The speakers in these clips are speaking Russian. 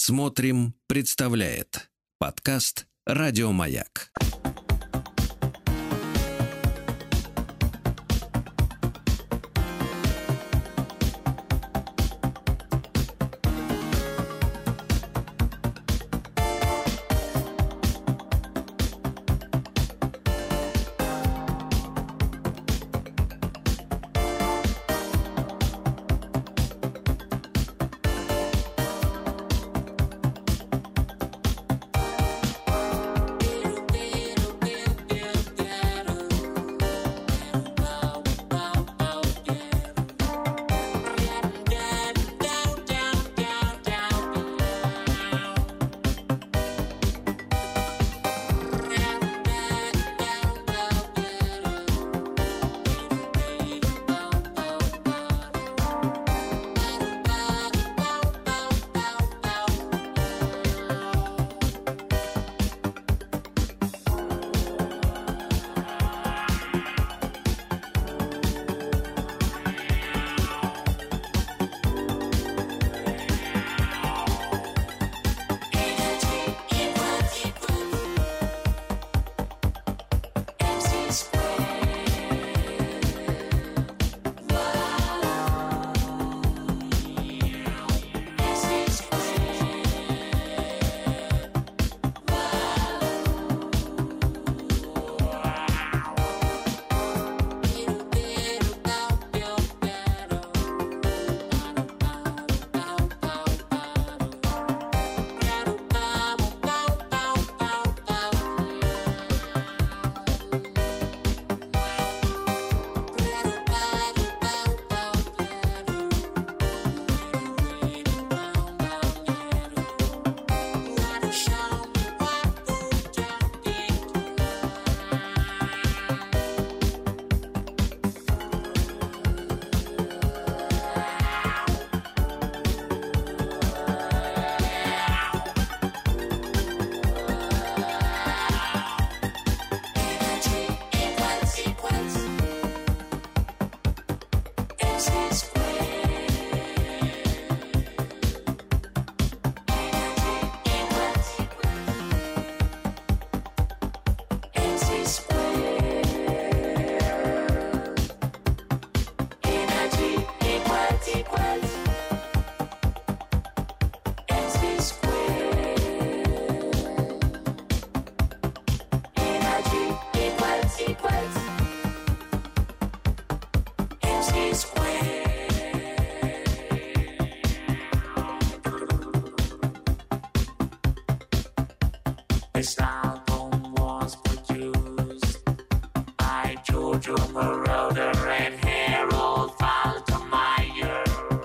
Смотрим, представляет подкаст «Радиомаяк». This album was produced by Giorgio Moroder and Harold Faltermeyer.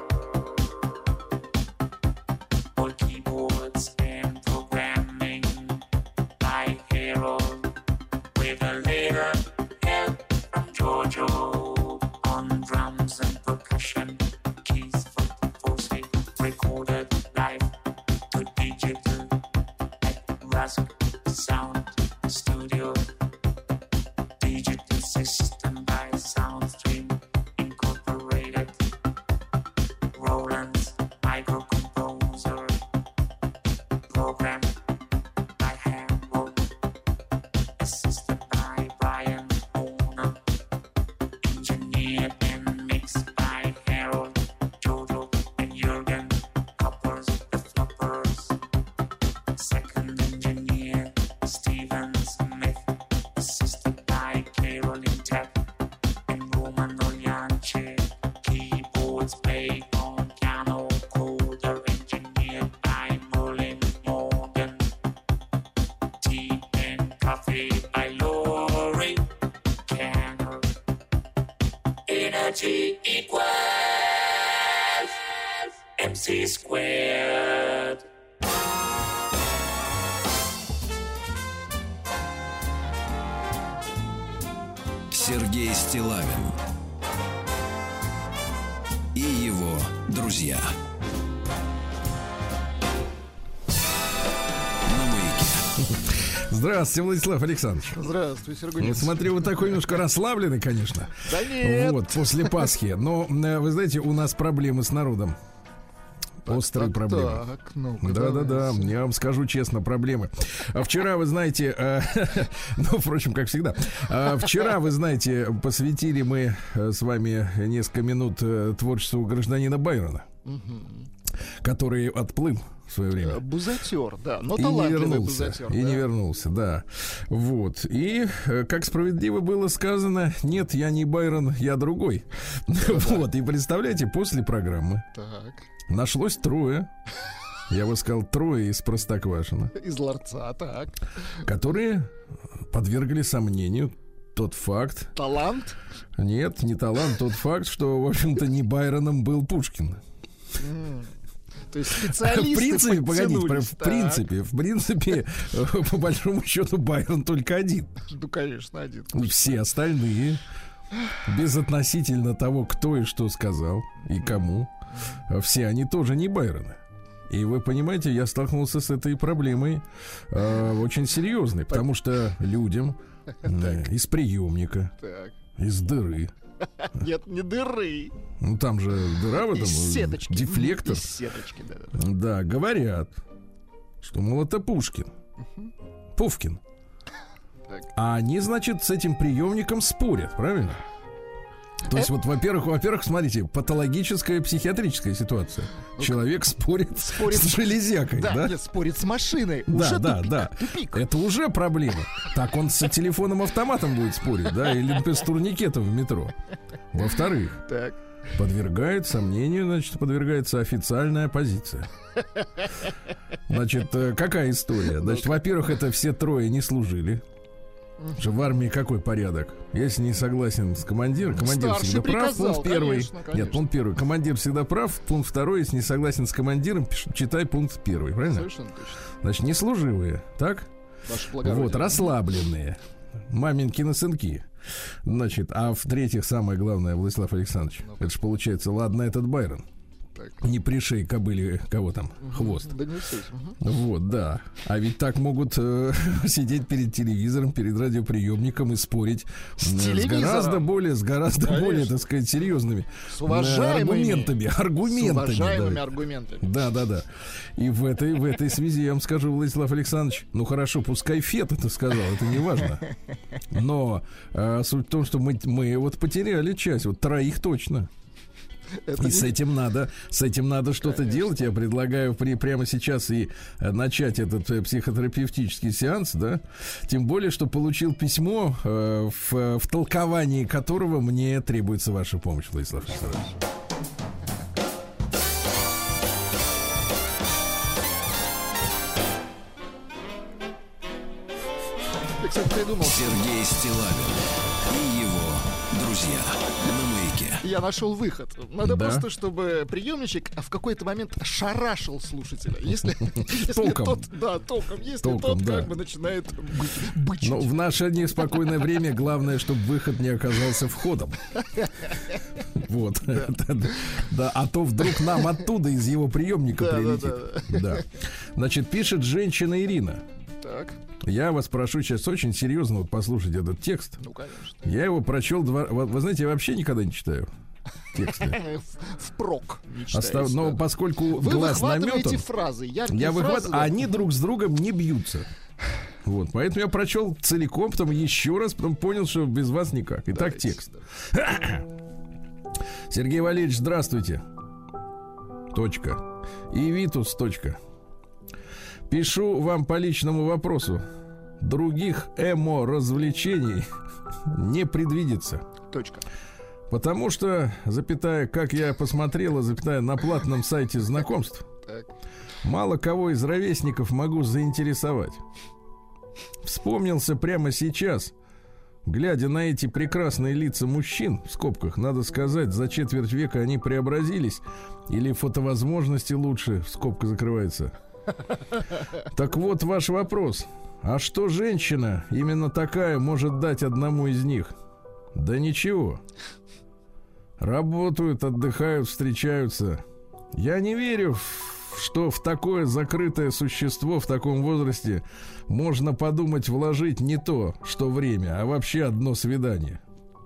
For keyboards and programming by Harold, with a little help from Giorgio on drums and percussion. Keys for force recorded live to digital at Rask Sound Studio. Digital system by Soundstream Incorporated. Roland's microcomposer. Program by Harold. Assisted by Brian Horner. Engineered and mixed by Harold, Jojo, and Jürgen Coppers, the Floppers. Second engineer, Stephen Smith. Assisted by Caroline Tapp and Roman Oliance. Keyboards played on piano, coder engineered by Merlin Morgan. Tea and coffee by Laurie Canner. Energy equals MC squared. Сергей Стиллавин и его друзья. На Маяке. Здравствуйте, Владислав Александрович. Здравствуй, Сергей. Вот смотрю, вы такой немножко расслабленный, конечно. Да нет. Вот, после Пасхи. Но, вы знаете, у нас проблемы с народом. острые проблемы. Так, ну-ка, Да-да-да, давайте. я вам скажу честно, проблемы. А вчера, вы знаете, ну, впрочем, как всегда, вчера, вы знаете, посвятили мы с вами несколько минут творчеству гражданина Байрона, который отплыл в свое время. Бузатер, да, но И не талантливый вернулся, бузатер. и да. не вернулся, да. Вот. И, как справедливо было сказано, нет, я не Байрон, я другой. Вот. И представляете, после программы Так, нашлось трое, я бы сказал, трое из Простоквашино, из ларца, так. которые подвергли сомнению тот факт, Талант? нет, не талант, тот факт, что, в общем-то, не Байроном был Пушкин. То есть В специалисты принципе, погодите, подтянулись, в принципе, по большому счету, Байрон только один. так. Ну, конечно, один. Все остальные, безотносительно того, кто и что сказал, и кому, все они тоже не Байроны. И вы понимаете, я столкнулся с этой проблемой очень серьезной, потому что людям из приемника, Так. из дыры, Нет, не дыры. ну там же дыра в этом, Из сеточки. дефлектор, Из сеточки, да. да, говорят, что, мол, это Пушкин, Пувкин. Так. А они, значит, с этим приемником спорят, правильно? То есть, вот, во-первых, смотрите, патологическая психиатрическая ситуация. Человек спорит с железякой, Да, да? нет, спорит с машиной. Да, Уже да, тупик, да. тупик. Это уже проблема. Так он с телефоном-автоматом будет спорить, да? Или, например, с турникетом в метро. Во-вторых, Так. подвергает сомнению, значит, подвергается официальная позиция. Значит, какая история? Значит, во-первых, это все трое не служили. Что в армии какой порядок? Если не согласен с командиром, командир Старший всегда прав, приказал, пункт первый. конечно, конечно. Нет, пункт первый. Командир всегда прав, пункт второй. Если не согласен с командиром, читай пункт первый, правильно? Совершенно точно. Значит, не служивые, так? Ваше благородие. Вот, расслабленные. Маменькины сынки. Значит, а в-третьих, самое главное, Владислав Александрович, это же получается, ладно, этот Байрон. Так. Не пришей кобыле, кого там, хвост. Да не суть. Вот, да. А ведь так могут сидеть перед телевизором, перед радиоприемником и спорить с гораздо более, так сказать, серьезными С уважаемыми аргументами. С уважаемыми да. аргументами. Да. И в этой связи я вам скажу, Владислав Александрович, ну хорошо, пускай Фет это сказал, это не важно. Но суть в том, что мы вот потеряли часть, вот троих точно. И с этим надо что-то делать. Я предлагаю прямо сейчас и начать этот психотерапевтический сеанс, да. Тем более, что получил письмо, в толковании которого мне требуется ваша помощь, Владислав Александрович. Я, кстати, придумал. Сергей Стиллавин и его друзья на Маяке. Я нашел выход. Надо Да. просто, чтобы приемничек в какой-то момент шарашил слушателя. Если Током. тот, да, током, если Током, тот да. как бы начинает бычить. Но в наше неспокойное время главное, чтобы выход не оказался входом. Вот. Да, а то вдруг нам оттуда из его приемника Да, прилетит. Да. Значит, пишет женщина Ирина. Так, Я вас прошу сейчас очень серьезно вот послушать этот текст. ну конечно. Я его прочел Вы знаете, я вообще никогда не читаю тексты. Впрок не читаете, Но да. поскольку Вы глаз выхватываете наметан, фразы, яркие я фразы. выхватываю, да. а они друг с другом не бьются. Вот, поэтому я прочел целиком, потом еще раз, потом понял, что без вас никак. Итак, Давайте, текст. да. Сергей Валерьевич, здравствуйте. Точка. И Витус. Точка. Пишу вам по личному вопросу. Других эмо-развлечений не предвидится. Точка. Потому что, запятая, как я посмотрела, запятая, на платном сайте знакомств, Так. мало кого из ровесников могу заинтересовать. Вспомнился прямо сейчас, глядя на эти прекрасные лица мужчин, в скобках, надо сказать, за четверть века они преобразились, или фотовозможности лучше, скобка закрывается. Так вот ваш вопрос. А что женщина, именно такая, может дать одному из них? Да ничего. Работают, отдыхают, встречаются. Я не верю, что в такое закрытое существо в таком возрасте можно подумать вложить не то, что время, а вообще одно свидание.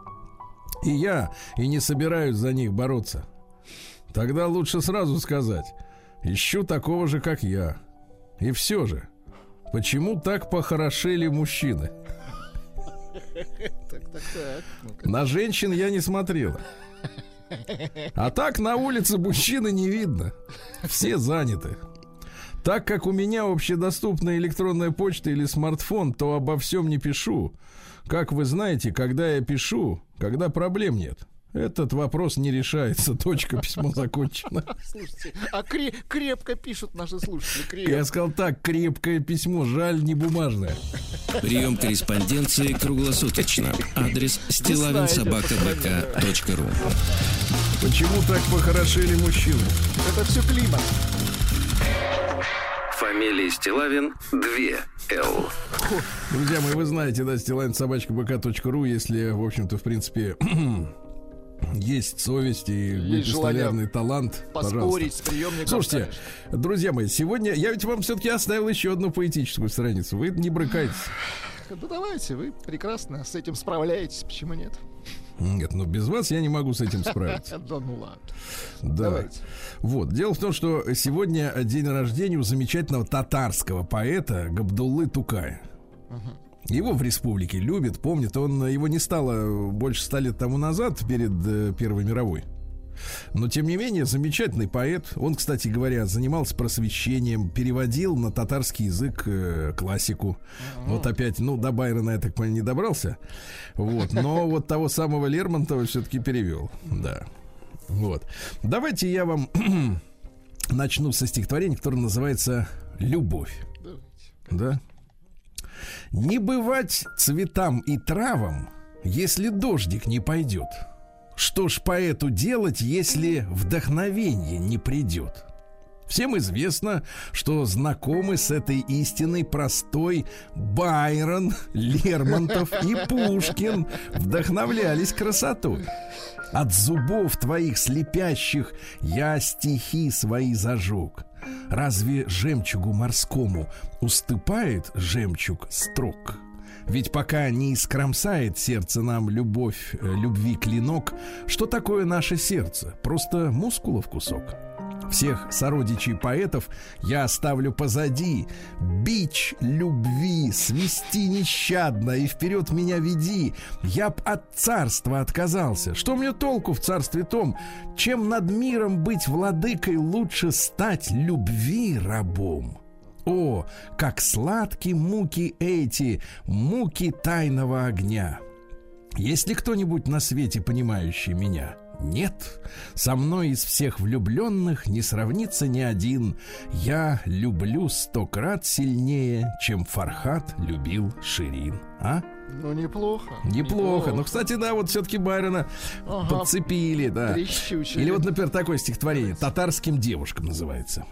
И я и не собираюсь за них бороться. Тогда лучше сразу сказать: Ищу такого же, как я. И все же, почему так похорошели мужчины? Так. Ну-ка. На женщин я не смотрела. А так на улице мужчины не видно. Все заняты. Так как у меня общедоступная электронная почта или смартфон, то обо всем не пишу. Как вы знаете, когда я пишу, когда проблем нет. Этот вопрос не решается. Точка, письмо закончено. Слушайте, а крепко пишут наши слушатели. Крепко. Я сказал так, крепкое письмо, жаль, не бумажное. Прием корреспонденции круглосуточно. Адрес stilavinsobaka.bk.ru. Почему так похорошели мужчины? Это все климат. Фамилия Стилавин 2 Л. Друзья мои, вы знаете, да, stilavinsobaka.bk.ru, если, в общем-то, в принципе, есть совесть и непостоянный талант, поспорить пожалуйста. с приемником. Слушайте, конечно. друзья мои, сегодня я ведь вам все-таки оставил еще одну поэтическую страницу. Вы не брыкайтесь. Да давайте, вы прекрасно с этим справляетесь, почему нет? Нет, ну без вас я не могу с этим справиться. Да ну ладно. Да. Давайте. Вот. Дело в том, что сегодня день рождения у замечательного татарского поэта Габдуллы Тукая. Его в республике любят, помнят. Его не стало больше 100 лет тому назад, перед Первой мировой. Но, тем не менее, замечательный поэт. Он, кстати говоря, занимался просвещением, переводил на татарский язык классику. Вот опять, до Байрона, я так понимаю, не добрался. Вот. Но вот того самого Лермонтова все-таки перевел. Да. Вот. Давайте я вам начну со стихотворения, которое называется «Любовь». Да? Не бывать цветам и травам, если дождик не пойдет. Что ж поэту делать, если вдохновение не придет? Всем известно, что знакомы с этой истиной простой Байрон, Лермонтов и Пушкин вдохновлялись красотой. От зубов твоих слепящих я стихи свои зажег. Разве жемчугу морскому уступает жемчуг строк? Ведь пока не искромсает сердце нам любви клинок, что такое наше сердце? Просто мускулов кусок. Всех сородичей поэтов я оставлю позади. Бич любви свести нещадно и вперед меня веди. Я б от царства отказался. Что мне толку в царстве том? Чем над миром быть владыкой, лучше стать любви рабом. О, как сладки муки эти, муки тайного огня! Есть ли кто-нибудь на свете, понимающий меня? Нет, со мной из всех влюбленных не сравнится ни один. Я люблю 100 крат сильнее, чем Фархат любил Ширин. А? Ну, неплохо. Неплохо. Ну, кстати, да, вот все-таки Байрона подцепили, да. Прищучили. Или вот, например, такое стихотворение «Татарским девушкам» называется.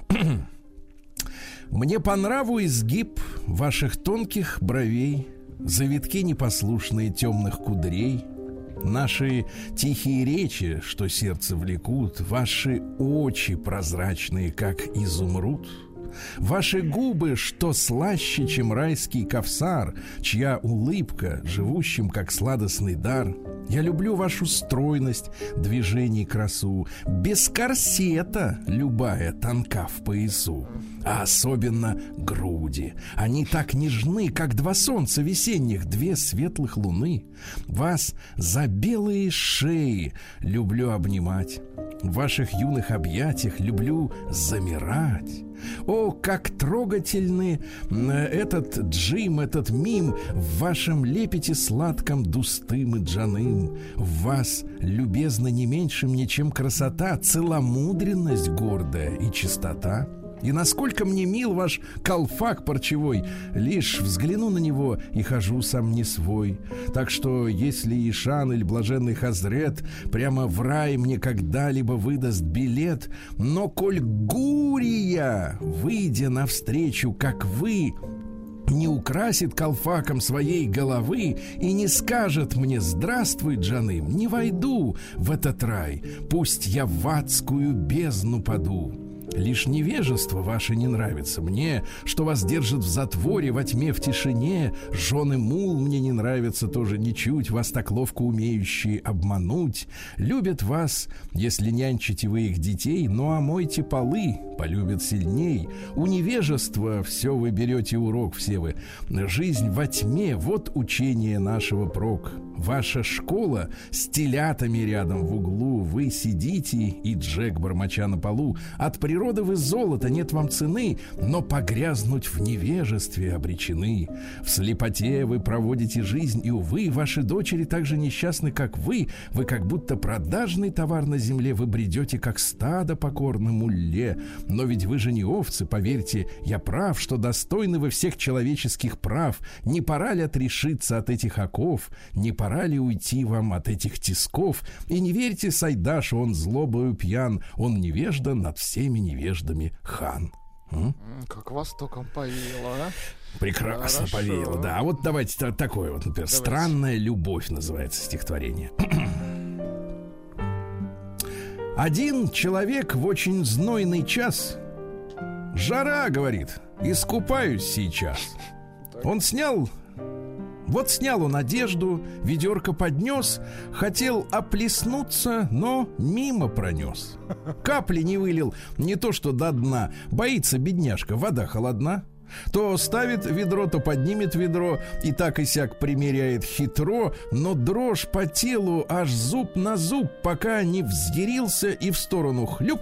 Мне по нраву изгиб ваших тонких бровей, завитки непослушные темных кудрей, наши тихие речи, что сердце влекут, ваши очи прозрачные, как изумруд, ваши губы, что слаще, чем райский кавсар, чья улыбка живущим, как сладостный дар. Я люблю вашу стройность, движений красу, без корсета любая тонка в поясу, а особенно груди. Они так нежны, как 2 солнца весенних, 2 светлых луны. Вас за белые шеи люблю обнимать, в ваших юных объятиях люблю замирать. О, как трогательны этот джим, этот мим в вашем лепете сладком дустым и джаным. В вас, любезно, не меньше мне, чем красота, целомудренность гордая и чистота. И насколько мне мил ваш колфак парчевой, лишь взгляну на него и хожу сам не свой. Так что, если Ишан или блаженный Хазрет прямо в рай мне когда-либо выдаст билет, но коль Гурия, выйдя навстречу, как вы, не украсит колфаком своей головы и не скажет мне «Здравствуй, Джаным», не войду в этот рай, пусть я в адскую бездну паду. Лишь невежество ваше не нравится мне, что вас держит в затворе, во тьме, в тишине. Жены мул мне не нравятся тоже ничуть, вас так ловко умеющие обмануть. Любят вас, если нянчите вы их детей, ну а мойте полы, полюбят сильней. У невежества все вы берете урок, все вы. Жизнь во тьме, вот учение нашего прок. Ваша школа с телятами рядом в углу, вы сидите, и Джек бормоча на полу. От природы вы золото, нет вам цены, но погрязнуть в невежестве обречены. В слепоте вы проводите жизнь, и, увы, ваши дочери так же несчастны, как вы. Вы как будто продажный товар на земле, вы бредете, как стадо покорно мулле. Но ведь вы же не овцы, поверьте, я прав, что достойны вы всех человеческих прав. Не пора ли отрешиться от этих оков? Не пора ли уйти вам от этих тисков? И не верьте Сайдашу, он злобою пьян, он невежда над всеми невеждами хан. Как востоком повеяло, а? Прекрасно повеяло, да. А вот давайте такое вот, например, «Странная любовь» называется стихотворение. Один человек в очень знойный час. Жара, говорит, искупаюсь сейчас. Он снял он одежду, ведерко поднес, хотел оплеснуться, но мимо пронес. Капли не вылил, не то что до дна. Боится бедняжка, вода холодна. То ставит ведро, то поднимет ведро, и так и сяк примеряет хитро, но дрожь по телу аж зуб на зуб, пока не взъярился и в сторону хлюп.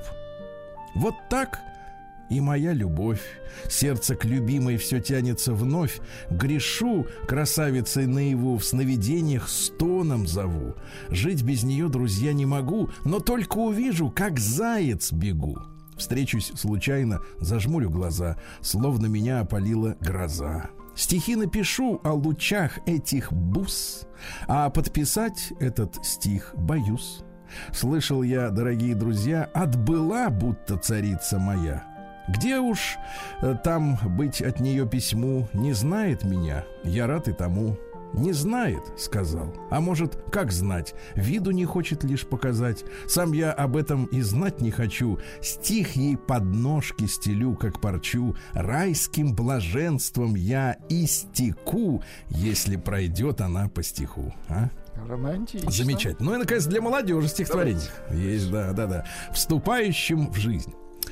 Вот так и моя любовь. Сердце к любимой все тянется вновь. Грешу красавицей наяву, в сновидениях стоном зову. Жить без нее, друзья, не могу, но только увижу, как заяц бегу. Встречусь случайно, зажмурю глаза, словно меня опалила гроза. Стихи напишу о лучах этих бус, а подписать этот стих боюсь. Слышал я, дорогие друзья, отбыла будто царица моя. Где уж там быть от нее письму, не знает меня, я рад и тому. Не знает, сказал. А может, как знать? Виду не хочет лишь показать. Сам я об этом и знать не хочу. Стих ей под ножки стелю, как парчу. Райским блаженством я истеку, если пройдет она по стиху. А? Романтично. Замечательно. Ну и, наконец, для молодежи стихотворение. Есть, да. Вступающим в жизнь.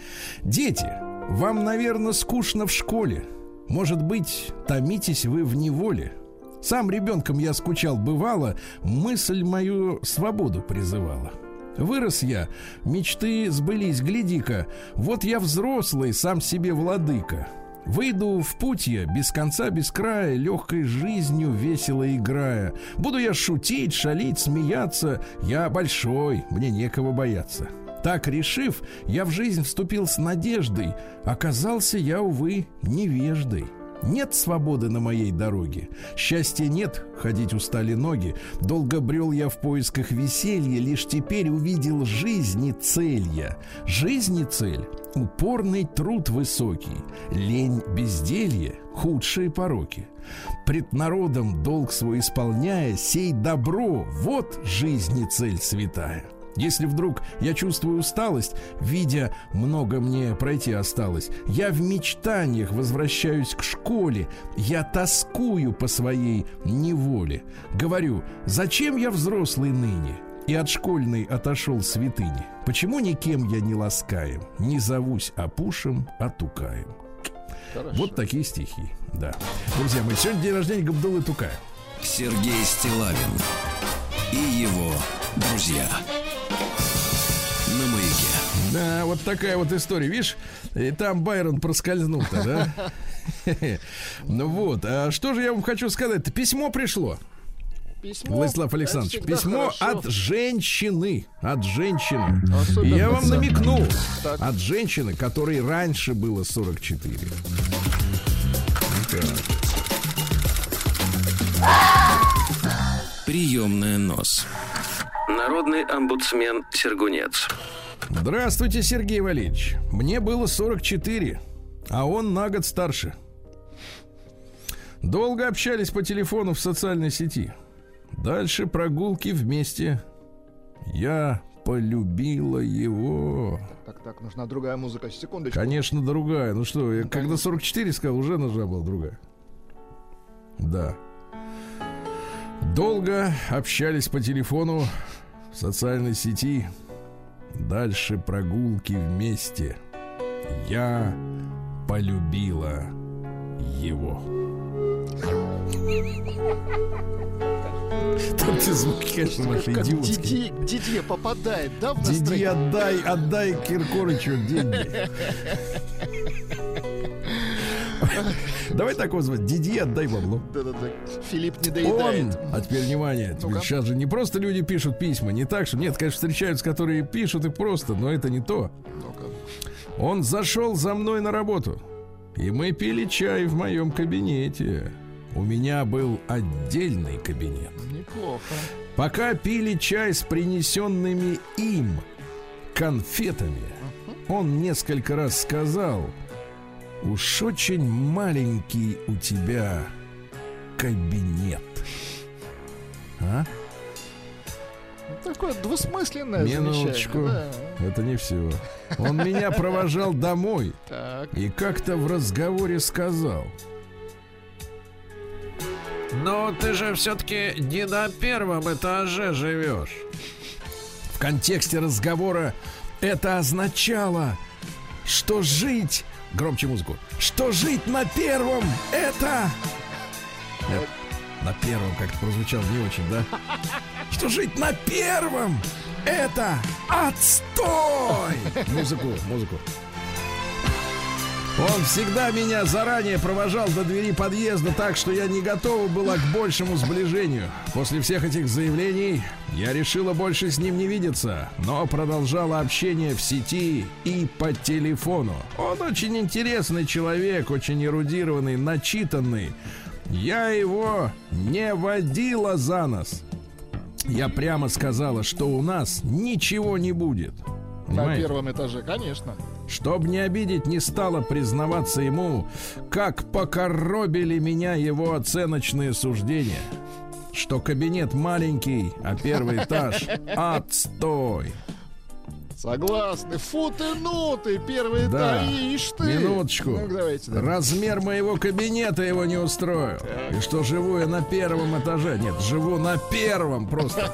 Дети, вам, наверное, скучно в школе. Может быть, томитесь вы в неволе. Сам ребенком я скучал, бывало, мысль мою свободу призывала. Вырос я, мечты сбылись, гляди-ка, вот я взрослый, сам себе владыка. Выйду в путь я, без конца, без края, легкой жизнью весело играя. Буду я шутить, шалить, смеяться, я большой, мне некого бояться. Так решив, я в жизнь вступил с надеждой, оказался я, увы, невеждой. Нет свободы на моей дороге, счастья нет, ходить устали ноги. Долго брел я в поисках веселья, лишь теперь увидел жизни цель я. Жизни цель — упорный труд высокий, лень, безделье — худшие пороки. Пред народом долг свой исполняя, сей добро — вот жизни цель святая. Если вдруг я чувствую усталость, видя, много мне пройти осталось, я в мечтаниях возвращаюсь к школе, я тоскую по своей неволе. Говорю, зачем я взрослый ныне и от школьной отошел святыни? Почему никем я не ласкаем, не зовусь опушем, а тукаем? Хорошо. Вот такие стихи, да. Друзья мои, сегодня день рождения Габдуллы Тукая. Сергей Стиллавин и его друзья. На маяке. Да, вот такая вот история. Видишь, и там Байрон проскользнул-то, да? Ну вот, а что же я вам хочу сказать? Письмо пришло. Письмо, Владислав Александрович, письмо хорошо. от женщины. От женщины. Особенно Я вам пацан. намекнул. Так. От женщины, которой раньше было 44. Так. Приемная нос. Народный омбудсмен Сергунец. Здравствуйте, Сергей Валерьевич. Мне было 44, а он на год старше. Долго общались по телефону в социальной сети. Дальше прогулки вместе. Я полюбила его. Так, нужна другая музыка. Секундочку. Конечно, другая. Ну что, я когда 44 сказал, уже нужна была другая. Да. Долго общались по телефону в социальной сети. Дальше прогулки вместе. Я полюбила его. Там те звуки, конечно, ваши Как идиотские. Дидье попадает, да, в Дидье, настроение? отдай Киркорычу деньги. Давай так его звать. Дидье, отдай бабло. Да. Филипп не Он, доедает. а теперь внимание, Ну-ка. сейчас же не просто люди пишут письма, не так, что нет, конечно, встречаются, которые пишут и просто, но это не то. Ну-ка. Он зашел за мной на работу, и мы пили чай в моем кабинете. У меня был отдельный кабинет. Неплохо. Пока пили чай с принесенными им конфетами, он несколько раз сказал: уж очень маленький у тебя кабинет. А? Такое двусмысленное Минуточку. замечание. Это не все. Он меня провожал домой Да. Так. и как-то в разговоре сказал: «Ну, ты же все-таки не на первом этаже живешь». В контексте разговора это означало, что жить... Громче музыку. Что жить на первом это... Нет, на первом как-то прозвучало не очень, да? Что жить на первом это отстой! Музыку. Он всегда меня заранее провожал до двери подъезда, так что я не готова была к большему сближению. После всех этих заявлений я решила больше с ним не видеться, но продолжала общение в сети и по телефону. Он очень интересный человек, очень эрудированный, начитанный. Я его не водила за нос. Я прямо сказала, что у нас ничего не будет. На Понимаете? первом этаже, конечно. Чтоб не обидеть, не стала признаваться ему, как покоробили меня его оценочные суждения. Что кабинет маленький, а первый этаж отстой. Согласны. Фу ты, ну ты, первый Да. этаж, ишь ты. Минуточку. Ну, давайте, да. Размер моего кабинета его не устроил. И что живу я на первом этаже. Нет, живу на первом просто.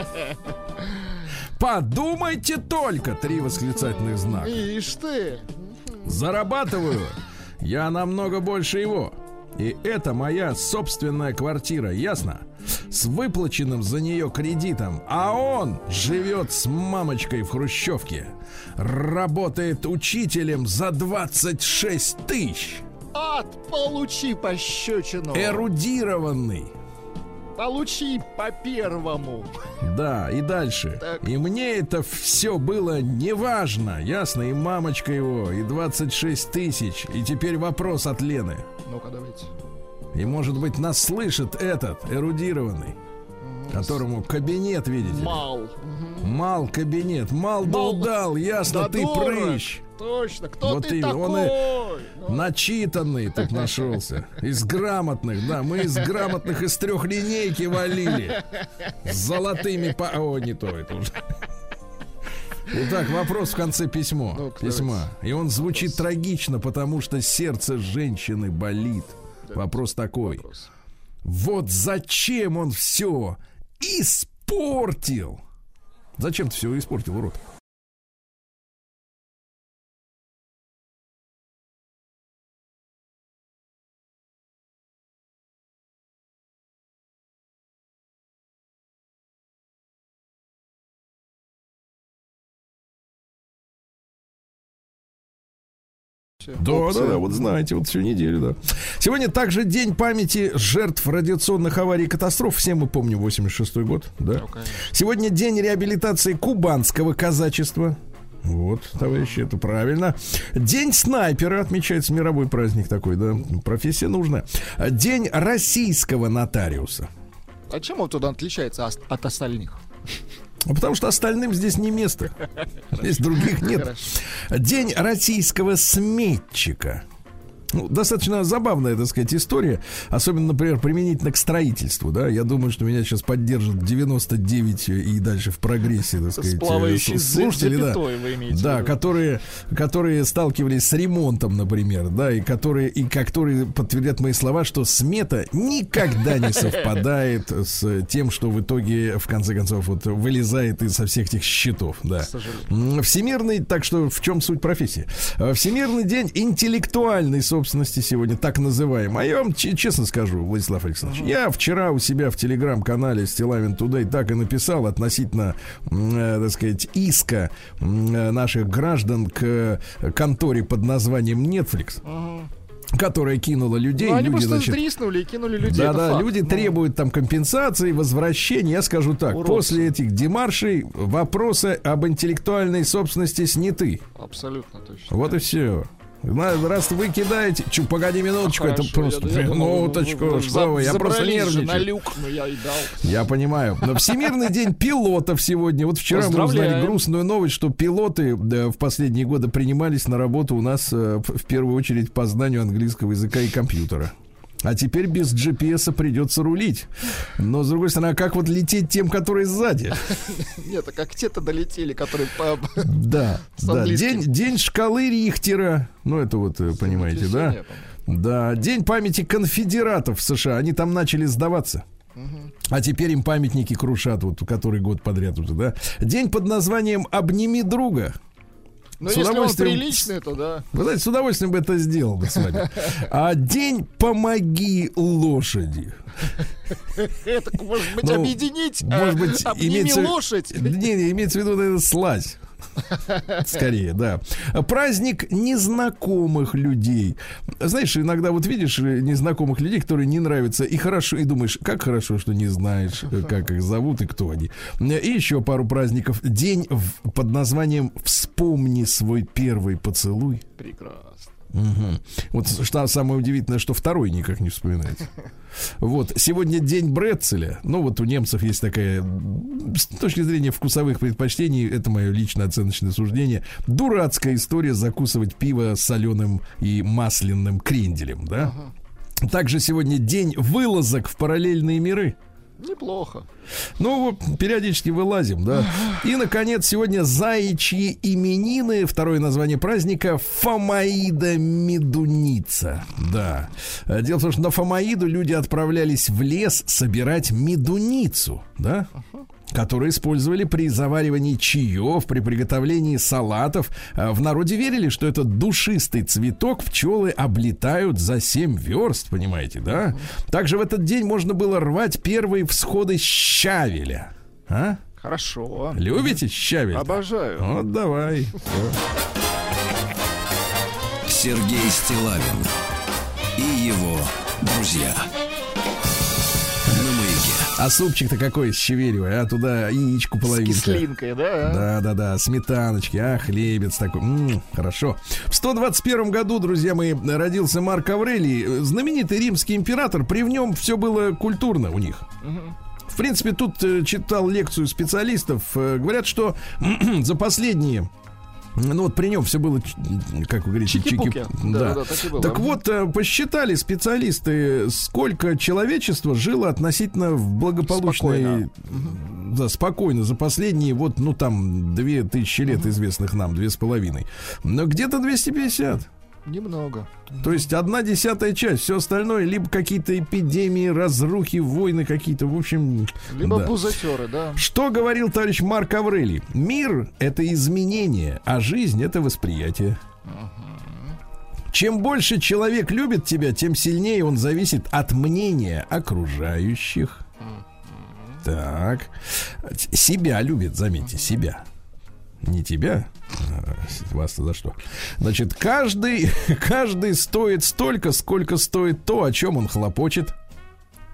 Подумайте только! 3 восклицательных знака. Ишь ты. Зарабатываю я намного больше его. И это моя собственная квартира, ясно? С выплаченным за нее кредитом. А он живет с мамочкой в хрущевке. Работает учителем за 26 тысяч. Получи пощечину. Эрудированный. Получи по первому. Да, и дальше. Так. И мне это все было неважно. Ясно? И мамочка его, и 26 тысяч. И теперь вопрос от Лены. Ну-ка, давайте. И, может быть, нас слышит этот эрудированный, которому кабинет, видите ли. Мал. Мал кабинет. Мал Мал. дал, ясно, Да ты дурак. прыщ. Точно. Кто Вот ты именно, он такой? Ну, Начитанный тут нашелся. Из грамотных, да. Мы из грамотных из трехлинейки валили. С золотыми О, не то это уже. Итак, вопрос в конце письма. И он звучит трагично, потому что сердце женщины болит. Вопрос такой. Вот зачем он все испортил? Зачем ты все испортил, урод? Да, вот знаете, вот всю неделю, да. Сегодня также день памяти жертв радиационных аварий и катастроф. Все мы помним 86-й год, да. Сегодня день реабилитации кубанского казачества. Вот, товарищи, это правильно. День снайпера, отмечается мировой праздник такой, да. Профессия нужна. День российского нотариуса. А чем он туда отличается от остальных? Потому что остальным здесь не место. Здесь других нет. День российского сметчика. достаточно забавная, так сказать, история. Особенно, например, применительно к строительству. Да? Я думаю, что меня сейчас поддержат 99 и дальше в прогрессе, так сказать, Плавающие слушатели, да, запятой, вы имеете в виду. которые сталкивались с ремонтом, например, да, и которые подтвердят мои слова, что смета никогда не совпадает с тем, что в итоге, в конце концов, вот вылезает со всех этих счетов. Да. Всемирный, так что в чем суть профессии? Всемирный день интеллектуальной собственности сегодня, так называемый. А я вам честно скажу, Владислав Александрович, я вчера у себя в телеграм-канале Стилавин Тудей так и написал относительно, так сказать, иска наших граждан к конторе под названием Netflix. Которая кинула людей. Ну, они люди, просто сдриснули и кинули людей. Да, люди требуют там компенсации, возвращения. Я скажу так, Уродцы. после этих демаршей вопросы об интеллектуальной собственности сняты. Абсолютно точно. Вот и все. Раз вы кидаете... Погоди минуточку, Хорошо, это просто... я Минуточку, что вы, я просто нервничаю. На люк, но я и дал. Я понимаю. Но Всемирный день пилотов сегодня. Вот вчера мы узнали грустную новость, что пилоты в последние годы принимались на работу у нас в первую очередь по знанию английского языка и компьютера. А теперь без GPS придется рулить. Но, с другой стороны, а как вот лететь тем, которые сзади? Нет, а как те-то долетели, которые по... Да, да. День шкалы Рихтера. Ну, это вот, понимаете, да? Да, день памяти конфедератов в США. Они там начали сдаваться. А теперь им памятники крушат, вот который год подряд уже, да? День под названием «Обними друга». Ну, если он приличный, то да. Вы знаете, с удовольствием бы это сделал бы с вами. А день «Помоги лошади». Это, может быть, объединить, может быть, обними лошадь. Не, имеется в виду, наверное, слазь. Скорее, да. Праздник незнакомых людей. Знаешь, иногда вот видишь незнакомых людей, которые не нравятся, и хорошо, и думаешь, как хорошо, что не знаешь, как их зовут и кто они. И еще пару праздников. День под названием «Вспомни свой первый поцелуй». Прекрасно. Угу. Вот что самое удивительное, что второй никак не вспоминается. Вот, сегодня день Брецеля. Ну, вот у немцев есть такая, с точки зрения вкусовых предпочтений, это мое личное оценочное суждение, дурацкая история закусывать пиво соленым и масляным кренделем, да? Также сегодня день вылазок в параллельные миры. Неплохо. Ну, периодически вылазим, да. И, наконец, сегодня заячьи именины. Второе название праздника — Фомаида Медуница. Да. Дело в том, что на Фомаиду люди отправлялись в лес собирать медуницу, да, которые использовали при заваривании чаев, при приготовлении салатов. В народе верили, что этот душистый цветок пчелы облетают за 7 верст, понимаете, да? Также в этот день можно было рвать первые всходы щавеля. А? Хорошо. Любите щавель? Обожаю. Вот давай. Сергей Стиллавин и его друзья. А супчик-то какой щавелевый, а туда яичку половинка. С кислинкой, да? Да, сметаночки, хлебец такой. Хорошо. В 121 году, друзья мои, родился Марк Аврелий, знаменитый римский император. При нем все было культурно у них. В принципе, тут читал лекцию специалистов. Говорят, что за последние... Ну вот при нем все было, как вы говорите, чики-пуки. Да. Так вот, посчитали специалисты, сколько человечество жило относительно в благополучной... Спокойно за последние, 2000 лет известных нам, 2,5. Но где-то 250. Немного. То есть 1/10 часть. Все остальное либо какие-то эпидемии, разрухи, войны какие-то. В общем... Либо бузатеры, да. Что говорил товарищ Марк Аврелий? Мир — это изменение, а жизнь — это восприятие. Чем больше человек любит тебя, тем сильнее он зависит от мнения окружающих. Так. Себя любит, заметьте, себя. Не тебя. Вас-то за что? Значит, каждый стоит столько, сколько стоит то, о чем он хлопочет. Ну,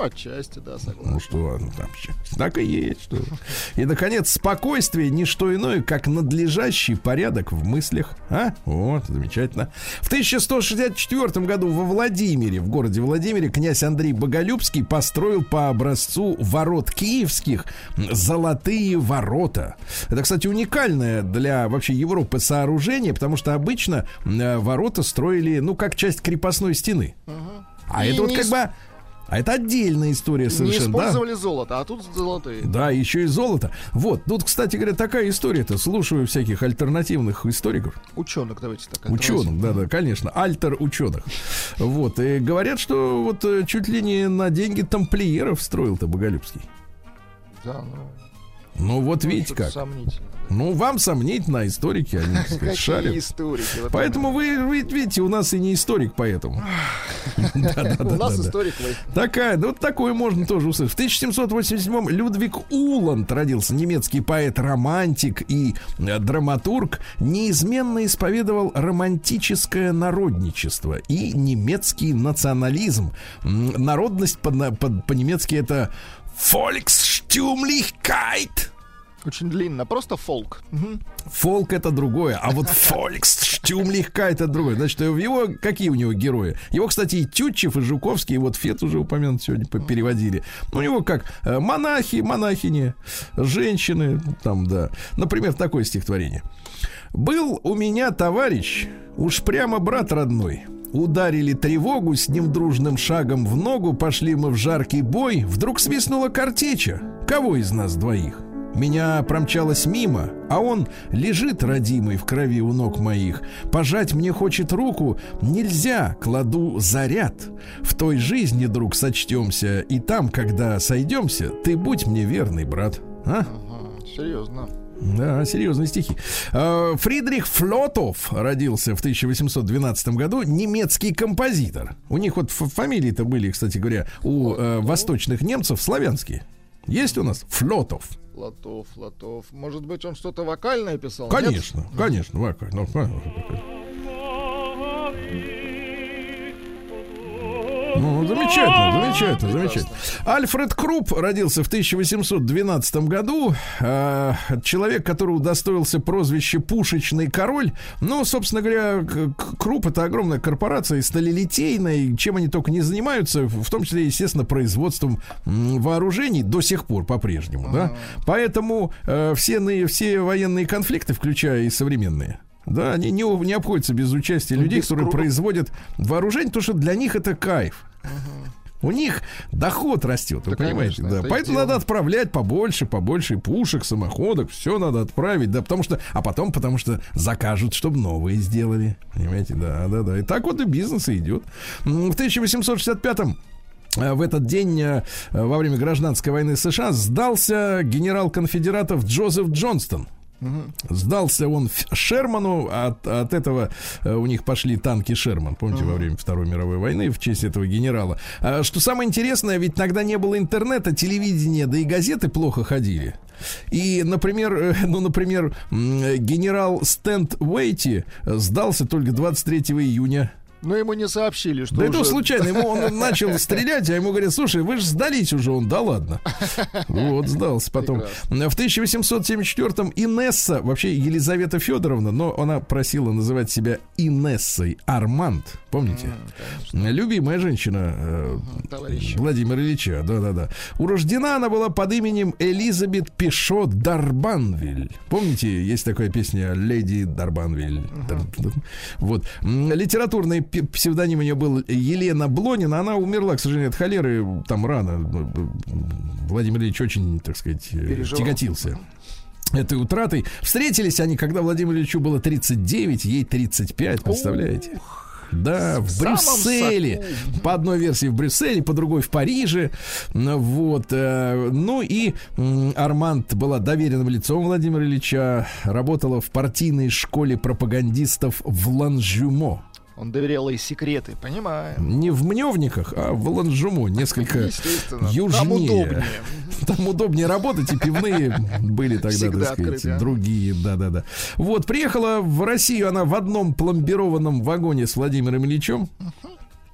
Ну, отчасти, да, согласен. Ну что, там так и есть. Что. И, наконец, спокойствие, не что иное, как надлежащий порядок в мыслях. А? Вот, замечательно. В 1164 году во Владимире, в городе Владимире, князь Андрей Боголюбский построил по образцу ворот киевских золотые ворота. Это, кстати, уникальное для вообще Европы сооружение, потому что обычно ворота строили, ну, как часть крепостной стены. А И это вот не как бы... А это отдельная история Не совершенно. использовали золото, а тут золотые. Да, еще и золото. Вот, тут, кстати говоря, такая история-то. Слушаю всяких альтернативных историков. Ученых, давайте так. Ученых, да, конечно, альтер-ученых. Вот, и говорят, что вот чуть ли не на деньги тамплиеров строил-то Боголюбский. Да, Ну, вот видите что-то как. сомнительно. Ну, вам сомнительно, а историки, они, так сказать, шарят. Какие историки? Вот Поэтому вы видите, у нас и не историк, поэтому. у нас историк вы. Такая, да вот такое можно тоже услышать. В 1787-м Людвиг Уланд родился, немецкий поэт-романтик и драматург, неизменно исповедовал романтическое народничество и немецкий национализм. Народность по-немецки это Volksstimmlichkeit. Очень длинно, просто фолк. Фолк это другое, а вот Volksstimmlichkeit это другое. Значит, его, какие у него герои? Его, кстати, и Тютчев, и Жуковский, и вот Фет уже упомянут сегодня, переводили. У него как монахи, монахини, женщины, там, да. Например, такое стихотворение. «Был у меня товарищ, уж прямо брат родной. Ударили тревогу, с ним дружным шагом в ногу, пошли мы в жаркий бой. Вдруг свистнула картеча. Кого из нас двоих? Меня промчалось мимо, а он лежит, родимый, в крови у ног моих. Пожать мне хочет руку, нельзя, кладу заряд. В той жизни, друг, сочтемся, и там, когда сойдемся, ты будь мне верный, брат». А? Серьезно. Да, серьезные стихи. Фридрих Флотов родился в 1812 году, немецкий композитор. У них вот фамилии-то были, кстати говоря, у восточных немцев славянские. Есть у нас Флотов. Флотов. Может быть, он что-то вокальное писал? Конечно, нет? конечно, вокально. Ну, замечательно. Альфред Круп родился в 1812 году. Человек, который удостоился прозвища «Пушечный король». Ну, собственно говоря, Круп — это огромная корпорация, сталелитейная. Чем они только не занимаются, в том числе, естественно, производством вооружений до сих пор по-прежнему. Да? Поэтому все военные конфликты, включая и современные, да, они не обходятся без участия людей, которые производят вооружение, потому что для них это кайф. У них доход растет, вы понимаете, конечно, да. Поэтому надо отправлять побольше пушек, самоходок, все надо отправить, да, потому что закажут, чтобы новые сделали, понимаете, да. И так вот и бизнес и идет. В 1865-м в этот день, во время гражданской войны США, сдался генерал конфедератов Джозеф Джонстон. Сдался он Шерману, от этого у них пошли танки Шерман, помните, во время Второй мировой войны, в честь этого генерала. Что самое интересное, ведь тогда не было интернета, телевидения, да и газеты плохо ходили. И, например, генерал Стэнд Уэйти сдался только 23 июня. Но ему не сообщили, что да уже... это случайно, он начал стрелять, а ему говорят: слушай, вы же сдались уже. Он: да ладно. Вот, сдался потом. В 1874-м Инесса, вообще Елизавета Федоровна, но она просила называть себя Инессой Арманд. Помните? Любимая женщина Владимира Ильича. Да. Урождена она была под именем Элизабет Пишо Дарбанвиль. Помните, есть такая песня «Леди Дарбанвиль». Вот. Литературный псевдоним у нее был Елена Блонина. Она умерла, к сожалению, от холеры там рано. Владимир Ильич очень, так сказать, тяготился этой утратой. Встретились они, когда Владимиру Ильичу было 39, ей 35, представляете? Да, в Брюсселе. По одной версии в Брюсселе, по другой в Париже. Вот. Ну и Арманд была доверенным лицом Владимира Ильича. Работала в партийной школе пропагандистов в Ланжюмо. Он доверял ей секреты, понимаем. Не в Мневниках, а в Ланжюмо, несколько южнее. Там удобнее работать, и пивные были тогда, всегда так сказать, открыты, другие. Да. Вот, приехала в Россию она в одном пломбированном вагоне с Владимиром Ильичем.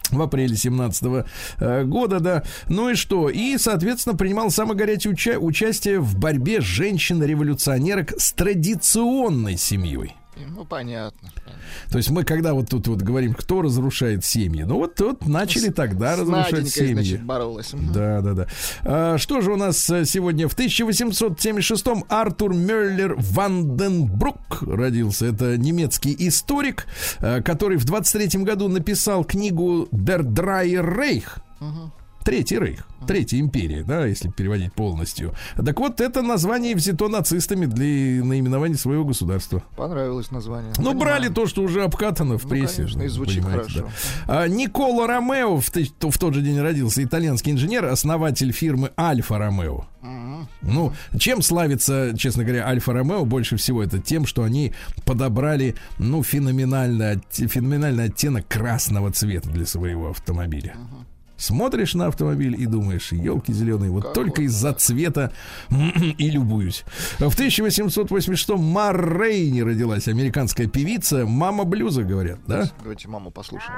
В апреле 17 года, да. Ну и что? И, соответственно, принимал самое горячее участие в борьбе женщин-революционерок с традиционной семьей. Ну, понятно. То есть мы когда вот тут вот говорим, кто разрушает семьи, ну вот начали тогда разрушать семьи. Значит, боролась. Да. Что же у нас сегодня? В 1876-м Артур Мюллер Ванденбрук родился. Это немецкий историк, который в 23-м году написал книгу «Der Drei Reich». Третий Рейх, Третья империя, да, если переводить полностью. Так вот, это название взято нацистами для наименования своего государства. Понравилось название. Ну, брали то, что уже обкатано в прессе. Конечно, и звучит хорошо. Да. Николо Ромео в тот же день родился, итальянский инженер, основатель фирмы Альфа Ромео. Ну, чем славится, честно говоря, Альфа Ромео больше всего? Это тем, что они подобрали, ну, феноменальный оттенок красного цвета для своего автомобиля. Смотришь на автомобиль и думаешь, елки зеленые, вот только из-за цвета и любуюсь. В 1886-м Ма Рейни родилась, американская певица, мама блюза, говорят, да? Давайте маму послушаем.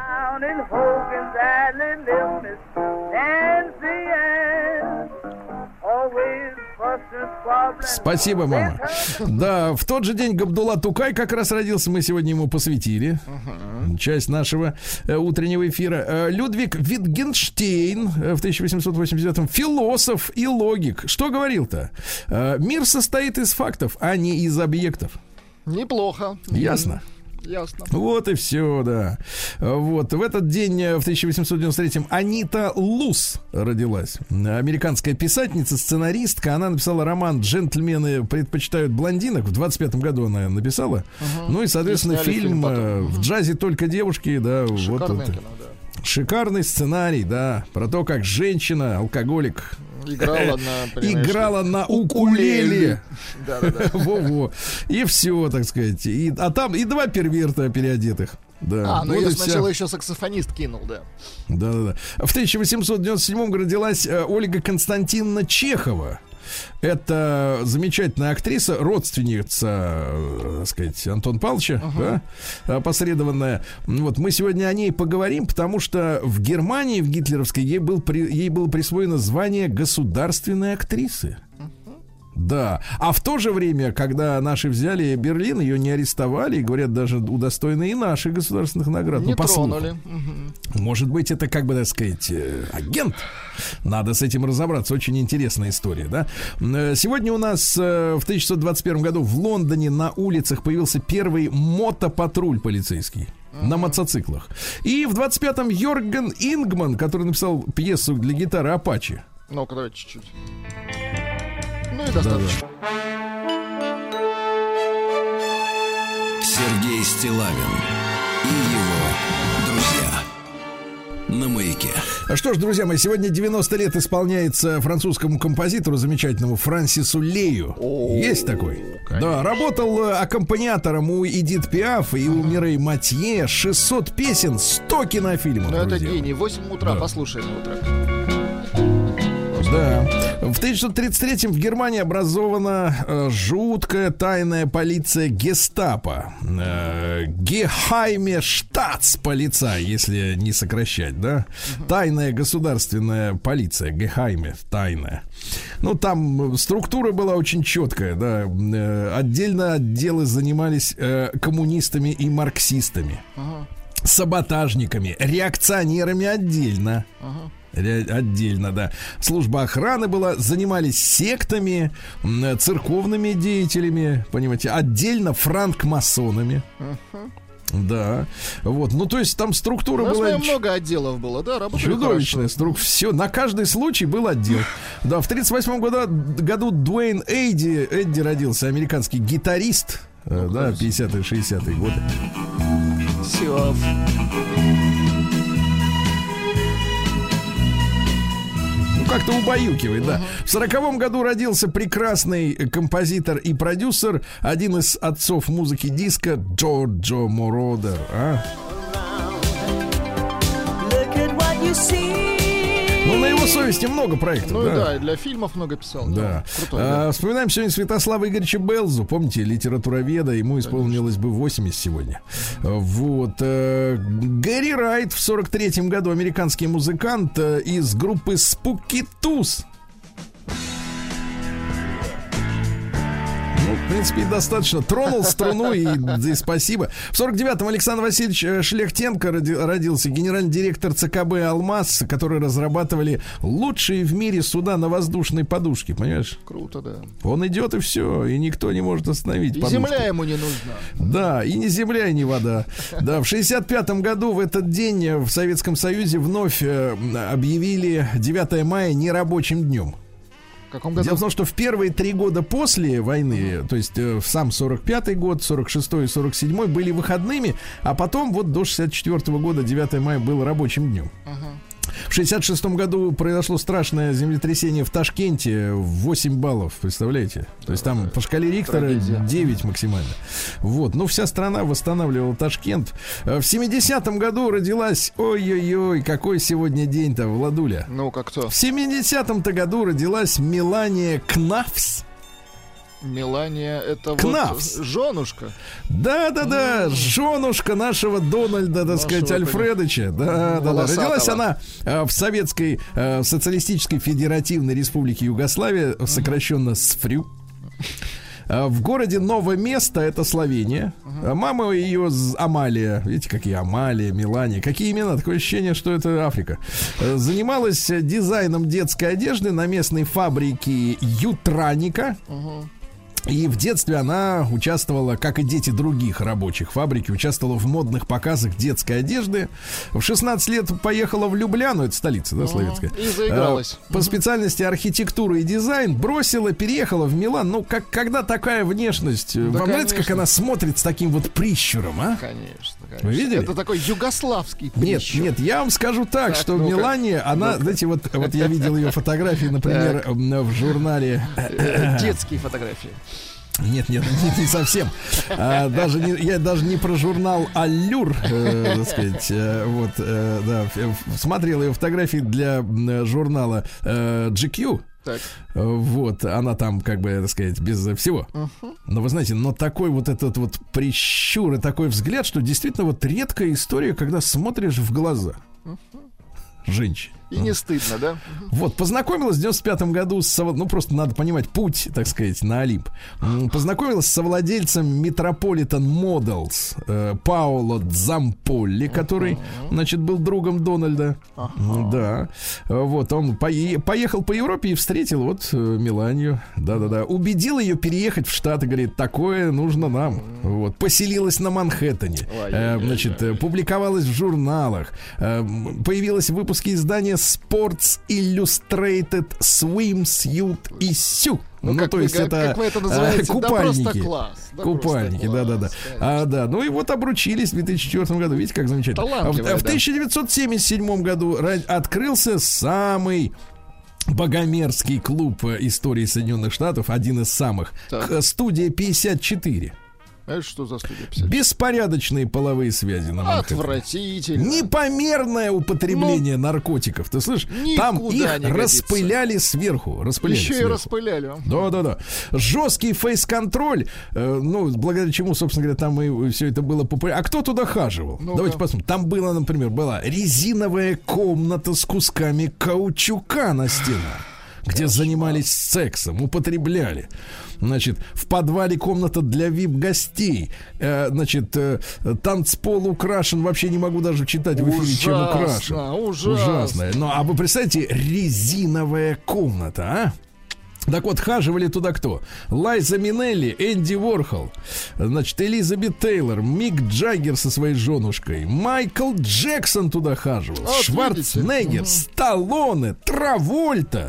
Спасибо, мама. Да, в тот же день Габдулла Тукай как раз родился, мы сегодня ему посвятили часть нашего утреннего эфира. Людвиг Витгенштейн в 1889-м философ и логик. Что говорил-то? Мир состоит из фактов, а не из объектов. Неплохо. Ясно? Ясно. Вот и все, да. Вот. В этот день, в 1893-м, Анита Лус родилась. Американская писательница, сценаристка. Она написала роман «Джентльмены предпочитают блондинок». В 25-м году она написала. Ну и, соответственно, фильм «В джазе только девушки». Да, шикарное вот это. кино, да. Шикарный сценарий, да. Про то, как женщина, алкоголик, играла на укулеле. Да-да-да. Во-во. И все, так сказать. А там и два перверта переодетых. Да. Ну вот я сначала еще саксофонист кинул, да. Да-да-да. В 1897 родилась Ольга Константиновна Чехова. Это замечательная актриса, родственница, так сказать, Антона Павловича, да, опосредованная. Вот мы сегодня о ней поговорим, потому что в Германии, в гитлеровской, ей было присвоено звание государственной актрисы. Да. А в то же время, когда наши взяли Берлин, ее не арестовали, и, говорят, даже удостоены и наших государственных наград. Не тронули. Может быть, это, как бы, так сказать, агент. Надо с этим разобраться. Очень интересная история, да? Сегодня у нас в 1921 году в Лондоне на улицах появился первый мотопатруль полицейский. На мотоциклах. И в 25-м Йорген Ингман, который написал пьесу для гитары «Апачи». Ну-ка, давай чуть-чуть. Ну и достаточно. Сергей Стиллавин и его друзья на Маяке. Что ж, друзья мои, сегодня 90 лет исполняется французскому композитору замечательному Франсису Лею. Есть такой? Конечно. Да, работал аккомпаниатором у Эдит Пиаф и у Мирей Матье. 600 песен, 100 кинофильмов. Ну это гений. 8 утра, да. Послушаем утро. Да. В 1933-м в Германии образована жуткая тайная полиция гестапо. Гехайме Штатсполицай, если не сокращать, да? Тайная государственная полиция. Гехайме, тайная. Ну, там структура была очень четкая, да. Отдельно отделы занимались коммунистами и марксистами. Саботажниками, реакционерами отдельно. Отдельно, да. Служба охраны была, занимались сектами, церковными деятелями, понимаете, отдельно франкмасонами. Да, вот, ну то есть там структура была... много отделов было, да, работали чудовищная структура, все, на каждый случай был отдел. Да, в 1938 году Дуэйн Эдди родился, американский гитарист, да, 50-е, 60-е годы. Все. Как-то убаюкивает, да. В 40-м году родился прекрасный композитор и продюсер, один из отцов музыки диска, Джорджо Мородер. Ну, на его совести много проектов. Ну да, и для фильмов много писал. Да. Крутой, да. Вспоминаем сегодня Святослава Игоревича Белзу. Помните, литературоведа, ему исполнилось бы 80 сегодня. Вот. Гэри Райт в 43-м году, американский музыкант из группы Spooky Tooth. Ну, в принципе, достаточно. Тронул струну, и спасибо. В 49-м Александр Васильевич Шляхтенко родился, генеральный директор ЦКБ «Алмаз», которые разрабатывали лучшие в мире суда на воздушной подушке, понимаешь? Круто, да. Он идет, и все, и никто не может остановить И подушку. земля ему не нужна. Да, и не земля, и не вода. Да, в 65-м году в этот день в Советском Союзе вновь объявили 9 мая нерабочим днем. В каком году? Дело в том, что в первые 3 года после войны, то есть сам 45-й год, 46-й и 47-й были выходными, а потом вот до 64-го года 9 мая был рабочим днем. В 66-м году произошло страшное землетрясение в Ташкенте, 8 баллов, представляете? То есть там по шкале Рихтера 9 максимально. Вот, ну вся страна восстанавливала Ташкент. В 70-м году родилась, ой-ой-ой, какой сегодня день-то, Владуля? Ну, как кто? В 70-м-то году родилась Мелания Кнафс. Мелания, это Кнафс. вот женушка. Да-да-да, женушка нашего Дональда, так сказать, Альфредовича. Да-да-да. Волосатого. Родилась она в Советской Социалистической Федеративной Республике Югославия, сокращенно СФРЮ. В городе Новое Место, это Словения. Мама ее Амалия. Видите, какие Амалия, Мелания. Какие имена? Такое ощущение, что это Африка. Занималась дизайном детской одежды на местной фабрике Ютраника. И в детстве она участвовала, как и дети других рабочих фабрики, участвовала в модных показах детской одежды. В 16 лет поехала в Любляну, это столица, да, словенская. И заигралась. По специальности архитектура и дизайн. Бросила, переехала в Милан. Ну, когда такая внешность? Да, вам нравится, как конечно. она смотрит с таким вот прищуром, а? Конечно. Вы видели? Это такой югославский Нет, прищур. нет, я вам скажу так, что в ну-ка. Милане она, знаете, вот я видел ее фотографии, например, в журнале. Детские фотографии. Нет, не совсем. Я даже не про журнал «Аллюр», так сказать. Вот, да, смотрел ее фотографии для журнала GQ. Так. Вот, она там, как бы, так сказать, без всего. Но вы знаете, но такой вот этот вот прищур и такой взгляд, что действительно вот редкая история, когда смотришь в глаза женщине. И не стыдно, да? Вот, познакомилась в 95-м году ну, просто надо понимать путь, так сказать, на Олимп. Познакомилась с совладельцем Metropolitan Models Паоло Дзамполли, который, значит, был другом Дональда. Да. Вот, он поехал по Европе и встретил вот Меланию. Да-да-да. Убедил ее переехать в Штаты, говорит, такое нужно нам. Вот. Поселилась на Манхэттене. Значит, публиковалась в журналах. Появилась в выпуске издания Sports Illustrated Swimsuit Issue. Ну, как то есть это как вы это называете? купальники. Да, просто класс. Да, Купальники, просто да-да-да. класс, Да. Ну и вот обручились в 2004 году. Видите, как замечательно. Талантливая, В 1977 году открылся самый богомерзкий клуб истории Соединенных Штатов, один из самых. Так. Студия 54. Это что за студия 50? Беспорядочные половые связи на Манхэттене. Отвратительно. Непомерное употребление наркотиков. Ты слышишь? Там никуда их не годится. распыляли сверху. Еще и сверху. распыляли. Да. Жесткий фейс-контроль, ну, благодаря чему, собственно говоря, там и все это было популярно. А кто туда хаживал? Ну-ка. Давайте посмотрим. Там было, например, была резиновая комната с кусками каучука на стенах, где занимались сексом, употребляли. Значит, в подвале комната для вип-гостей. Значит, танцпол украшен. Вообще не могу даже читать в эфире, чем украшен. Ужасно. Ну, а вы представьте, резиновая комната, а? Так вот, хаживали туда кто? Лайза Минелли, Энди Уорхол, значит, Элизабет Тейлор, Мик Джаггер со своей женушкой, Майкл Джексон туда хаживал, Вот Шварценеггер, Сталлоне, Травольта,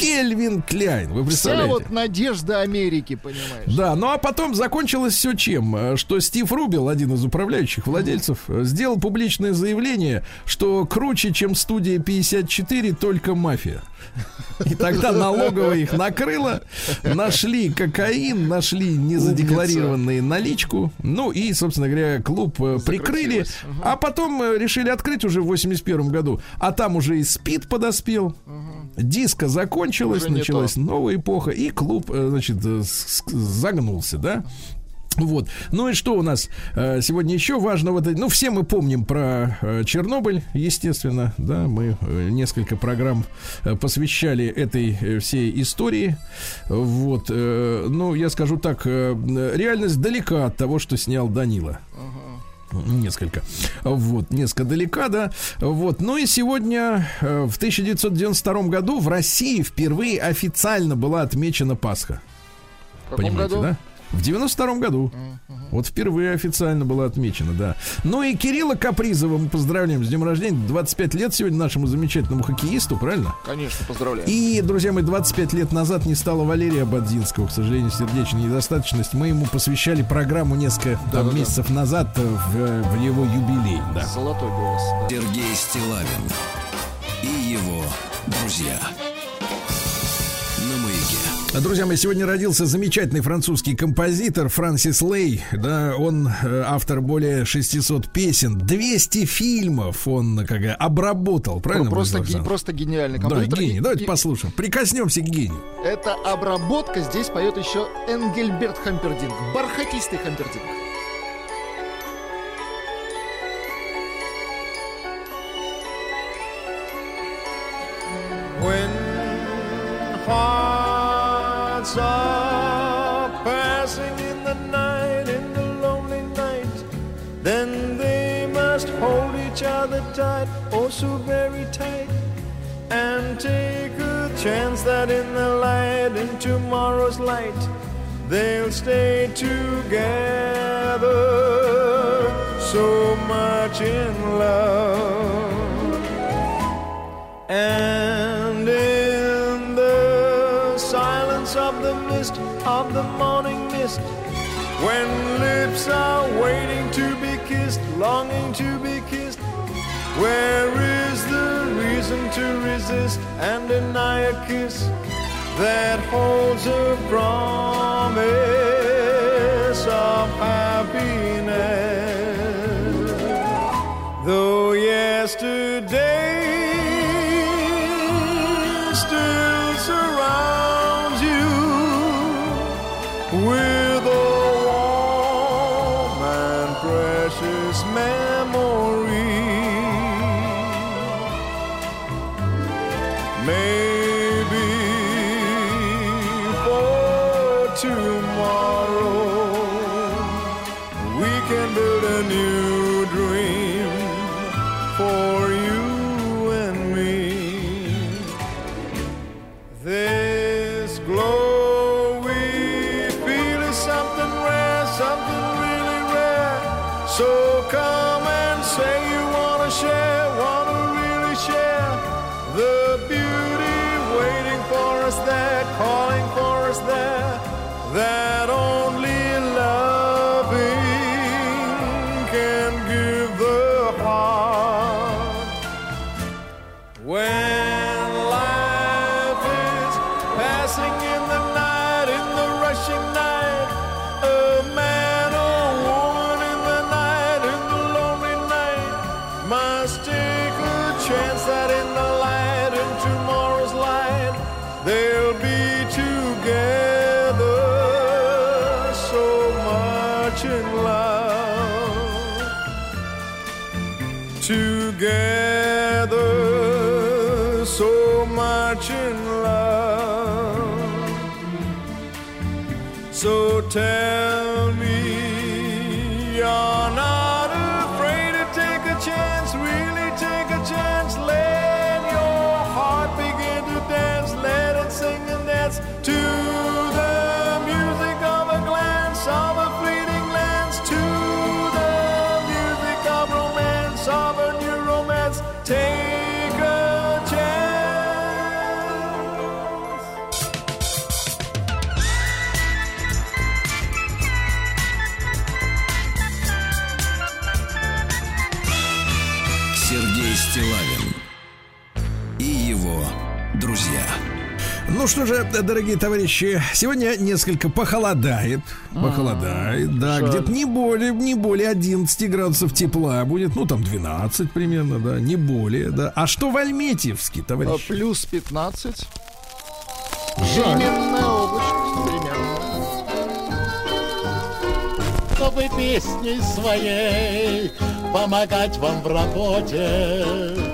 Кельвин Кляйн. Вы Вся представляете? вот надежда Америки, понимаешь? Да, ну а потом закончилось все чем? Что Стив Рубил, один из управляющих владельцев, сделал публичное заявление, что круче, чем студия 54, только мафия. И тогда налоговая их накрыла, нашли кокаин, нашли незадекларированные наличку, ну и, собственно говоря, клуб прикрыли, а потом решили открыть уже в 81 году, а там уже и СПИД подоспел, диско закончилось, Уже не началась то. новая эпоха, и клуб, значит, загнулся, да? Вот. Ну и что у нас сегодня еще важно? Ну, все мы помним про Чернобыль, естественно, да, мы несколько программ посвящали этой всей истории. Вот. Ну, я скажу так, реальность далека от того, что снял Данила. Несколько далека, да. Вот. Ну и сегодня, в 1992 году, в России впервые официально была отмечена Пасха. В каком Понимаете, году? да? В 92 году. Вот впервые официально было отмечено, да. Ну и Кирилла Капризова мы поздравляем с днем рождения. 25 лет сегодня нашему замечательному хоккеисту, правильно? Конечно, поздравляю. И, друзья мои, 25 лет назад не стало Валерия Бадзинского, к сожалению, сердечная недостаточность. Мы ему посвящали программу несколько месяцев назад в его юбилей. Да. Золотой голос. Да. Сергей Стиллавин и его друзья. На маяке. Друзья мои, сегодня родился замечательный французский композитор Франсис Лей. Да, он автор более 600 песен, 200 фильмов он обработал, правильно? Просто гениальный Да, композитор. гений. Давайте послушаем. Прикоснемся к гению. Это обработка. Здесь поет еще Энгельберт Хампердинк. Бархатистый Хампердинк. When hearts are passing in the night, in the lonely night, then they must hold each other tight, oh so very tight, and take a chance that in the light, in tomorrow's light, they'll stay together, so much in love. And in the silence of the mist, of the morning mist, when lips are waiting to be kissed, longing to be kissed, where is the reason to resist and deny a kiss that holds a promise of happiness? Though yesterday still surrounds you with a warm and precious memory. Maybe for tomorrow we can build a new dream for you and me. This glow we feel is something rare, something really rare. So come and say you wanna share, wanna really share the beauty waiting for us there, calling for us there, that only loving can give the heart. When life is passing in the night, in the rushing night, a man or woman in the night, in the lonely night, must take a chance that in the light, in tomorrow's light, they'll be together, so much in love. Together, so much in love. So tell me you're not afraid to take a chance, really take a chance. Let your heart begin to dance, let it sing and dance to the music of a glance, of a fleeting glance, to the music of romance, of a new romance. Take a chance его друзья. Ну что же, дорогие товарищи, сегодня несколько похолодает. Похолодает, да, жаль. где-то не более 11 градусов тепла будет. Ну, там 12 примерно, да, не более, да. А что в Альметьевске, товарищ? Плюс 15. Жаль. Переменная облачность, переменная. Чтобы песней своей помогать вам в работе,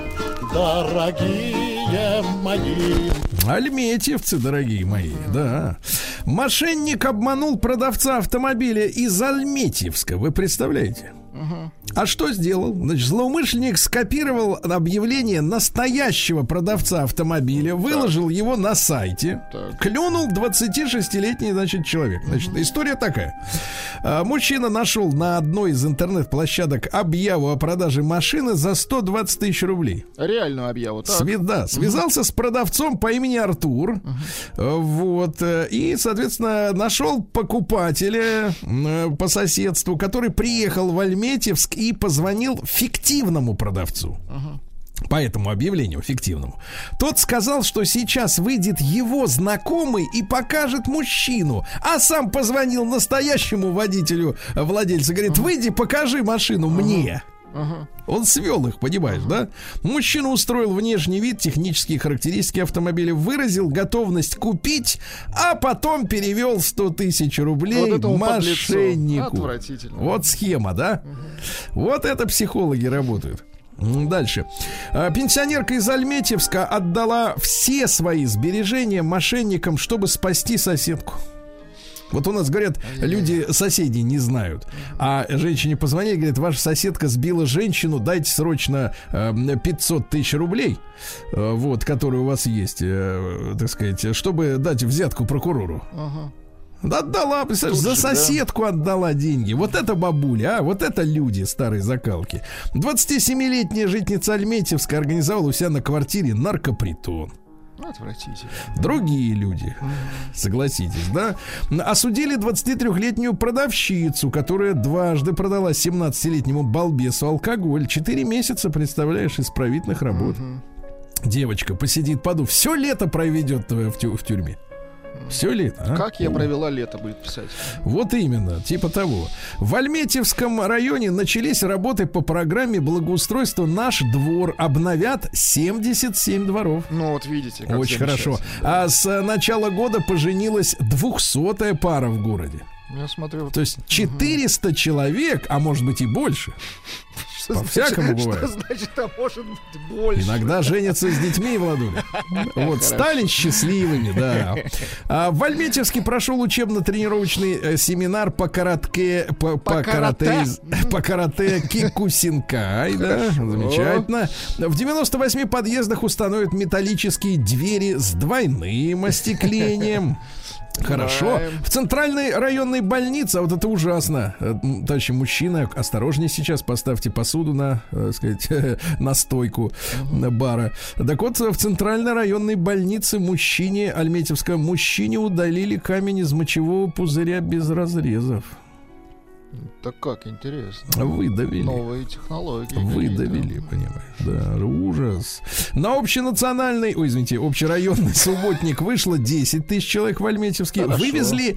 дорогие мои. Альметьевцы, дорогие мои, да. Мошенник обманул продавца автомобиля из Альметьевска. Вы представляете? А что сделал? Значит, злоумышленник скопировал объявление настоящего продавца автомобиля, выложил его на сайте, клюнул 26-летний, значит, человек. Значит, история такая. Мужчина нашел на одной из интернет-площадок объяву о продаже машины за 120 тысяч рублей. Реальную объяву, так? Связался с продавцом по имени Артур. Вот. И, соответственно, нашел покупателя по соседству, который приехал в Альметьевск и позвонил фиктивному продавцу. По этому объявлению фиктивному. Тот сказал, что сейчас выйдет его знакомый и покажет мужчину. А сам позвонил настоящему водителю, владельцу. Говорит, выйди, покажи машину мне. Он свел их, понимаешь, да? Мужчина устроил внешний вид, технические характеристики автомобиля, выразил готовность купить, а потом перевел 100 тысяч рублей вот мошеннику. Отвратительно. Вот схема, да? Вот это психологи работают. Дальше. Пенсионерка из Альметьевска отдала все свои сбережения мошенникам, чтобы спасти соседку. Вот у нас, говорят, люди, соседи не знают. А женщине позвонили, говорят, ваша соседка сбила женщину, дайте срочно 500 тысяч рублей, вот, которые у вас есть, так сказать, чтобы дать взятку прокурору. Отдала, представляешь, за соседку отдала деньги. Вот это бабуля, а вот это люди старой закалки. 27-летняя жительница Альметьевска организовала у себя на квартире наркопритон. Отвратительно. Другие люди, согласитесь, да? Осудили 23-летнюю продавщицу, которая дважды продала 17-летнему балбесу алкоголь. 4 месяца, представляешь, исправительных работ. Девочка посидит, все лето проведет в тюрьме. Все лето, а? Как я провела лето, будет писать. Вот именно, типа того. В Альметьевском районе начались работы по программе благоустройства «Наш двор». Обновят 77 дворов. Ну вот видите, как очень хорошо. А с начала года поженилась 200-я пара в городе. Я смотрю. То есть 400 человек, а может быть и больше. По-всякому бывает. Что значит, а может быть больше? Иногда женятся с детьми, Владуля. Вот, стали счастливыми, да. В Альметьевске прошел учебно-тренировочный семинар по карате Кикусинкай, да, замечательно. В 98 подъездах установят металлические двери с двойным остеклением. Хорошо. В центральной районной больнице, а вот это ужасно, товарищи мужчины, осторожнее сейчас, поставьте посуду на, сказать, на стойку бара. Так вот, в центральной районной больнице Альметьевского мужчине удалили камень из мочевого пузыря без разрезов. Так как интересно. Выдавили. Новые технологии. Выдавили, понимаешь. Да, ужас. На общерайонный субботник вышло 10 тысяч человек в Альметьевске. Хорошо. Вывезли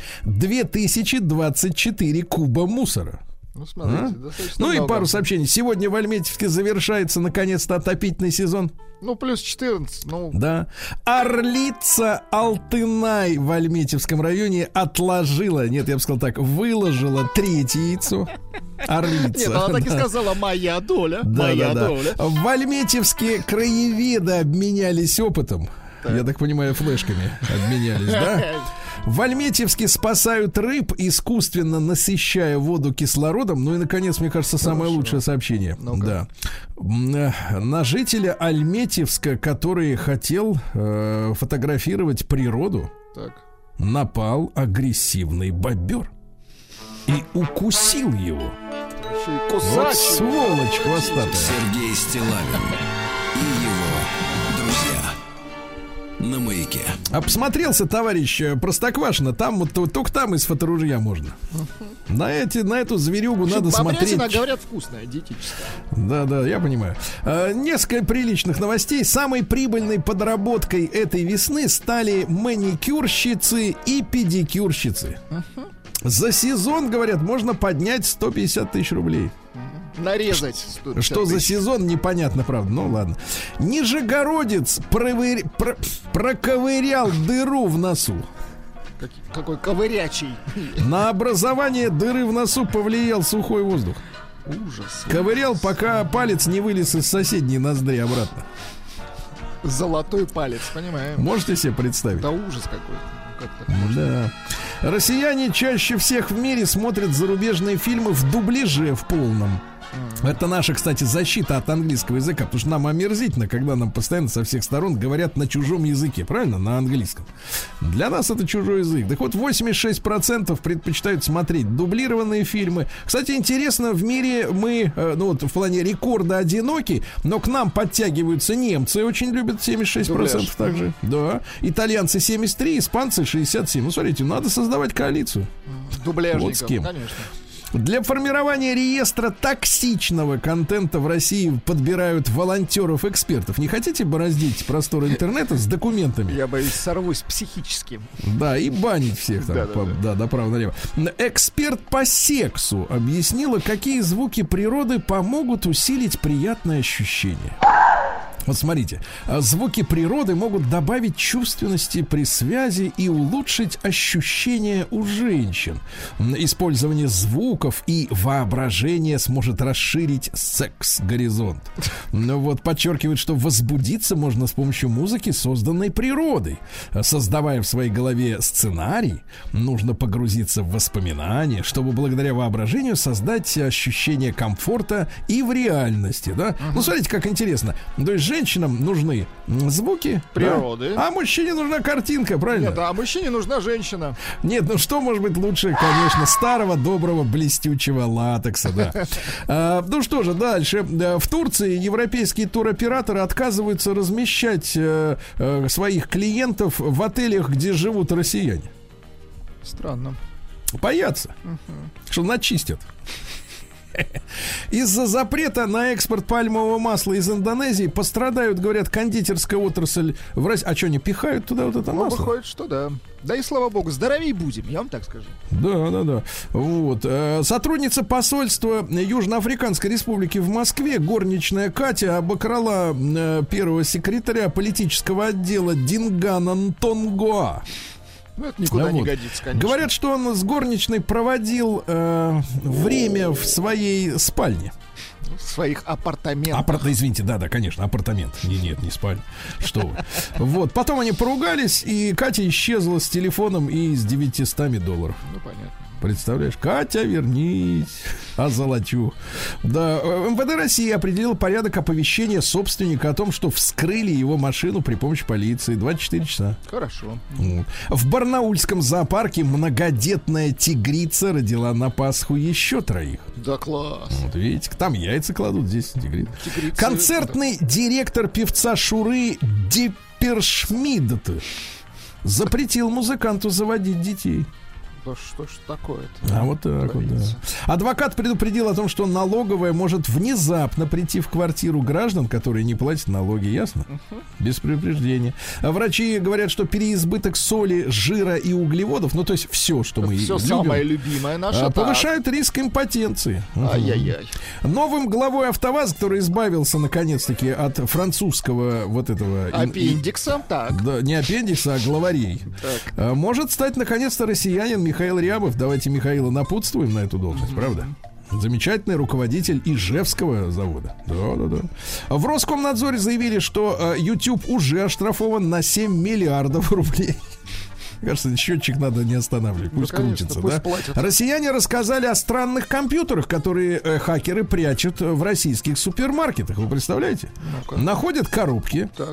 2024 куба мусора. Ну, смотрите, достаточно Ну и много. пару сообщений. Сегодня в Альметьевске завершается наконец-то отопительный сезон. Ну, плюс 14. Ну, Да. Орлица Алтынай в Альметьевском районе отложила, нет, я бы сказал так, выложила 3-е яйцо. Орлица. нет, она так и да. сказала, моя доля. Да, моя да. доля. В Альметьевске краеведы обменялись опытом. Я так понимаю, флешками обменялись, да? В Альметьевске спасают рыб, искусственно насыщая воду кислородом. Ну и, наконец, мне кажется, самое лучшее сообщение. Ну-ка. Да. На жителя Альметьевска, который хотел фотографировать природу, Так. напал агрессивный бобер и укусил его. Еще и Вот кусач. сволочь хвостатая. Сергей Стиллавин и его друзья на Маяке. Обсмотрелся, товарищ Простоквашино. Там вот только там из фоторужья можно. На эту зверюгу надо смотреть. Бобрятина, говорят, вкусная, диетическая. Да, я понимаю. Несколько приличных новостей. Самой прибыльной подработкой этой весны стали маникюрщицы и педикюрщицы. За сезон, говорят, можно поднять 150 тысяч рублей. Нарезать. Что за сезон, непонятно, правда. Ну ладно. Нижегородец проковырял дыру в носу. Какой ковырячий. На образование дыры в носу повлиял сухой воздух. Ужас. Ковырял, пока палец не вылез из соседней ноздри обратно. Золотой палец, понимаем. Можете себе представить? Да ужас какой-то. Как так можно? Да. Россияне чаще всех в мире смотрят зарубежные фильмы в дубляже в полном. Это наша, кстати, защита от английского языка, потому что нам омерзительно, когда нам постоянно со всех сторон говорят на чужом языке, правильно? На английском. Для нас это чужой язык. Так вот, 86% предпочитают смотреть дублированные фильмы. Кстати, интересно, в мире мы, в плане рекорда одиноки, но к нам подтягиваются немцы, очень любят 76% Дубляж. также. Да. Итальянцы 73%, испанцы 67%. Ну, смотрите, надо создавать коалицию. Дубляжников, Вот с кем. конечно. Для формирования реестра токсичного контента в России подбирают волонтеров-экспертов. Не хотите бороздить простор интернета с документами? Я боюсь, сорвусь психически. Да, и банить всех там, Да. направо-налево. Эксперт по сексу объяснила, какие звуки природы помогут усилить приятное ощущение. Вот смотрите, звуки природы могут добавить чувственности при связи и улучшить ощущения у женщин. Использование звуков и воображения сможет расширить секс-горизонт. Вот подчеркивает, что возбудиться можно с помощью музыки, созданной природой. Создавая в своей голове сценарий, нужно погрузиться в воспоминания, чтобы благодаря воображению создать ощущение комфорта и в реальности, да? Ну, смотрите, как интересно. То есть женщинам нужны звуки природы, да? А мужчине нужна картинка, правильно? Нет, а мужчине нужна женщина. Нет, ну что может быть лучше, конечно, старого, доброго, блестючего латекса, да. Ну что же, дальше. В Турции европейские туроператоры отказываются размещать своих клиентов в отелях, где живут россияне. Странно. Боятся, что начистят. Из-за запрета на экспорт пальмового масла из Индонезии пострадают, говорят, кондитерская отрасль в России. А что, не пихают туда вот это масло? Выходит, что да. Да и слава богу, здоровей будем, я вам так скажу. Да. Вот. Сотрудница посольства Южноафриканской Республики в Москве, горничная Катя, обокрала первого секретаря политического отдела Дингана Нтонгоа. Ну, это никуда не годится, конечно. Говорят, что он с горничной проводил время в своей спальне. В своих апартаментах. Извините, да, конечно, апартамент. Нет, не спальня. Что вы. Вот, потом они поругались, и Катя исчезла с телефоном и с $900. Ну, понятно. Представляешь? Катя, вернись, озолочу. Да, МВД России определил порядок оповещения собственника о том, что вскрыли его машину при помощи полиции 24 часа. Хорошо. В барнаульском зоопарке многодетная тигрица родила на Пасху еще 3. Да класс. Вот видите, там яйца кладут, здесь тигрица. Тигрица. Концертный директор певца Шуры Диппершмидт запретил музыканту заводить детей. Да что ж такое-то? А вот так вот, да. Адвокат предупредил о том, что налоговая может внезапно прийти в квартиру граждан, которые не платят налоги, ясно? Без предупреждения. А врачи говорят, что переизбыток соли, жира и углеводов, ну то есть все, что мы все любим, самое любимое наше, повышает риск импотенции. Ай-яй-яй. Новым главой АвтоВАЗ, который избавился наконец-таки от французского вот этого аппендикса, так. Да, не аппендикса, а главарей. Так. Может стать наконец-то россиянин Михаил Рябов. Давайте Михаила напутствуем на эту должность, правда? Замечательный руководитель Ижевского завода. Да. В Роскомнадзоре заявили, что YouTube уже оштрафован на 7 миллиардов рублей. Кажется, счетчик надо не останавливать. Пусть крутится, пусть да? платят. Россияне рассказали о странных компьютерах, которые хакеры прячут в российских супермаркетах. Вы представляете? Ну-ка. Находят коробки. Так.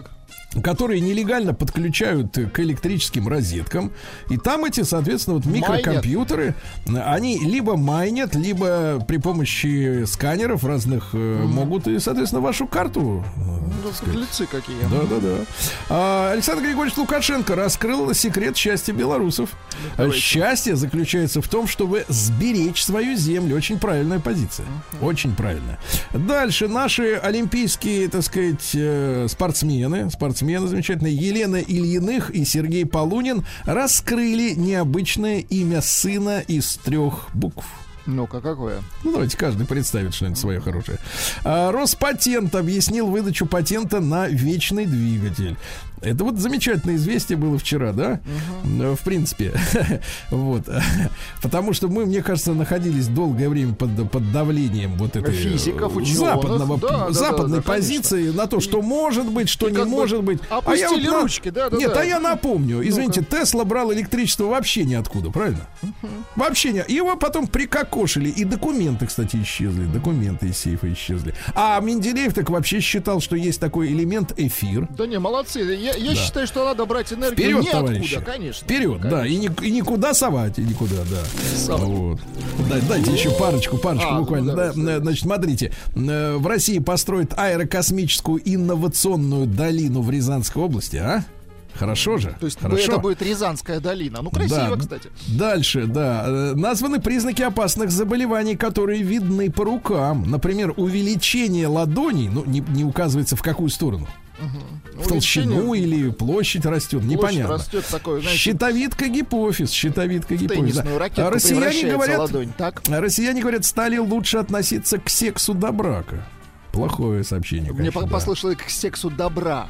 которые нелегально подключают к электрическим розеткам. И там эти, соответственно, вот микрокомпьютеры, они либо майнят, либо при помощи сканеров разных могут и, соответственно, вашу карту. Лицы какие. Да. Александр Григорьевич Лукашенко раскрыл секрет счастья белорусов. Счастье заключается в том, чтобы сберечь свою землю. Очень правильная позиция. Очень правильная. Дальше наши олимпийские, так сказать, спортсмены замечательные, Елена Ильиных и Сергей Полунин раскрыли необычное имя сына из 3 букв. Ну-ка, какое? Ну, давайте каждый представит что-нибудь свое хорошее. Роспатент объяснил выдачу патента на вечный двигатель. Это вот замечательное известие было вчера, да? В принципе. Вот. Потому что мы, мне кажется, находились долгое время под давлением вот этой физиков, ученых. западной позиции, конечно, на то, что может быть, что не может быть. Опустили ручки, Нет, я напомню. Извините, Тесла брал электричество вообще ниоткуда, правильно? Вообще не. Его потом прикокошили. И документы, кстати, исчезли. Документы из сейфа исчезли. А Менделеев так вообще считал, что есть такой элемент эфир. Да не, молодцы. Я считаю, что надо брать энергию вперед, ниоткуда, товарищи. конечно. Вперед, конечно. Да, и никуда совать, и никуда, да. Вот. Дайте еще парочку буквально. Да, значит, смотрите, в России построят аэрокосмическую инновационную долину в Рязанской области, а? Хорошо же. То есть хорошо. Это будет Рязанская долина. Ну, красиво, кстати. Дальше, да. Названы признаки опасных заболеваний, которые видны по рукам. Например, увеличение ладоней, ну, не указывается в какую сторону. В толщину или площадь растет, непонятно. Растет такое, знаете, щитовидка гипофиз. Теннисную ракетку превращается ладонь, так? Россияне говорят, стали лучше относиться к сексу до брака. Плохое сообщение, конечно. Мне послышалось к сексу добра.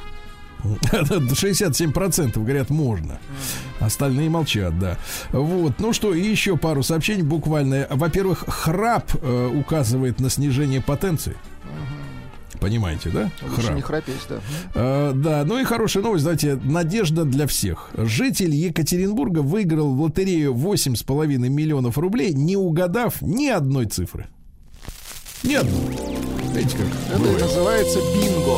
67% говорят, можно. Остальные молчат, да. Вот, ну что, еще пару сообщений буквально. Во-первых, храп указывает на снижение потенции. Понимаете, да? Лучше не храпеть, да. Да, ну и хорошая новость, знаете, надежда для всех. Житель Екатеринбурга выиграл в лотерею 8,5 миллионов рублей, не угадав ни одной цифры. Ни одной. Видите, как? Это и называется бинго.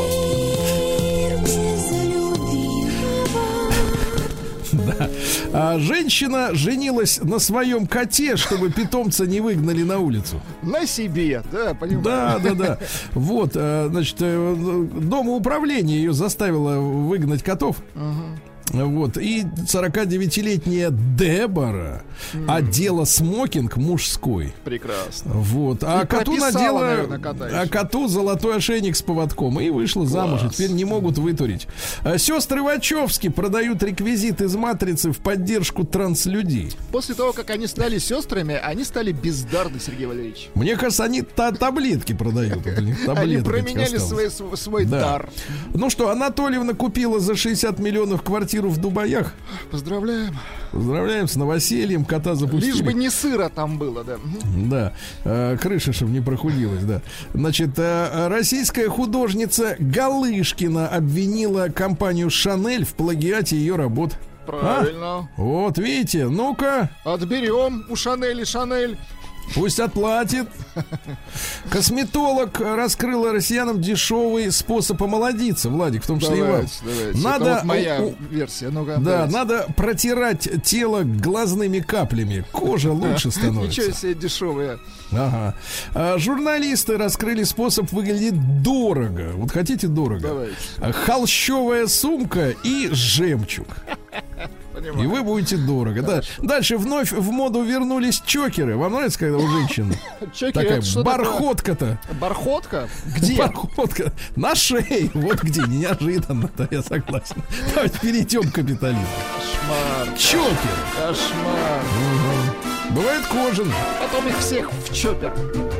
Да. А женщина женилась на своем коте, чтобы питомца не выгнали на улицу. На себе, да, понимаю. Да. Вот, значит, домоуправление ее заставило выгнать котов. Вот, и 49-летняя Дебора одела смокинг мужской. Прекрасно. Вот. А коту надела, наверное, коту золотой ошейник с поводком. И вышла замуж. И теперь не могут вытурить. Сестры Вачовски продают реквизит из «Матрицы» в поддержку транслюдей. После того, как они стали сестрами, они стали бездарны, Сергей Валерьевич. Мне кажется, они таблетки продают. Они променяли свой дар. Ну что, Анатольевна купила за 60 миллионов квартиру в Дубаях. Поздравляем с новосельем. Кота запустили. Лишь бы не сыро там было, да. Да, крыша, чтобы не прохудилась, да. Значит, российская художница Галышкина обвинила компанию «Шанель» в плагиате ее работ. Правильно. Вот, видите, ну-ка. Отберем у Шанели Шанель. Пусть отплатит. Косметолог раскрыла россиянам дешевый способ омолодиться, Владик, в том числе давайте, и вам. Надо, это вот моя версия. Ну-ка, да, надо протирать тело глазными каплями. Кожа лучше становится. Ничего себе дешевые. Ага. Журналисты раскрыли способ выглядеть дорого. Вот хотите дорого? Давайте. Холщовая сумка и жемчуг. Понимаю. И вы будете дорого. Да. Дальше вновь в моду вернулись чокеры. Вам нравится, когда у женщины такая бархотка-то? Бархотка? Где? Бархотка. На шее. Вот где. Неожиданно-то, я согласен. Давайте перейдем к капитализму. Кошмар. Чокер. Кошмар. Угу. Бывает кожаный. Потом их всех в чопер.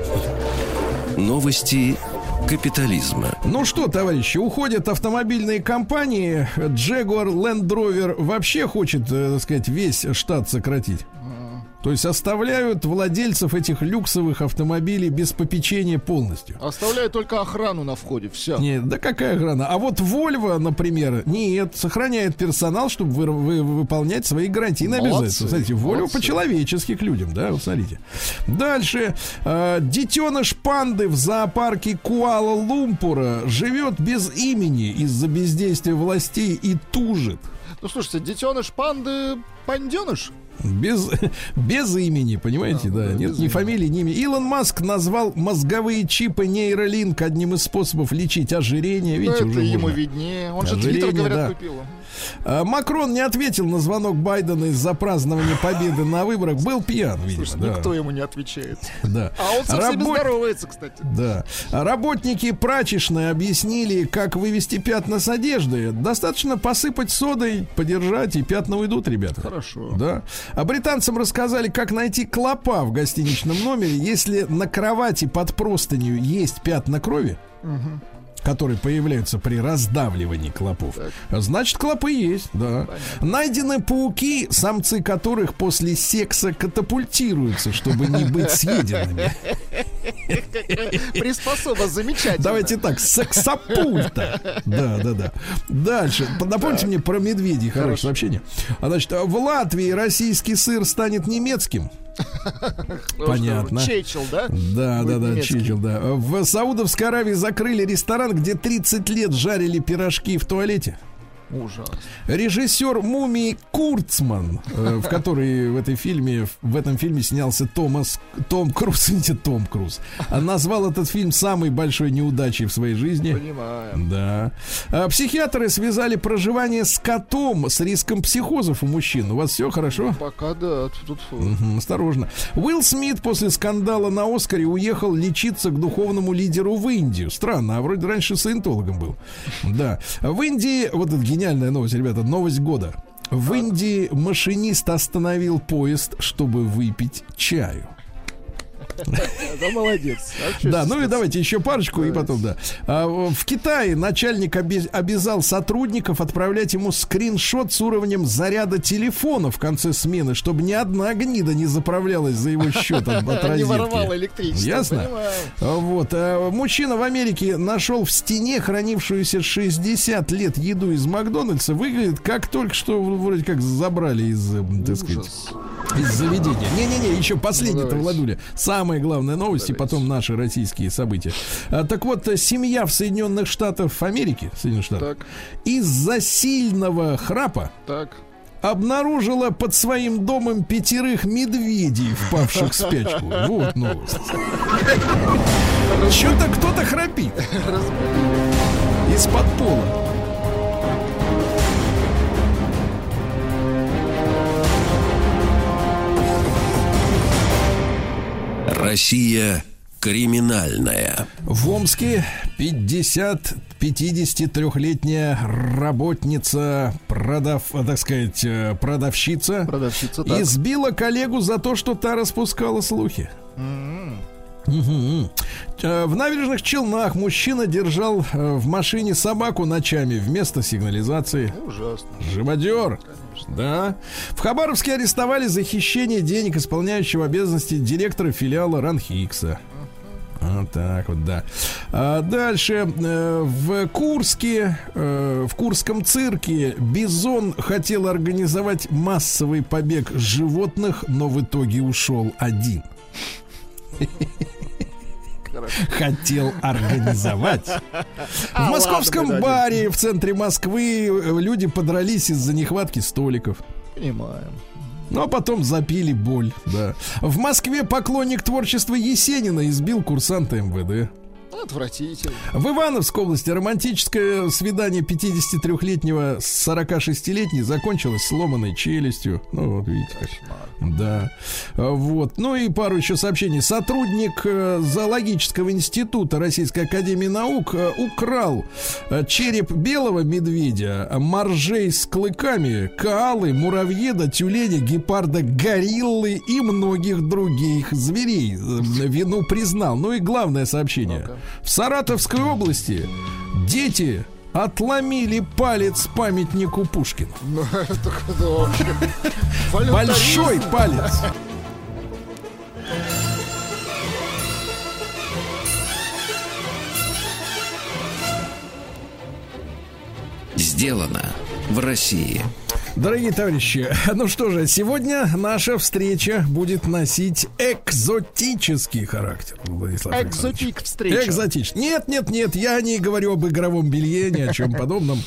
Новости капитализма. Ну что, товарищи, уходят автомобильные компании. Jaguar Land Rover вообще хочет, так сказать, весь штат сократить. То есть оставляют владельцев этих люксовых автомобилей без попечения полностью. Оставляю только охрану на входе, все. Нет, да какая охрана? А вот Volvo, например, нет, сохраняет персонал, чтобы выполнять свои гарантийные обязательства. Смотрите, Volvo по-человечески к людям, да, вот смотрите. Дальше. Детеныш панды в зоопарке Куала-Лумпура живет без имени из-за бездействия властей и тужит. Ну, слушайте, детеныш панды панденыш. Без имени, понимаете, да. Нет ни фамилии, ни имени. Илон Маск назвал мозговые чипы нейролинк одним из способов лечить ожирение. Видите, уже ему можно. виднее. Он же Ожирение, Твиттер, говорят, да. купил. Макрон не ответил на звонок Байдена из-за празднования победы на выборах. Был пьян, видимо. Слушай, да. никто ему не отвечает. Да. А он со всеми здоровается, кстати. Да. Работники прачечной объяснили, как вывести пятна с одежды. Достаточно посыпать содой, подержать, и пятна уйдут, ребята. Хорошо. Да. А британцам рассказали, как найти клопа в гостиничном номере, если на кровати под простынью есть пятна крови. Которые появляются при раздавливании клопов. Значит, клопы есть, да. Понятно. Найдены пауки, самцы которых после секса катапультируются, чтобы не быть съеденными. Приспособа замечательная. Давайте так, сексапульта. Да. Дальше. Напомните мне про медведей. Хорошее сообщение. Значит, в Латвии российский сыр станет немецким. Понятно. Чечил, да? Да, Чечил, да. В Саудовской Аравии закрыли ресторан, где 30 лет жарили пирожки в туалете. Ужас. Режиссер «Мумии» Курцман, в этом фильме снялся Том Круз, назвал этот фильм самой большой неудачей в своей жизни. Понимаю. Да. Психиатры связали проживание с котом с риском психозов у мужчин. У вас все хорошо? Пока да. Осторожно. Уилл Смит после скандала на Оскаре уехал лечиться к духовному лидеру в Индию. Странно, а вроде раньше саентологом был. Да. В Индии, вот это гениальная новость, ребята, новость года. В Индии машинист остановил поезд, чтобы выпить чаю. Да, молодец. Да, ну и давайте еще парочку, и потом, да. В Китае начальник обязал сотрудников отправлять ему скриншот с уровнем заряда телефона в конце смены, чтобы ни одна гнида не заправлялась за его счет от розетки. Не воровала электричество. Ясно? Вот. Мужчина в Америке нашел в стене хранившуюся 60 лет еду из Макдональдса. Выглядит как только что вроде как забрали из, так сказать, из заведения. Не-не-не, еще последний-то, Владуля. Самые главные новости, потом наши российские события. Так вот, семья в Соединенных Штатах Америки, из-за сильного храпа обнаружила под своим домом 5 медведей, впавших в спячку. Вот новость. Что-то кто-то храпит из-под пола. Россия криминальная. В Омске 53-летняя работница, продавщица избила коллегу за то, что та распускала слухи. В Набережных Челнах мужчина держал в машине собаку ночами вместо сигнализации. Ужасно. Живодер. Да. В Хабаровске арестовали за хищение денег исполняющего обязанности директора филиала Ранхикса. Вот так вот, да. Дальше. В Курске, в Курском цирке Бизон хотел организовать массовый побег животных, но в итоге ушел один. Хотел организовать. В московском баре в центре Москвы люди подрались из-за нехватки столиков. Понимаем. Ну, а потом запили боль, да. В Москве поклонник творчества Есенина избил курсанта МВД. Отвратительно. В Ивановской области романтическое свидание 53-летнего с 46-летней закончилось сломанной челюстью. Ну, вот видите как. Да. Вот. Ну и пару еще сообщений. Сотрудник зоологического института Российской академии наук украл череп белого медведя, моржей с клыками, коалы, муравьеда, тюленя, гепарда, гориллы и многих других зверей. Вину признал. Ну и главное сообщение. В Саратовской области дети отломили палец памятнику Пушкину. Большой палец. сделано в России. Дорогие товарищи, ну что же, сегодня наша встреча будет носить экзотический характер, Владислав Александрович. Экзотик встреча. Экзотич. Нет, я не говорю об игровом белье, ни о чем подобном.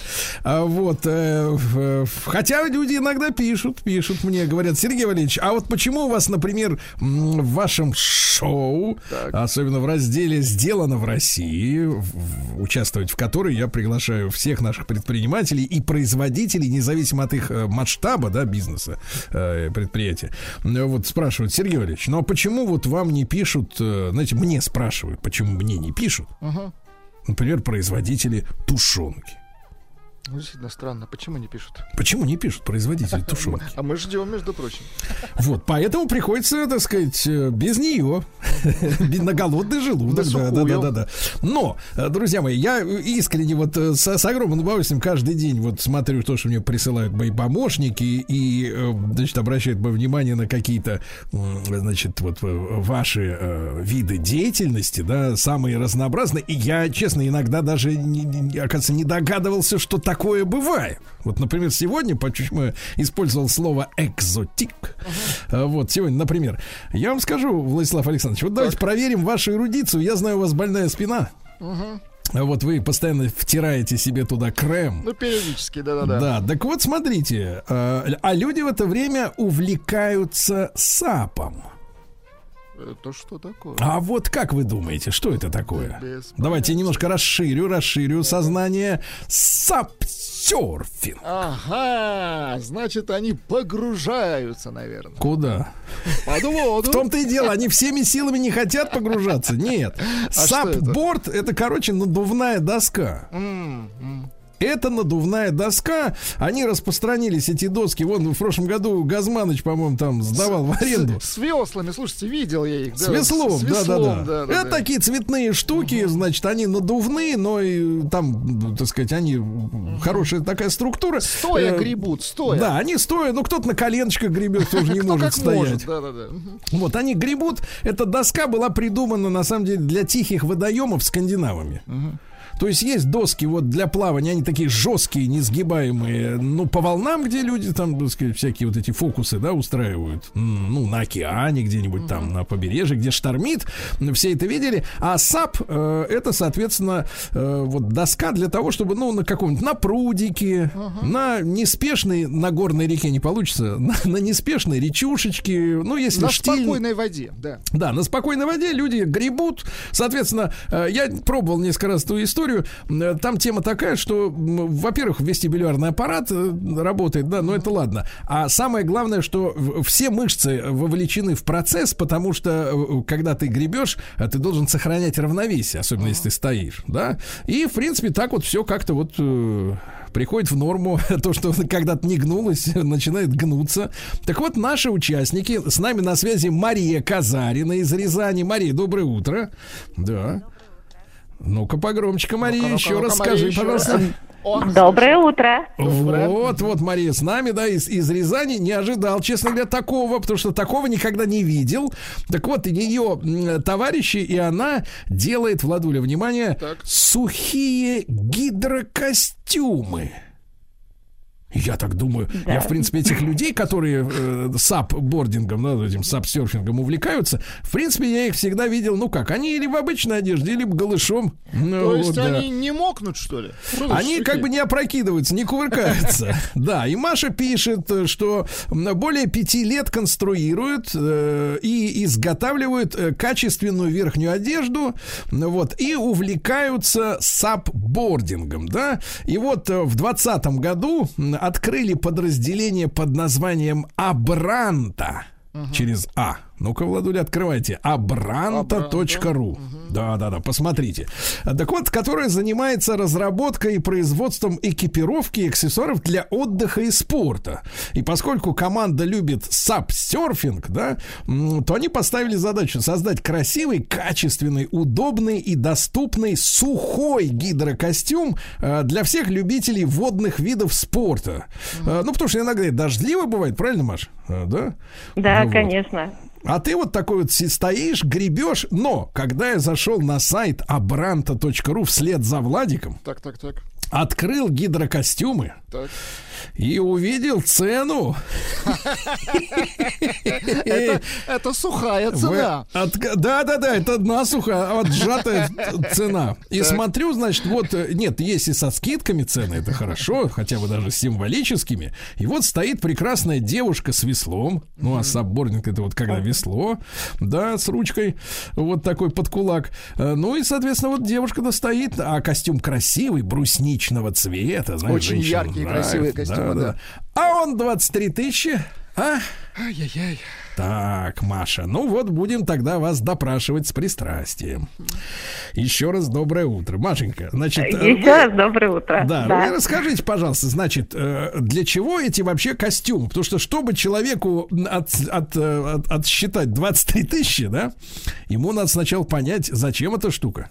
Хотя люди иногда пишут мне, говорят: Сергей Валерьевич, а вот почему у вас, например, в вашем шоу, особенно в разделе «Сделано в России», участвовать в которой я приглашаю всех наших предпринимателей и производителей, независимо от их масштаба, да, бизнеса, предприятия. Вот спрашивают: Сергей Валерьевич, ну а почему вот вам не пишут, знаете, мне спрашивают, почему мне не пишут, например, производители тушенки. Ну, действительно странно. Почему не пишут? Почему не пишут производители тушенки? А мы ждем, между прочим. Вот, поэтому приходится, так сказать, без нее, на голодный желудок. Да. Но, друзья мои, я искренне вот с огромным удовольствием каждый день вот смотрю то, что мне присылают мои помощники, и, значит, обращают мое внимание на какие-то, значит, вот ваши виды деятельности, да, самые разнообразные. И я, честно, иногда даже, оказывается, не догадывался, что такое бывает. Вот, например, сегодня, почему я использовал слово экзотик. Вот, сегодня, например, я вам скажу, Владислав Александрович, вот давайте проверим вашу эрудицию. Я знаю, у вас больная спина. Вот вы постоянно втираете себе туда крем. Ну, периодически, да-да-да. Да, так вот, смотрите, а люди в это время увлекаются сапом. Это что такое? А вот как вы думаете, что это такое? Давайте немножко расширю сознание. Сапсерфинг. Ага, значит, они погружаются, наверное. Куда? Под воду. В том-то и дело, они всеми силами не хотят погружаться. Нет. Сапборд — это, короче, надувная доска. Это надувная доска. Они распространились, эти доски. Вон, в прошлом году Газманыч, по-моему, там сдавал в аренду. С веслами, слушайте, видел я их. С веслом, да. Это такие цветные штуки, значит, они надувные, но и там, так сказать, они хорошая такая структура. Стоя гребут, стоя. Да, они стоя, ну, кто-то на коленочках гребет, тоже не может стоять. Вот, они гребут. Эта доска была придумана, на самом деле, для тихих водоемов скандинавами. То есть есть доски вот для плавания, они такие жесткие, несгибаемые, ну, по волнам, где люди там, так сказать, всякие вот эти фокусы, да, устраивают, ну, на океане где-нибудь там, на побережье, где штормит, все это видели. А сап, это, соответственно, вот доска для того, чтобы, ну, на каком-нибудь, на прудике, на неспешной, на горной реке не получится, на неспешной речушечке, ну, если на спокойной воде, да. Да, на спокойной воде люди гребут, соответственно, я пробовал несколько раз эту историю. Там тема такая, что, во-первых, вестибулярный аппарат работает, да, но это ладно. А самое главное, что все мышцы вовлечены в процесс, потому что, когда ты гребешь, ты должен сохранять равновесие, особенно если ты стоишь, да. И, в принципе, так вот все как-то вот приходит в норму. То, что когда-то не гнулось, начинает гнуться. Так вот, наши участники, с нами на связи Мария Казарина из Рязани. Мария, доброе утро. Да. Ну-ка, погромче, Мария, еще раз скажи, пожалуйста. Доброе утро. Вот, Мария с нами, да, из Рязани. Не ожидал, честно говоря, такого, потому что такого никогда не видел. Так вот, ее товарищи, и она делает, Владуля, внимание, сухие гидрокостюмы. Я так думаю, да. Я, в принципе, этих людей, которые сап-бордингом, да, этим сап-серфингом увлекаются, в принципе, я их всегда видел, ну как, они или в обычной одежде, или голышом. То есть они не мокнут, что ли? Они как бы не опрокидываются, не кувыркаются. Да, и Маша пишет, что более 5 лет конструируют и изготавливают качественную верхнюю одежду, вот, и увлекаются сап-бордингом, да. И вот в 2020 году открыли подразделение под названием Абранта. Через А. Ну-ка, Владуля, открывайте. Abranto.ru. Да, посмотрите. Так вот, которая занимается разработкой и производством экипировки и аксессуаров для отдыха и спорта. И поскольку команда любит сап-серфинг, да, то они поставили задачу создать красивый, качественный, удобный и доступный сухой гидрокостюм для всех любителей водных видов спорта. Ну, потому что иногда дождливо бывает, правильно, Маш? Да? Да, ну, конечно. А ты вот такой вот стоишь, гребешь, но когда я зашел на сайт abranto.ru вслед за Владиком, открыл гидрокостюмы Так. и увидел цену. Это сухая цена. Да, это насухо отжатая цена. И смотрю, значит, вот, нет, если со скидками цены, это хорошо, хотя бы даже с символическими. И вот стоит прекрасная девушка с веслом. Ну, а саббординг — это вот когда весло, да, с ручкой, вот такой под кулак. Ну и, соответственно, вот девушка-то стоит, а костюм красивый, брусничного цвета. Знаешь, Очень яркие, красивые костюмы, да. А он 23 тысячи, а? Ай-яй-яй. Так, Маша, ну вот будем тогда вас допрашивать с пристрастием. Еще раз доброе утро. Машенька, значит... Еще раз доброе утро. Да, вы расскажите, пожалуйста, значит, для чего эти вообще костюмы? Потому что, чтобы человеку отсчитать 23 тысячи, да, ему надо сначала понять, зачем эта штука.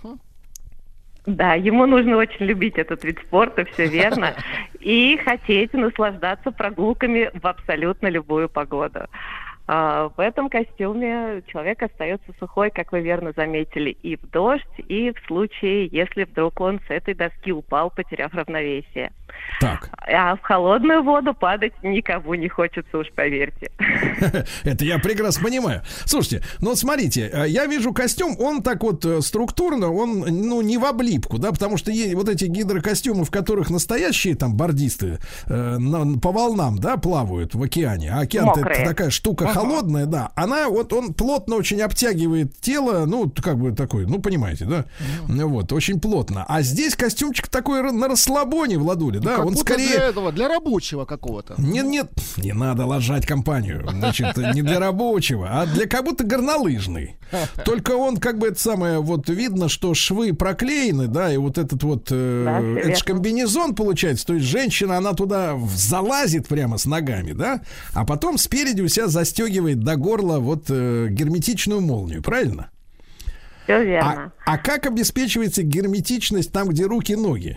Да, ему нужно очень любить этот вид спорта, все верно, и хотеть наслаждаться прогулками в абсолютно любую погоду. В этом костюме человек остается сухой, как вы верно заметили, и в дождь, и в случае, если вдруг он с этой доски упал, потеряв равновесие. Так. А в холодную воду падать никому не хочется, уж поверьте. Это я прекрасно понимаю. Слушайте, ну вот смотрите, я вижу костюм, он так вот структурно, он, ну, не в облипку, да, потому что есть вот эти гидрокостюмы, в которых настоящие там бордисты по волнам, да, плавают в океане. А океан — это такая штука холодная, да. Она вот, он плотно очень обтягивает тело, ну, как бы такой, ну, понимаете, да? Вот, очень плотно. А здесь костюмчик такой на расслабоне, Владуля, да? Как Он будто скорее... для рабочего какого-то. Нет, не надо ложать компанию. Значит, не для рабочего, а для как будто горнолыжный. Только он как бы это самое, вот видно, что швы проклеены, да, и вот этот вот, это же комбинезон получается, то есть женщина, она туда залазит прямо с ногами, да, а потом спереди у себя застегивает до горла вот герметичную молнию, правильно? Все верно. А как обеспечивается герметичность там, где руки и ноги?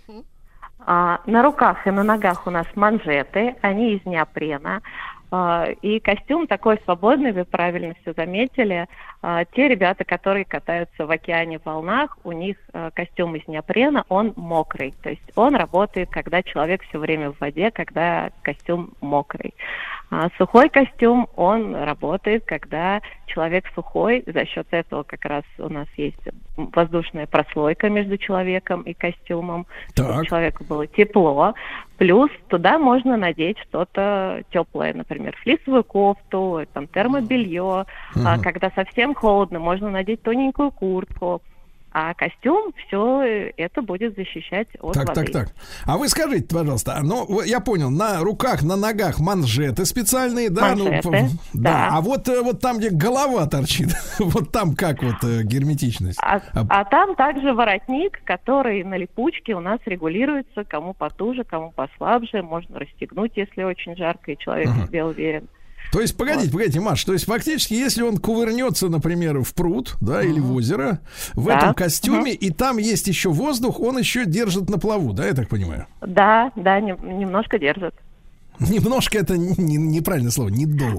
На руках и на ногах у нас манжеты, они из неопрена. И костюм такой свободный, вы правильно все заметили. Те ребята, которые катаются в океане в волнах, у них костюм из неопрена, он мокрый. То есть он работает, когда человек все время в воде, когда костюм мокрый. Сухой костюм, он работает, когда человек сухой. За счет этого как раз у нас есть воздушная прослойка между человеком и костюмом, чтобы человеку было тепло. Плюс туда можно надеть что-то теплое, например, флисовую кофту, там, термобелье. Когда совсем холодно, можно надеть тоненькую куртку. А костюм все это будет защищать от воды. Так. А вы скажите, пожалуйста, ну, я понял, на руках, на ногах манжеты специальные, да? Манжеты, да. А вот там, где голова торчит, вот там как вот герметичность? А там также воротник, который на липучке у нас регулируется, кому потуже, кому послабже, можно расстегнуть, если очень жарко и человек в себе уверен. То есть, погодите, Маш, то есть фактически, если он кувырнется, например, в пруд, да, или в озеро, в этом костюме, и там есть еще воздух, он еще держит на плаву, да, я так понимаю? Да, немножко держит. Немножко — это неправильное слово, недолго.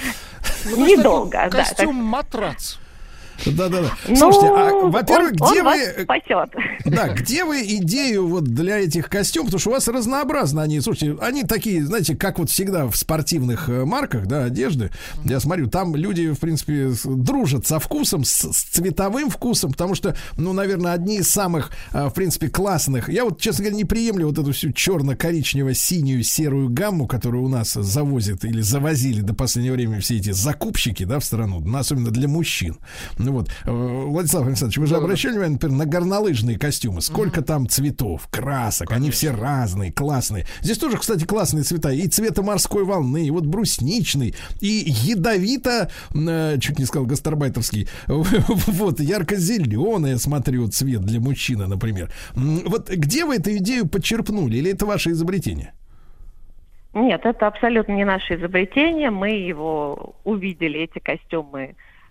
Недолго, да. Костюм-матрац. Да. Слушайте, во-первых, где вас вы... спасет. Да, где вы идею вот для этих костюмов? Потому что у вас разнообразно они. Слушайте, они такие, знаете, как вот всегда в спортивных марках, да, одежды. Я смотрю, там люди, в принципе, дружат со вкусом, с цветовым вкусом, потому что, ну, наверное, одни из самых, в принципе, классных. Я вот, честно говоря, не приемлю вот эту всю черно-коричнево-синюю серую гамму, которую у нас завозят или завозили до последнего времени все эти закупщики, да, в страну, особенно для мужчин. Ну вот, Владислав Александрович, вы же обращали внимание, например, на горнолыжные костюмы? Сколько там цветов, красок, они все разные, классные. Здесь тоже, кстати, классные цвета. И цвета морской волны, и вот брусничный, и ядовито, чуть не сказал гастарбайтерский, вот, ярко-зеленый, я смотрю, цвет для мужчины, например. Вот где вы эту идею подчерпнули? Или это ваше изобретение? Нет, это абсолютно не наше изобретение. Мы его увидели, эти костюмы,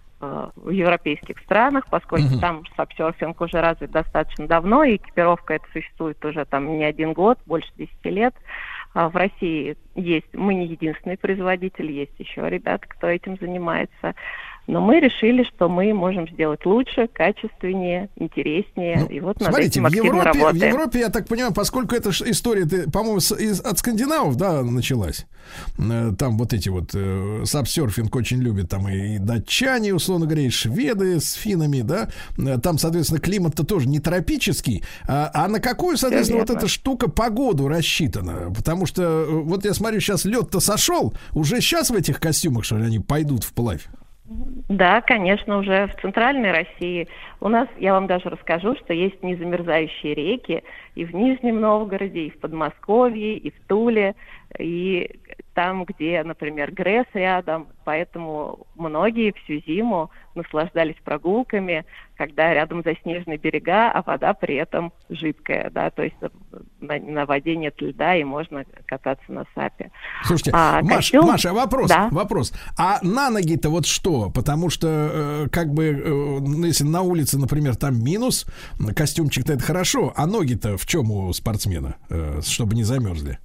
в европейских странах, поскольку там сапсерфинг уже развит достаточно давно, и экипировка это существует уже там не один год, больше 10 лет. В России есть, мы не единственный производитель, есть еще ребята, кто этим занимается. Но мы решили, что мы можем сделать лучше, качественнее, интереснее. И вот над Смотрите, этим активно работаем. в Европе, я так понимаю, поскольку эта история, по-моему, от скандинавов, да, началась. Там вот эти вот сапсерфинг очень любят, там и датчане, условно говоря, и шведы с финнами, да. Там, соответственно, климат-то тоже не тропический. А на какую, соответственно, вот эта штука погоду рассчитана? Потому что, вот я смотрю, сейчас лед-то сошел, уже сейчас в этих костюмах, что ли, они пойдут вплавь? Да, конечно, уже в центральной России. У нас, я вам даже расскажу, что есть незамерзающие реки и в Нижнем Новгороде, и в Подмосковье, и в Туле, и там, где, например, ГРЭС рядом. Поэтому многие всю зиму наслаждались прогулками, когда рядом заснеженные берега, а вода при этом жидкая, да, то есть на воде нет льда и можно кататься на сапе. Слушайте, Маша, вопрос. А на ноги-то вот что? Потому что, если на улице, например, там минус, костюмчик-то это хорошо, а ноги-то в чем у спортсмена, чтобы не замерзли?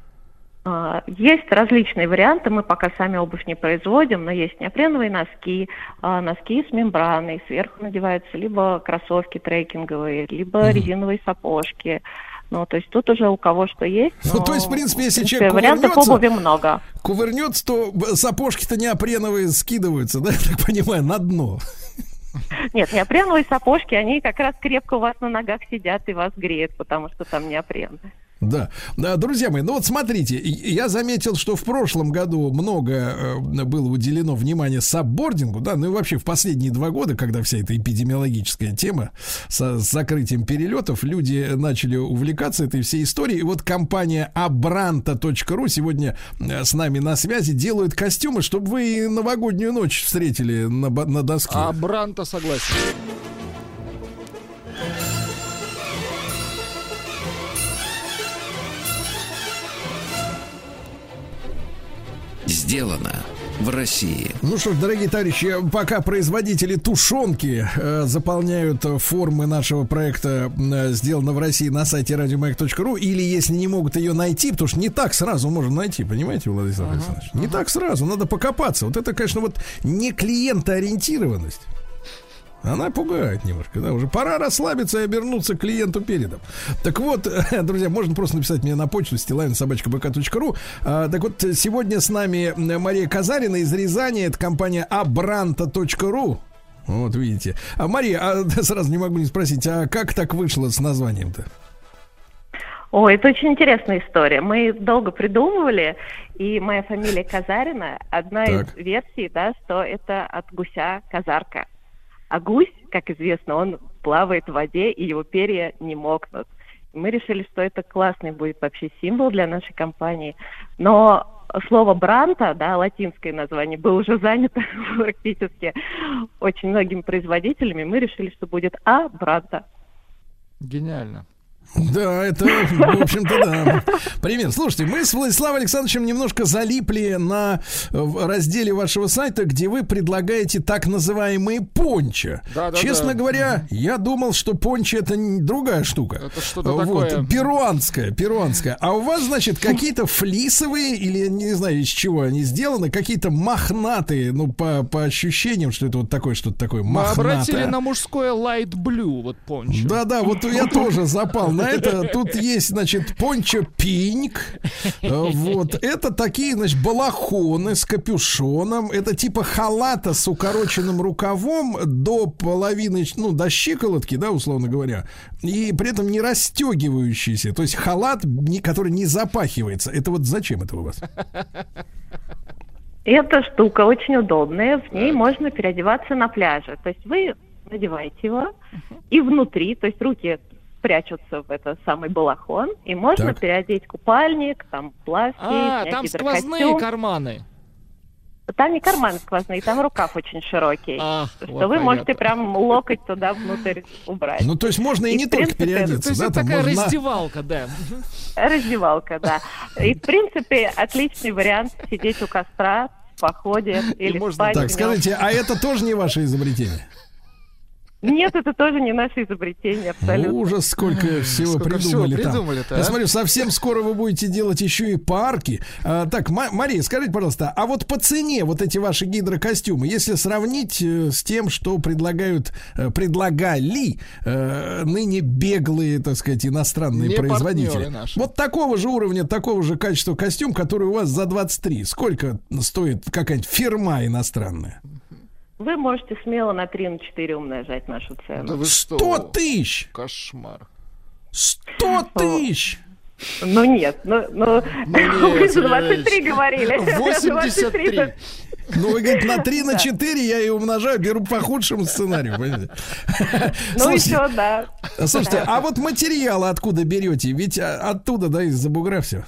Есть различные варианты, мы пока сами обувь не производим, но есть неопреновые носки, носки с мембраной, сверху надеваются либо кроссовки трекинговые, либо резиновые сапожки. Ну, то есть тут уже у кого что есть. Ну, то есть, в принципе, если человек вариантов обуви много. Кувырнется, то сапожки-то неопреновые скидываются, да, я так понимаю, на дно. Нет, неопреновые сапожки, они как раз крепко у вас на ногах сидят и вас греют, потому что там неопрен. Да, друзья мои, ну вот смотрите, я заметил, что в прошлом году много было уделено внимания сапбордингу, да, ну и вообще в последние 2 года, когда вся эта эпидемиологическая тема с закрытием перелетов, люди начали увлекаться этой всей историей. И вот компания abranta.ru сегодня с нами на связи, делают костюмы, чтобы вы новогоднюю ночь встретили на доске. Абранта согласен. Сделано в России. Ну что ж, дорогие товарищи, пока производители тушенки заполняют формы нашего проекта «Сделано в России» на сайте radiomayak.ru, или если не могут ее найти, потому что не так сразу можно найти, понимаете, Владислав Александрович? Не так сразу, надо покопаться. Вот это, конечно, вот не клиентоориентированность. Она пугает немножко, да, уже пора расслабиться и обернуться клиенту передом. Так вот, друзья, можно просто написать мне на почту stilain@bk.ru. Так вот, сегодня с нами Мария Казарина из Рязани, это компания abranta.ru. Вот видите. Мария, сразу не могу не спросить, а как так вышло с названием-то? Ой, это очень интересная история. Мы долго придумывали, и моя фамилия Казарина, одна из версий, да, что это от гуся казарка. А гусь, как известно, он плавает в воде, и его перья не мокнут. И мы решили, что это классный будет вообще символ для нашей компании. Но слово «бранта», да, латинское название, было уже занято практически очень многими производителями. Мы решили, что будет «Абранта». Гениально. Да, это, в общем-то, да. Пример. Слушайте, мы с Владиславом Александровичем немножко залипли на разделе вашего сайта, где вы предлагаете так называемые пончо. Честно говоря, я думал, что пончо — это другая штука. Это что-то такое. Перуанская. А у вас, значит, какие-то флисовые, или, не знаю, из чего они сделаны, какие-то мохнатые, ну, по ощущениям, что это вот такое, что-то такое мохнатое. Мы обратили на мужское light blue, вот пончо. Да-да, вот я тоже запал на это. Тут есть, значит, пончо-пиньк. Вот. Это такие, значит, балахоны с капюшоном. Это типа халата с укороченным рукавом до половины, ну, до щиколотки, да, условно говоря. И при этом не расстегивающийся. То есть халат, который не запахивается. Это вот зачем это у вас? Эта штука очень удобная. В ней можно переодеваться на пляже. То есть вы надеваете его, и внутри, то есть руки прячутся в этот самый балахон, и можно переодеть купальник, там плавки, снять там гидрокостюм. сквозные карманы. Там не карманы сквозные, там рукав очень широкий. Что вы можете прям локоть туда внутрь убрать. Ну, то есть можно и не только переодеться. То есть это такая раздевалка, да. Раздевалка, да. И, в принципе, отличный вариант сидеть у костра в походе или спать. Так, скажите, а это тоже не ваше изобретение? Нет, это тоже не наше изобретение, абсолютно. Ужас, сколько всего Сколько всего придумали там. придумали-то, Я а? смотрю, совсем скоро вы будете делать еще и парки. Так, Мария, скажите, пожалуйста, а вот по цене вот эти ваши гидрокостюмы, если сравнить с тем, что предлагали ныне беглые, так сказать, иностранные Не производители. партнеры наши. Вот такого же уровня, такого же качества костюм, который у вас за 23. Сколько стоит какая-нибудь фирма иностранная? Вы можете смело на 3-4 умножать нашу Да цену. вы что? 100 тысяч! Кошмар. 100 тысяч! Ну нет, нет, вы же 23 говорили. 83. Ну, вы говорите, на 3, на 4 я и умножаю, беру по худшему сценарию, понимаете? Ну Слушайте, еще, да. Слушайте, а вот материалы откуда берете? Ведь оттуда, да, из-за бугра все.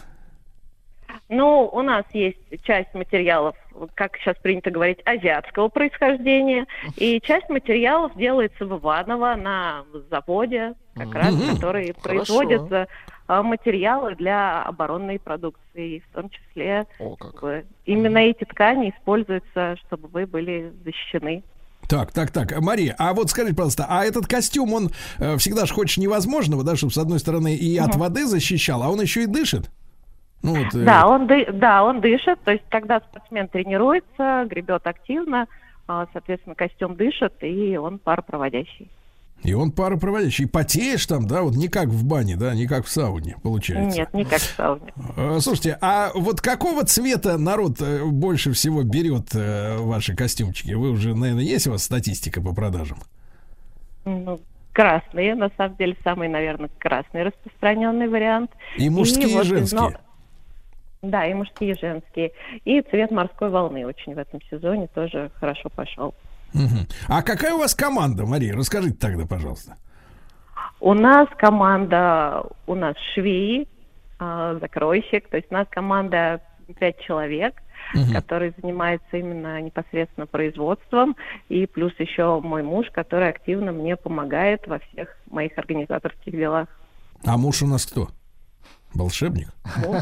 Ну, у нас есть часть материалов, как сейчас принято говорить, азиатского происхождения, и часть материалов делается в Иваново на заводе, как раз, который производятся материалы для оборонной продукции, в том числе О, как. именно эти ткани используются, чтобы вы были защищены. Так. Мария, а вот скажите, пожалуйста, а этот костюм, он всегда же хочешь невозможного, да, чтобы с одной стороны и от воды защищал, а он еще и дышит? Ну, вот, Да, он дышит, то есть когда спортсмен тренируется, гребет активно, соответственно, костюм дышит, и он паропроводящий. И он паропроводящий. И потеешь там, да, вот не как в бане, да, не как в сауне, получается. Нет, не как в сауне. Слушайте, а вот какого цвета народ больше всего берет ваши костюмчики? Вы уже, наверное, есть у вас статистика по продажам? Ну, красные, на самом деле, самый, наверное, красный распространенный вариант. И мужские, вот и женские? Да, и мужские, и женские. И цвет морской волны очень в этом сезоне тоже хорошо пошел. А какая у вас команда, Мария? Расскажите тогда, пожалуйста. У нас команда, у нас швеи, закройщик, то есть у нас команда 5 человек, который занимается именно непосредственно производством, и плюс еще мой муж, который активно мне помогает во всех моих организаторских делах. А муж у нас кто? Волшебник?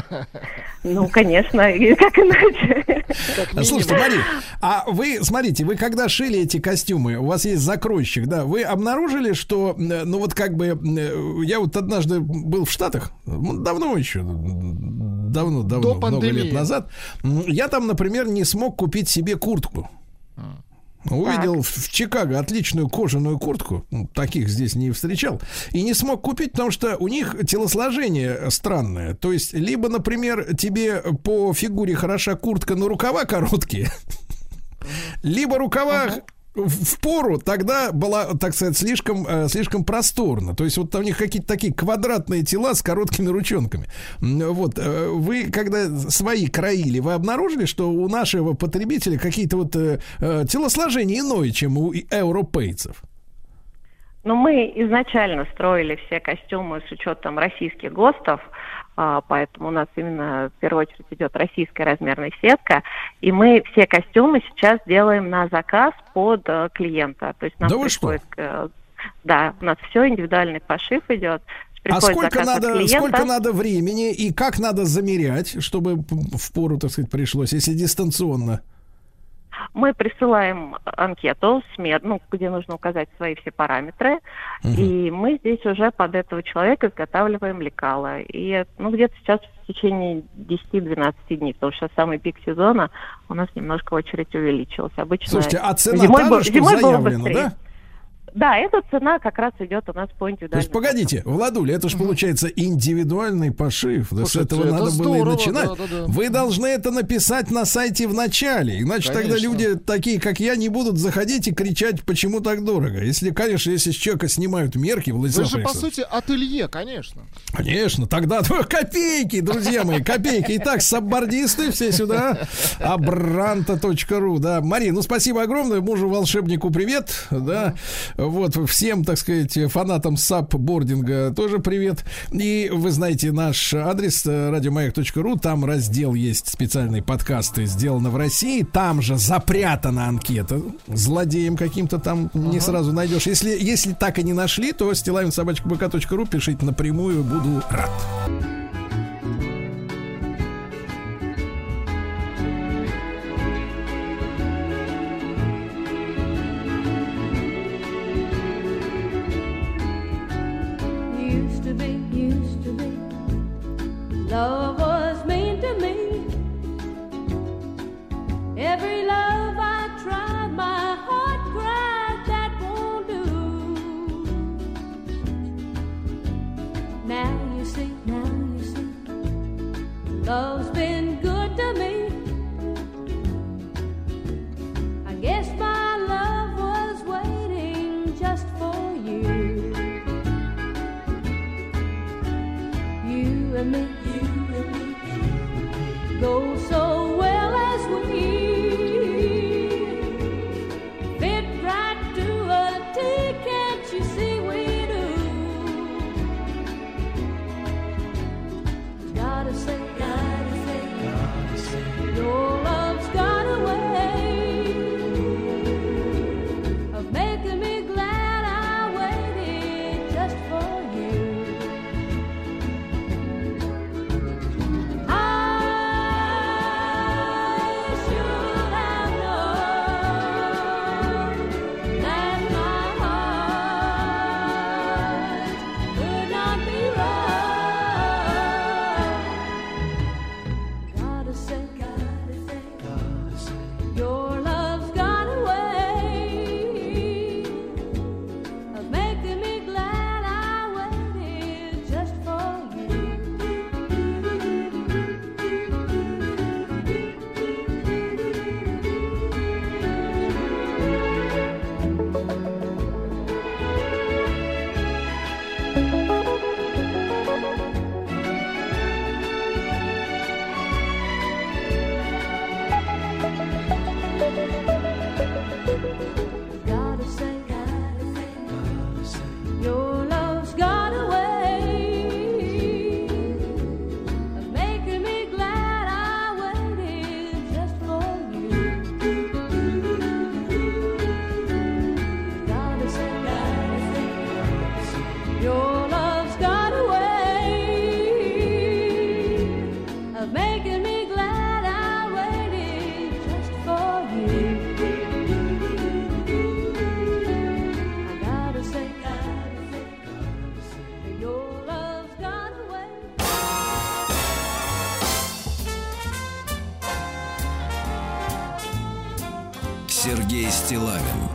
Ну, конечно, и как иначе. Слушайте, Мария, а вы, смотрите, вы когда шили эти костюмы, у вас есть закройщик, да, вы обнаружили, что, ну вот как бы, я вот однажды был в Штатах, давно еще, давно, много лет назад, я там, например, не смог купить себе куртку. Увидел в Чикаго отличную кожаную куртку, таких здесь не встречал, и не смог купить, потому что у них телосложение странное. То есть, либо, например, тебе по фигуре хороша куртка, но рукава короткие, либо рукава в пору, тогда была, так сказать, слишком просторно. То есть вот у них какие-то такие квадратные тела с короткими ручонками. Вот вы, когда свои краили, вы обнаружили, что у нашего потребителя какие-то вот телосложения иное, чем у европейцев? Ну, мы изначально строили все костюмы с учетом российских ГОСТов, поэтому у нас именно в первую очередь идет российская размерная сетка, и мы все костюмы сейчас делаем на заказ под клиента. То есть нам приходит, да, у нас все индивидуальный пошив идет. А сколько надо времени и как надо замерять, чтобы в пору, так сказать, пришлось, если дистанционно? Мы присылаем анкету, где нужно указать свои все параметры, и мы здесь уже под этого человека изготавливаем лекало. И где-то сейчас в течение 10-12 дней, потому что самый пик сезона у нас немножко очередь увеличилась. Обычно слушайте, а цена та же, что заявлена, да? Да, эта цена как раз идет у нас по индивидуальному. То есть, погодите, Владуля, это же получается индивидуальный пошив. Да, с этого надо было и начинать. Да. Вы должны это написать на сайте в начале. Иначе тогда люди, такие как я, не будут заходить и кричать, почему так дорого. Если, конечно, если с человека снимают мерки, Владислав Вы же, по сути, ателье, конечно. Конечно, тогда копейки, друзья мои, копейки. Итак, саббордисты все сюда. Абранта.ру, да. Мария, спасибо огромное. Мужу-волшебнику привет, да. Вот, всем, так сказать, фанатам саббординга тоже привет. И вы знаете наш адрес радиомаяк.ру. Там раздел есть специальные подкасты «Сделано в России». Там же запрятана анкета. Злодеем каким-то там не сразу найдешь. Если так и не нашли, то stilavinsobachkabk.ru, пишите напрямую, буду рад. love's been good to me. I guess my love was waiting just for you. You and me go so well as we fit right to a T. Can't you see we do? Gotta say, your love's got a way of making me glad I waited just for you. I should have known that my heart could not be wrong. Gotta say, your love's got a way of making me glad I waited just for you. Gotta say, your love's got a way of making me glad I waited just for you. Gotta say, your love's got a way of making me glad I waited just for you. I gotta say, your love's got a way. Сергей Стиллавин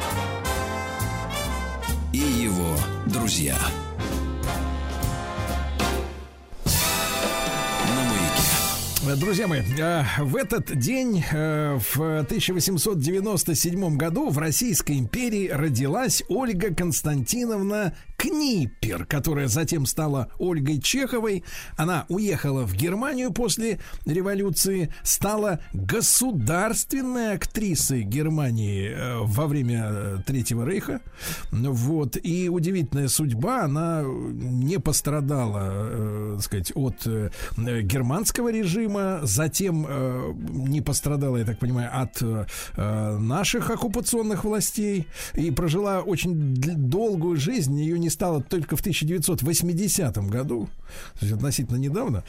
и его друзья. На маяке. Друзья мои, в этот день, в 1897 году, в Российской империи родилась Ольга Константиновна Книпер, которая затем стала Ольгой Чеховой. Она уехала в Германию после революции, стала государственной актрисой Германии во время Третьего Рейха. Вот. И удивительная судьба, она не пострадала, так сказать, от германского режима, затем не пострадала, я так понимаю, от наших оккупационных властей и прожила очень долгую жизнь. Ее не стало только в 1980 году, то есть относительно недавно.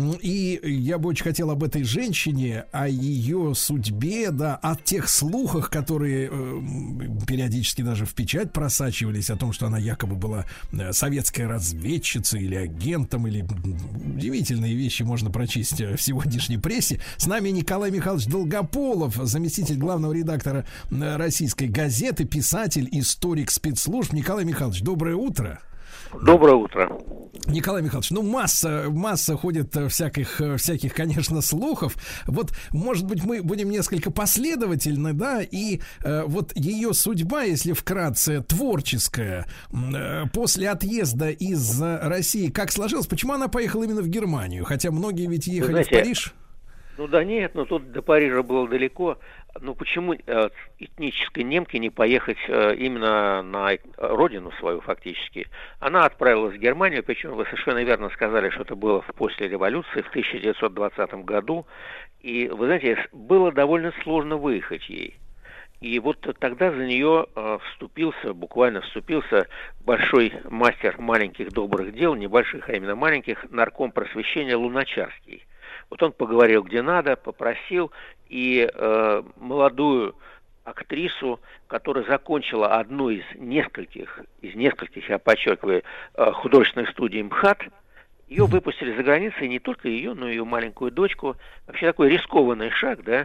И я бы очень хотел об этой женщине, о ее судьбе, да, о тех слухах, которые периодически даже в печать просачивались, о том, что она якобы была советской разведчицей или агентом, или удивительные вещи можно прочесть в сегодняшней прессе. С нами Николай Михайлович Долгополов, заместитель главного редактора «Российской газеты», писатель, историк спецслужб. Николай Михайлович, доброе утро. Доброе утро. Николай Михайлович, ну масса ходит всяких, конечно, слухов. Вот, может быть, мы будем несколько последовательны, да, и вот ее судьба, если вкратце, творческая, после отъезда из России, как сложилось? Почему она поехала именно в Германию? Хотя многие ведь ехали в Париж. Ну да нет, но тут до Парижа было далеко. Ну почему этнической немке не поехать именно на родину свою фактически? Она отправилась в Германию, причем вы совершенно верно сказали, что это было после революции в 1920 году. И вы знаете, было довольно сложно выехать ей. И вот тогда за нее буквально вступился большой мастер маленьких добрых дел, небольших, а именно маленьких, нарком просвещения Луначарский. Вот он поговорил где надо, попросил, и молодую актрису, которая закончила одну из нескольких, я подчеркиваю, художественных студий МХАТ, ее выпустили за границей, и не только ее, но и ее маленькую дочку. Вообще такой рискованный шаг, да,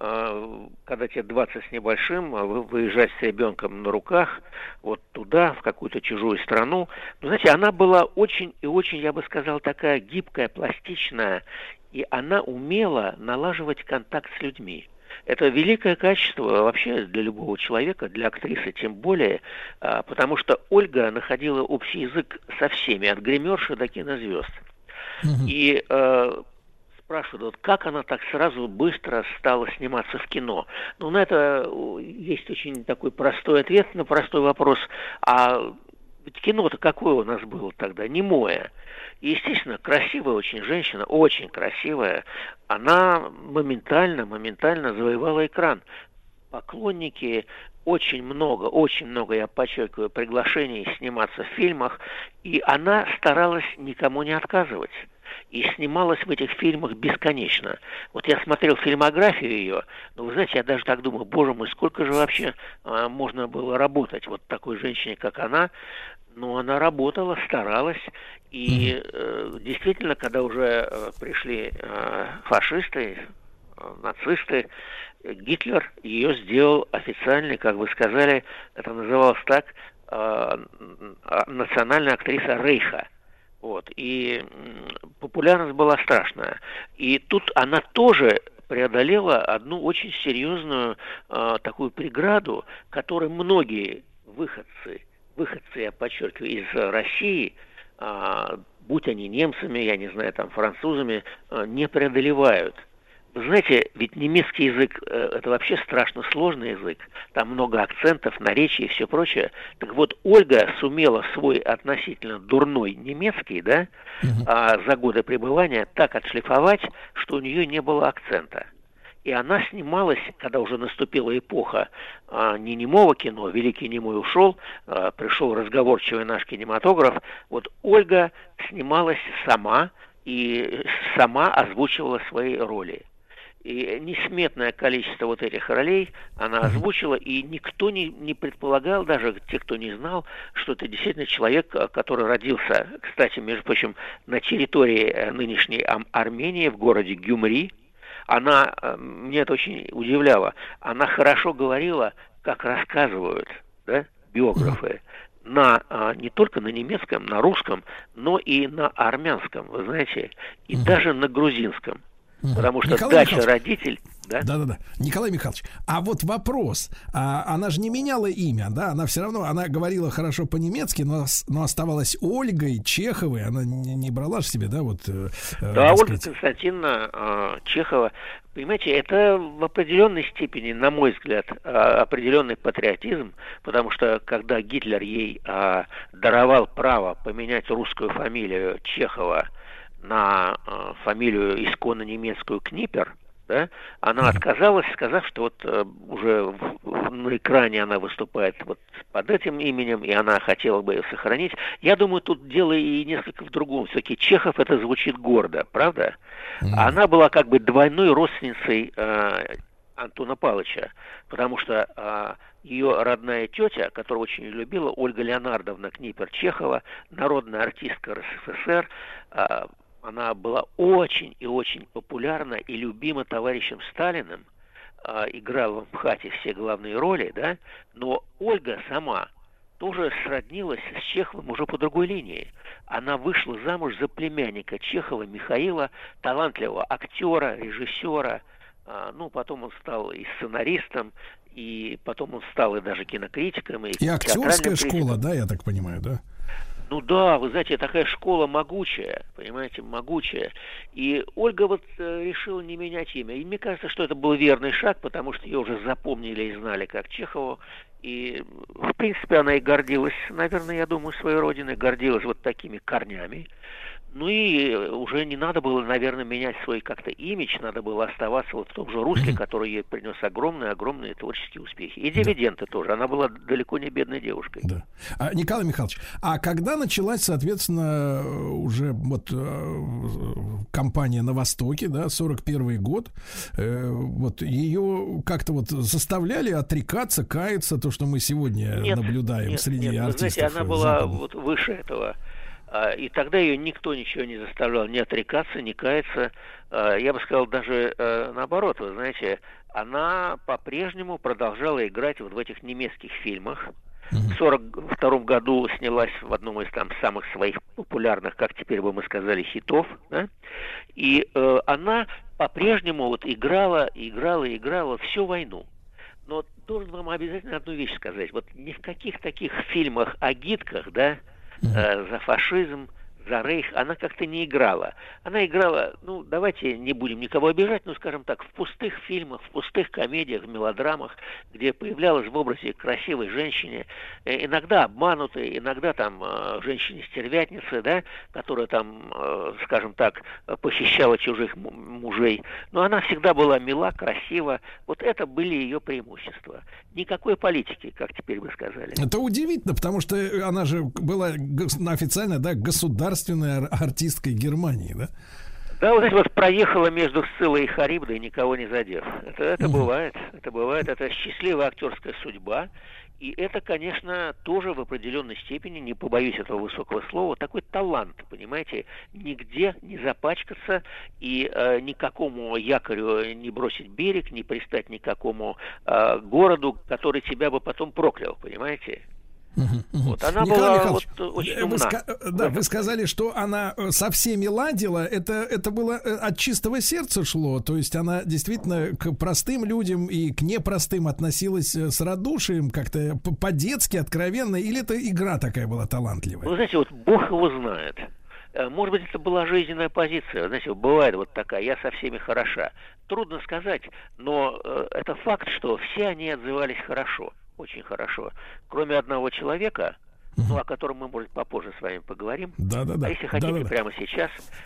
когда тебе 20 с небольшим, выезжать с ребенком на руках, вот туда, в какую-то чужую страну. Но, знаете, она была очень и очень, я бы сказал, такая гибкая, пластичная, и она умела налаживать контакт с людьми. Это великое качество вообще для любого человека, для актрисы тем более, потому что Ольга находила общий язык со всеми, от гримерши до кинозвезд. И спрашивают, вот как она так сразу быстро стала сниматься в кино? Ну, на это есть очень такой простой ответ на простой вопрос. А ведь кино-то какое у нас было тогда? Немое. И, естественно, красивая очень женщина, очень красивая, она моментально завоевала экран. Поклонники очень много, я подчеркиваю, приглашений сниматься в фильмах, и она старалась никому не отказывать. И снималась в этих фильмах бесконечно. Вот я смотрел фильмографию ее, но вы знаете, я даже так думаю, боже мой, сколько же вообще можно было работать вот такой женщине, как она. Но она работала, старалась, и действительно, когда уже пришли фашисты, нацисты, Гитлер ее сделал официальной, как вы сказали, это называлось так, национальная актриса Рейха. Вот. И популярность была страшная. И тут она тоже преодолела одну очень серьезную такую преграду, которую многие выходцы, я подчеркиваю, из России, будь они немцами, я не знаю, там, французами, не преодолевают. Вы знаете, ведь немецкий язык – это вообще страшно сложный язык. Там много акцентов, наречий и все прочее. Так вот, Ольга сумела свой относительно дурной немецкий, да, за годы пребывания так отшлифовать, что у нее не было акцента. И она снималась, когда уже наступила эпоха не немого кино, великий немой ушел, пришел разговорчивый наш кинематограф. Вот Ольга снималась сама и сама озвучивала свои роли. И несметное количество вот этих ролей она озвучила, и никто не предполагал, даже те, кто не знал, что это действительно человек, который родился, кстати, между прочим, на территории нынешней Армении, в городе Гюмри. Она, мне это очень удивляло, она хорошо говорила, как рассказывают, да, биографы, не только на немецком, на русском, но и на армянском, вы знаете, и даже на грузинском. Потому что Николай дача родитель... Да? Да. Николай Михайлович, а вот вопрос. Она же не меняла имя, да? Она все равно, она говорила хорошо по-немецки, но оставалась Ольгой Чеховой. Она не брала же себе, да? Вот, да, Ольга Константиновна Чехова. Понимаете, это в определенной степени, на мой взгляд, определенный патриотизм, потому что когда Гитлер ей даровал право поменять русскую фамилию Чехова на фамилию исконно немецкую Книпер, да, она отказалась, сказав, что вот уже на экране она выступает вот под этим именем, и она хотела бы ее сохранить. Я думаю, тут дело и несколько в другом. Все-таки Чехов это звучит гордо, правда? Она была как бы двойной родственницей Антона Павловича, потому что ее родная тетя, которую очень любила, Ольга Леонардовна Книпер-Чехова, народная артистка РСФСР, она была очень и очень популярна и любима товарищем Сталиным, играла в МХАТе все главные роли, да, но Ольга сама тоже сроднилась с Чеховым уже по другой линии. Она вышла замуж за племянника Чехова Михаила, талантливого актера, режиссера, потом он стал и сценаристом, и потом он стал и даже кинокритиком, и актерская школа, да, я так понимаю, да? Ну да, вы знаете, такая школа могучая, понимаете, могучая. И Ольга вот решила не менять имя. И мне кажется, что это был верный шаг, потому что ее уже запомнили и знали как Чехову. И, в принципе, она и гордилась, наверное, я думаю, своей родиной, гордилась вот такими корнями. Ну и уже не надо было, наверное, менять свой как-то имидж, надо было оставаться вот в том же русле, который ей принес огромные творческие успехи. И дивиденды тоже. Она была далеко не бедной девушкой. Да. Николай Михайлович, а когда началась, соответственно, уже вот кампания на Востоке, да, 41-й год, вот ее как-то вот заставляли отрекаться, каяться, то, что мы сегодня наблюдаем среди артистов? Вы знаете, она была вот выше этого. И тогда ее никто ничего не заставлял ни отрекаться, ни каяться. Я бы сказал, даже наоборот, вы знаете, она по-прежнему продолжала играть вот в этих немецких фильмах. В 1942 году снялась в одном из там самых своих популярных, как теперь бы мы сказали, хитов, да? И она по-прежнему вот играла всю войну. Но должен вам обязательно одну вещь сказать. Вот ни в каких таких фильмах о гидках, да, за фашизм, за рейх, она как-то не играла. Она играла, ну, давайте не будем никого обижать, но, скажем так, в пустых фильмах, в пустых комедиях, в мелодрамах, где появлялась в образе красивой женщины, иногда обманутой, иногда там женщине-стервятницы, да, которая там, скажем так, похищала чужих мужей. Но она всегда была мила, красива. Вот это были ее преимущества. Никакой политики, как теперь бы сказали. Это удивительно, потому что она же была официально, да, государственной артисткой Германии, да? Да, вот, вот проехала между Сциллой и Харибдой, никого не задев. Это бывает, это счастливая актерская судьба. И это, конечно, тоже в определенной степени, не побоюсь этого высокого слова, такой талант, понимаете, нигде не запачкаться и никакому якорю не бросить берег, не пристать никакому городу, который тебя бы потом проклял, понимаете? Вот, она Николай была Михайлович, вот очень умна. вы сказали, что она со всеми ладила. Это было от чистого сердца шло. То есть она действительно к простым людям и к непростым относилась с радушием, как-то по-детски, откровенно. Или это игра такая была талантливая? Вы знаете, вот Бог его знает. Может быть, это была жизненная позиция. Знаете, бывает вот такая, я со всеми хороша. Трудно сказать, но это факт, что все они отзывались хорошо. Очень хорошо. Кроме одного человека, ну, о котором мы, может, попозже с вами поговорим. Да. А если хотите, прямо сейчас.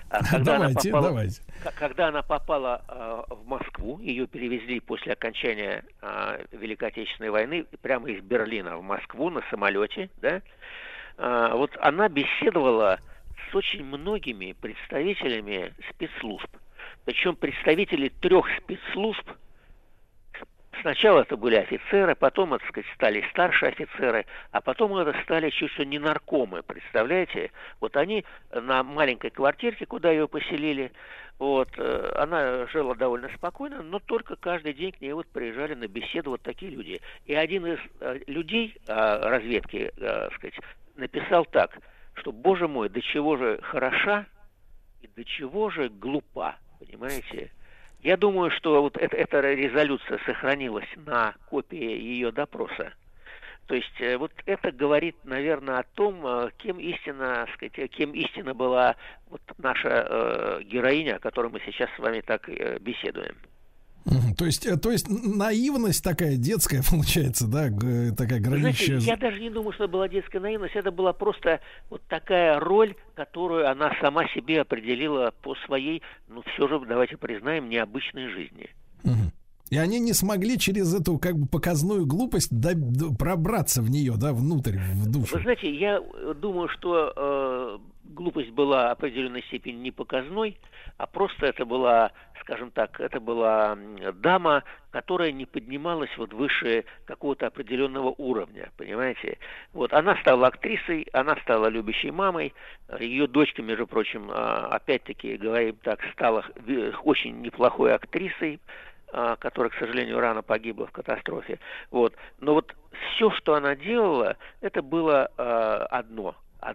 Когда она попала в Москву, ее перевезли после окончания Великой Отечественной войны прямо из Берлина в Москву на самолете, да, вот она беседовала с очень многими представителями спецслужб. Причем представители 3 спецслужб. Сначала это были офицеры, потом, так сказать, стали старшие офицеры, а потом это стали чуть что не наркомы, представляете? Вот они на маленькой квартирке, куда ее поселили, вот, она жила довольно спокойно, но только каждый день к ней вот приезжали на беседу вот такие люди. И один из людей разведки, так сказать, написал так, что, боже мой, до чего же хороша и до чего же глупа, понимаете? Я думаю, что вот эта резолюция сохранилась на копии ее допроса. То есть вот это говорит, наверное, о том, кем истинно была вот наша героиня, о которой мы сейчас с вами так беседуем. То есть наивность такая детская получается, да, такая граничная. Знаете, я даже не думаю, что это была детская наивность, это была просто вот такая роль, которую она сама себе определила по своей, ну все же, давайте признаем, необычной жизни. И они не смогли через эту как бы показную глупость пробраться в нее, да, внутрь, в душу. Вы знаете, я думаю, что глупость была в определенной степени не показной, а просто это была, скажем так, это была дама, которая не поднималась вот выше какого-то определенного уровня, понимаете? Вот она стала актрисой, она стала любящей мамой, ее дочка, между прочим, опять-таки, говорим так, стала очень неплохой актрисой, которая, к сожалению, рано погибла в катастрофе. Вот. Но вот все, что она делала, это было одно.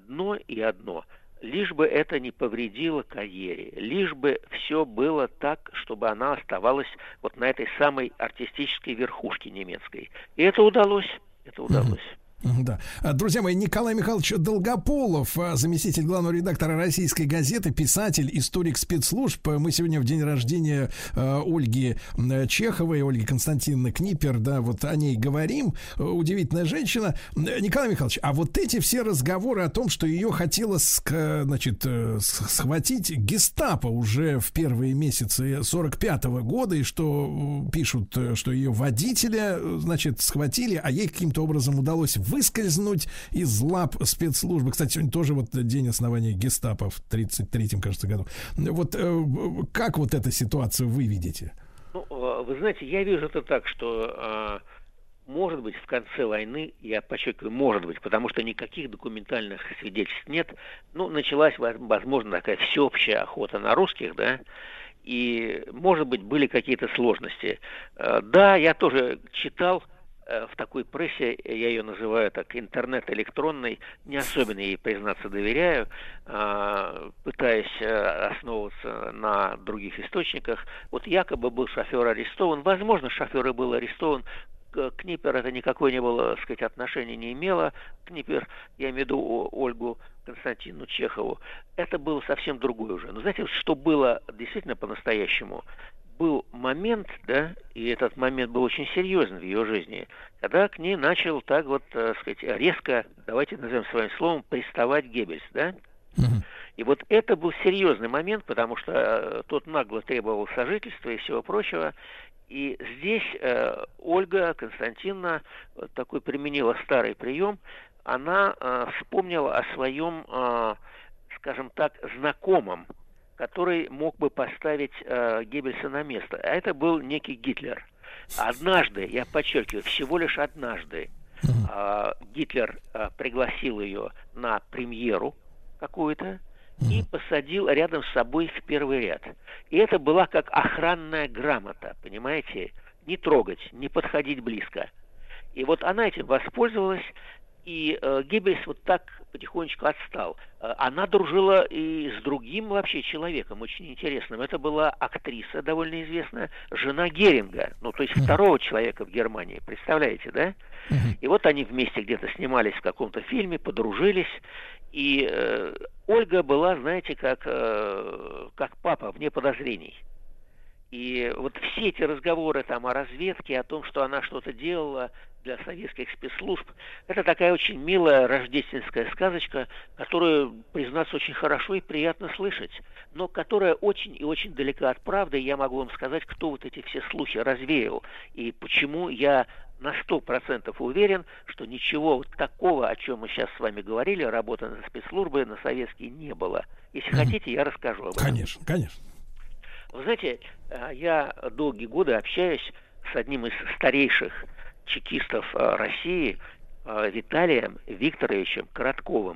Лишь бы это не повредило карьере, лишь бы все было так, чтобы она оставалась вот на этой самой артистической верхушке немецкой. И это удалось. Да. Друзья мои, Николай Михайлович Долгополов, заместитель главного редактора «Российской газеты», писатель, историк спецслужб. Мы сегодня в день рождения Ольги Чеховой, Ольги Константиновны Книпер, да, вот о ней говорим. Удивительная женщина. Николай Михайлович, а вот эти все разговоры о том, что ее хотела, значит, схватить гестапо уже в первые месяцы 45-го года, и что пишут, что ее водителя, значит, схватили, а ей каким-то образом удалось выскользнуть из лап спецслужбы. Кстати, сегодня тоже вот день основания гестапо в 1933, кажется, году. Вот как вот эту ситуацию вы видите? Ну, вы знаете, я вижу это так, что может быть в конце войны, я подчеркиваю, может быть, потому что никаких документальных свидетельств нет, ну, началась, возможно, такая всеобщая охота на русских, да, и, может быть, были какие-то сложности. Да, я тоже читал в такой прессе, я ее называю так, интернет-электронной, не особенно ей, признаться, доверяю, пытаясь основываться на других источниках. Вот якобы был шофер арестован, возможно, шофер и был арестован, к Книпер это никакое не было, так сказать, отношения не имело. Книпер, я имею в виду Ольгу Константиновну Чехову, это было совсем другое уже. Но знаете, что было действительно по-настоящему? Был момент, да, и этот момент был очень серьезный в ее жизни, когда к ней начал так вот, так сказать, резко, давайте назовем своим словом, приставать Геббельс, да? И вот это был серьезный момент, потому что тот нагло требовал сожительства и всего прочего. И здесь Ольга Константиновна такой применила старый прием. Она вспомнила о своем, скажем так, знакомом, который мог бы поставить Геббельса на место. А это был некий Гитлер. Однажды, я подчеркиваю, всего лишь однажды Гитлер пригласил ее на премьеру какую-то и посадил рядом с собой в первый ряд. И это была как охранная грамота, понимаете? Не трогать, не подходить близко. И вот она этим воспользовалась, и Геббельс вот так потихонечку отстал. Она дружила и с другим вообще человеком, очень интересным. Это была актриса, довольно известная, жена Геринга, ну, то есть второго человека в Германии, представляете, да? И вот они вместе где-то снимались в каком-то фильме, подружились, и Ольга была, знаете, как папа, вне подозрений. И вот все эти разговоры там о разведке, о том, что она что-то делала для советских спецслужб, это такая очень милая рождественская сказочка, которую, признаться, очень хорошо и приятно слышать, но которая очень и очень далека от правды. Я могу вам сказать, кто вот эти все слухи развеял, и почему я на 100% уверен, что ничего вот такого, о чем мы сейчас с вами говорили, работы на спецслужбы на советские не было. Если хотите, я расскажу об этом. Конечно, конечно. Вы знаете, я долгие годы общаюсь с одним из старейших чекистов России, Виталием Викторовичем Коротковым,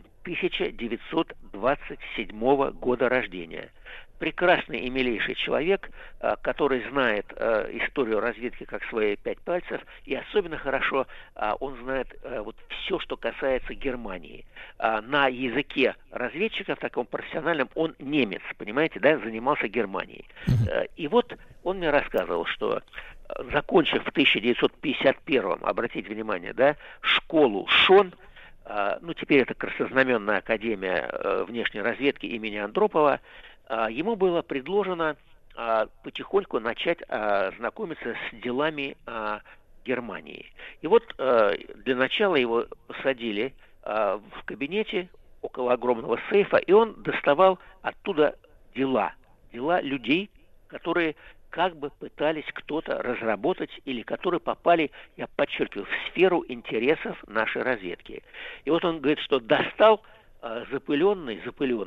1927 года рождения. Прекрасный и милейший человек, который знает историю разведки как свои 5 пальцев, и особенно хорошо он знает вот все, что касается Германии. На языке разведчика, в таком профессиональном, он немец, понимаете, да, занимался Германией. И вот он мне рассказывал, что закончив в 1951-м, обратите внимание, да, школу ШОН, ну теперь это Краснознаменная академия внешней разведки имени Андропова, ему было предложено потихоньку начать знакомиться с делами Германии. И вот для начала его посадили в кабинете около огромного сейфа, и он доставал оттуда дела людей, которые как бы пытались кто-то разработать или которые попали, я подчеркиваю, в сферу интересов нашей разведки. И вот он говорит, что достал запыленный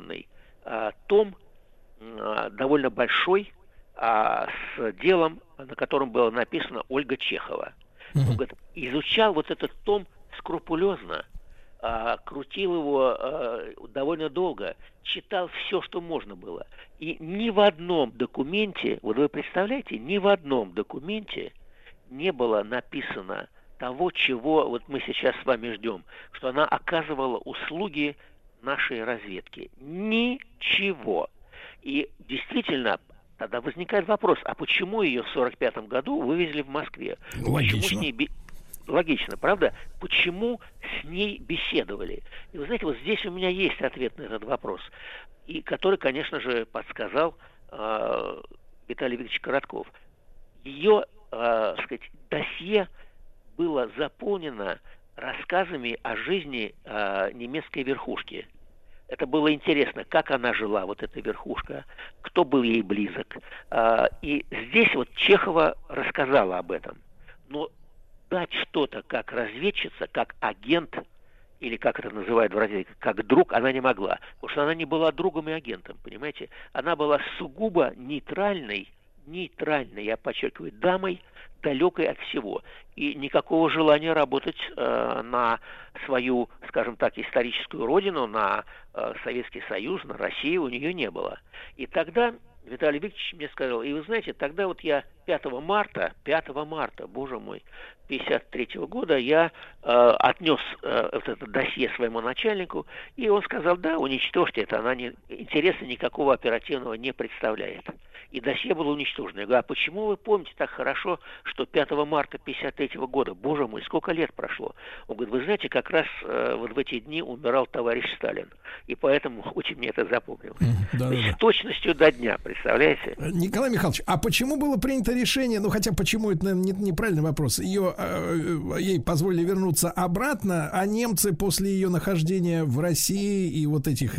том, довольно большой, с делом, на котором было написано Ольга Чехова. Он говорит, изучал вот этот том скрупулезно, крутил его довольно долго, читал все, что можно было. И ни в одном документе, вот вы представляете, ни в одном документе не было написано того, чего вот мы сейчас с вами ждем, что она оказывала услуги нашей разведки. Ничего. И действительно, тогда возникает вопрос, а почему ее в 1945 году вывезли в Москве? Логично. Почему с ней логично, правда? Почему с ней беседовали? И вы знаете, вот здесь у меня есть ответ на этот вопрос, и который, конечно же, подсказал Виталий Викторович Коротков. Ее, сказать, досье было заполнено рассказами о жизни немецкой верхушки. Это было интересно, как она жила, вот эта верхушка, кто был ей близок. И здесь вот Чехова рассказала об этом. Но дать что-то как разведчица, как агент, или как это называют в разведке, как друг, она не могла. Потому что она не была другом и агентом, понимаете? Она была сугубо нейтральной, я подчеркиваю, дамой, далекой от всего. И никакого желания работать на свою, скажем так, историческую родину, на Советский Союз, на Россию у нее не было. И тогда Виталий Викторович мне сказал, и вы знаете, тогда вот я 5 марта, боже мой, 1953 года я отнес вот это досье своему начальнику, и он сказал: да, уничтожьте это, она интереса никакого оперативного не представляет. И досье было уничтожено. Я говорю: а почему вы помните так хорошо, что 5 марта 1953 года, боже мой, сколько лет прошло? Он говорит: вы знаете, как раз вот в эти дни умирал товарищ Сталин, и поэтому очень мне это запомнилось. То есть с точностью до дня, представляете? Николай Михайлович, а почему было принято решение, ну хотя почему, это, наверное, неправильный вопрос, ей позволили вернуться обратно, а немцы после ее нахождения в России и вот этих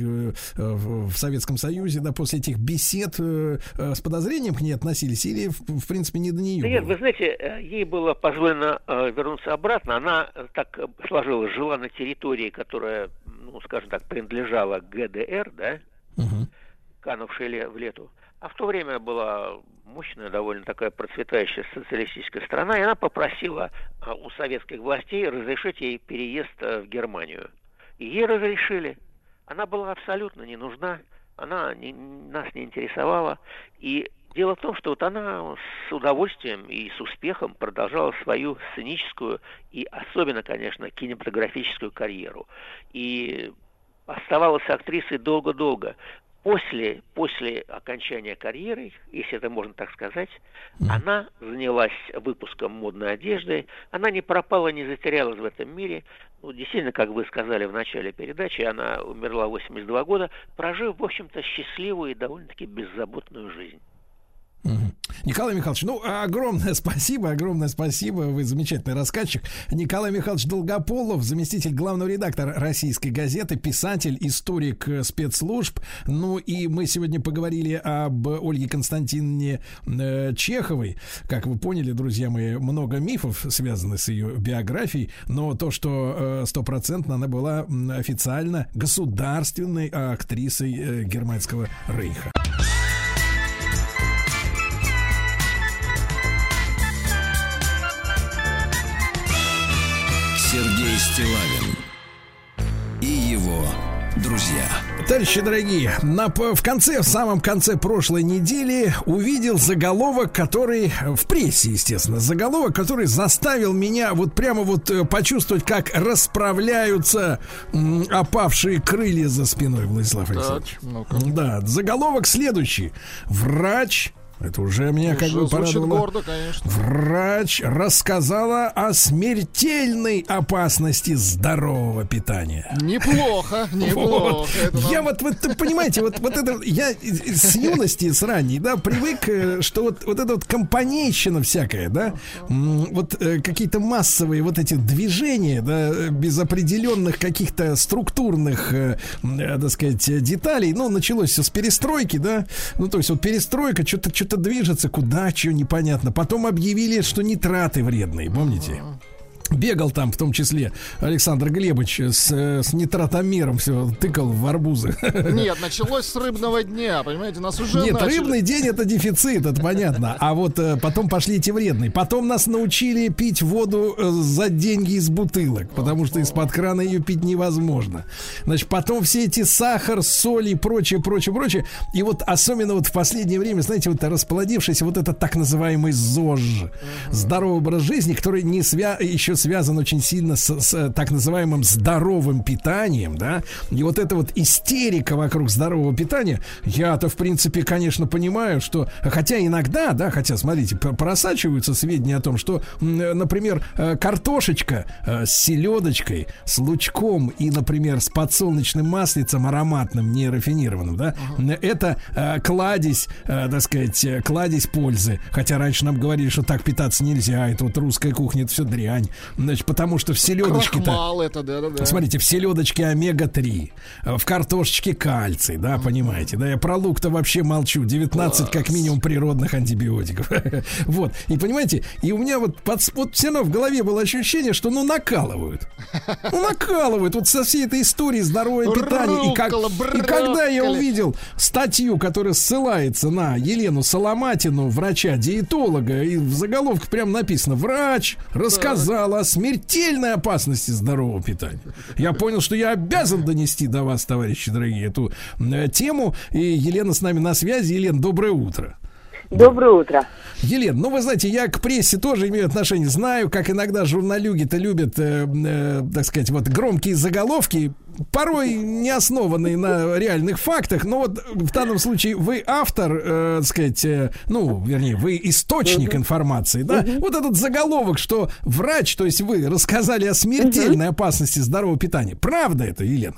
в Советском Союзе, да, после этих бесед с подозрением к ней относились или, в принципе, не до нее? Да нет, вы знаете, ей было позволено вернуться обратно. Она так сложилась, жила на территории, которая, ну, скажем так, принадлежала ГДР, да, канувшей в лету. А в то время была мощная, довольно такая процветающая социалистическая страна, и она попросила у советских властей разрешить ей переезд в Германию. И ей разрешили. Она была абсолютно не нужна, она нас не интересовала. И дело в том, что вот она с удовольствием и с успехом продолжала свою сценическую и особенно, конечно, кинематографическую карьеру. И оставалась актрисой долго-долго. После окончания карьеры, если это можно так сказать, она занялась выпуском модной одежды, она не пропала, не затерялась в этом мире. Ну, действительно, как вы сказали в начале передачи, она умерла в 82 года, прожив, в общем-то, счастливую и довольно-таки беззаботную жизнь. Николай Михайлович, ну, огромное спасибо, вы замечательный рассказчик. Николай Михайлович Долгополов, заместитель главного редактора «Российской газеты», писатель, историк спецслужб. Ну, и мы сегодня поговорили об Ольге Константиновне Чеховой. Как вы поняли, друзья мои, много мифов связаны с ее биографией, но то, что стопроцентно она была официально государственной актрисой Германского рейха. Сергей Стиллавин и его друзья. Товарищи дорогие, в самом конце прошлой недели увидел заголовок, который в прессе, естественно, заголовок, который заставил меня вот прямо вот почувствовать, как расправляются опавшие крылья за спиной, Владислав Александрович. Да, заголовок следующий: врач. Это уже меня как бы порадовало. Гордо, конечно. Врач рассказала о смертельной опасности здорового питания. Неплохо. Я вот понимаете, вот это я с юности, с ранней, да, привык, что вот эта вот компанейщина всякая, да, вот какие-то массовые вот эти движения, да, без определенных каких-то структурных, так сказать, деталей. Ну, началось все с перестройки, да. Ну, то есть вот перестройка, что-то движется, куда, что непонятно. Потом объявили, что нитраты вредные, помните? Бегал там, в том числе, Александр Глебович с нитратомером все тыкал в арбузы. Нет, началось с рыбного дня, понимаете, нас уже Нет, начали. Рыбный день — это дефицит, это понятно. А вот потом пошли эти вредные. Потом нас научили пить воду за деньги из бутылок, потому что из-под крана ее пить невозможно. Значит, потом все эти сахар, соль и прочее. И вот особенно вот в последнее время, знаете, вот расплодившийся вот этот так называемый ЗОЖ, здоровый образ жизни, который еще связан очень сильно с так называемым здоровым питанием, да, и вот эта вот истерика вокруг здорового питания, я-то, в принципе, конечно, понимаю, что, хотя иногда, да, смотрите, просачиваются сведения о том, что, например, картошечка с селедочкой, с лучком и, например, с подсолнечным маслицем ароматным, не рафинированным, да, это кладезь, так сказать, кладезь пользы, хотя раньше нам говорили, что так питаться нельзя, это вот русская кухня, это все дрянь. Значит, потому что в селедочке-то... Крахмал это, да. Смотрите, в селедочке омега-3, в картошечке кальций, да, понимаете, да, я про лук-то вообще молчу, 19 как минимум природных антибиотиков. Вот, и понимаете, и у меня вот все равно в голове было ощущение, что, накалывают. Накалывают вот со всей этой историей здоровое питание. И когда я увидел статью, которая ссылается на Елену Соломатину, врача-диетолога, и в заголовке прям написано: врач рассказала о смертельной опасности здорового питания. Я понял, что я обязан донести до вас, товарищи дорогие, эту тему. И Елена с нами на связи. Елена, доброе утро. Доброе утро. Елена, ну вы знаете, я к прессе тоже имею отношение. Знаю, как иногда журналюги-то любят, так сказать, вот громкие заголовки, порой не основанные на реальных фактах. Но вот в данном случае вы автор, так сказать, ну, вернее, вы источник информации, да? Вот этот заголовок, что врач, то есть вы, рассказали о смертельной опасности здорового питания. Правда это, Елена?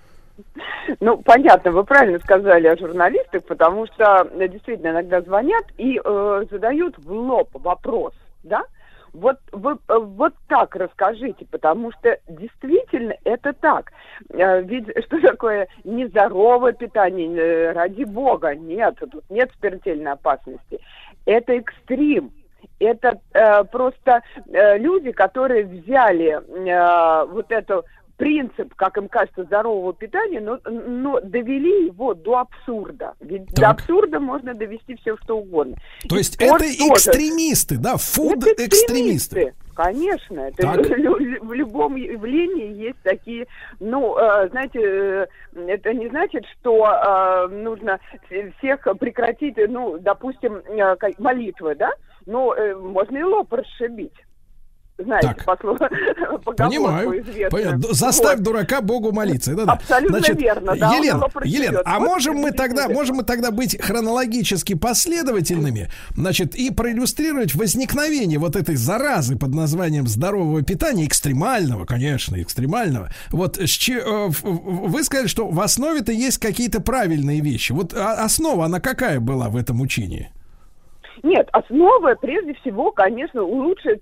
Ну, понятно, вы правильно сказали о журналистах, потому что действительно иногда звонят и задают в лоб вопрос, да? Вот вы вот так расскажите, потому что действительно это так. Ведь что такое нездоровое питание? Ради бога, нет, тут нет смертельной опасности. Это экстрим. Это просто люди, которые взяли вот эту принцип, как им кажется, здорового питания, но довели его до абсурда. Ведь до абсурда можно довести все, что угодно. То есть это экстремисты, да, фуд-экстремисты. Конечно, это в любом явлении есть такие, ну, знаете, это не значит, что нужно всех прекратить, ну, допустим, молитвы, да, но можно и лоб расшибить. Знаете, понимаю. Заставь дурака Богу молиться. Да, абсолютно верно. Да, Елена, а можем мы тогда быть хронологически последовательными, значит, и проиллюстрировать возникновение вот этой заразы под названием здорового питания, экстремального, конечно, экстремального. Вот вы сказали, что в основе-то есть какие-то правильные вещи. Вот основа, она какая была в этом учении? Нет, основа, прежде всего, конечно, улучшить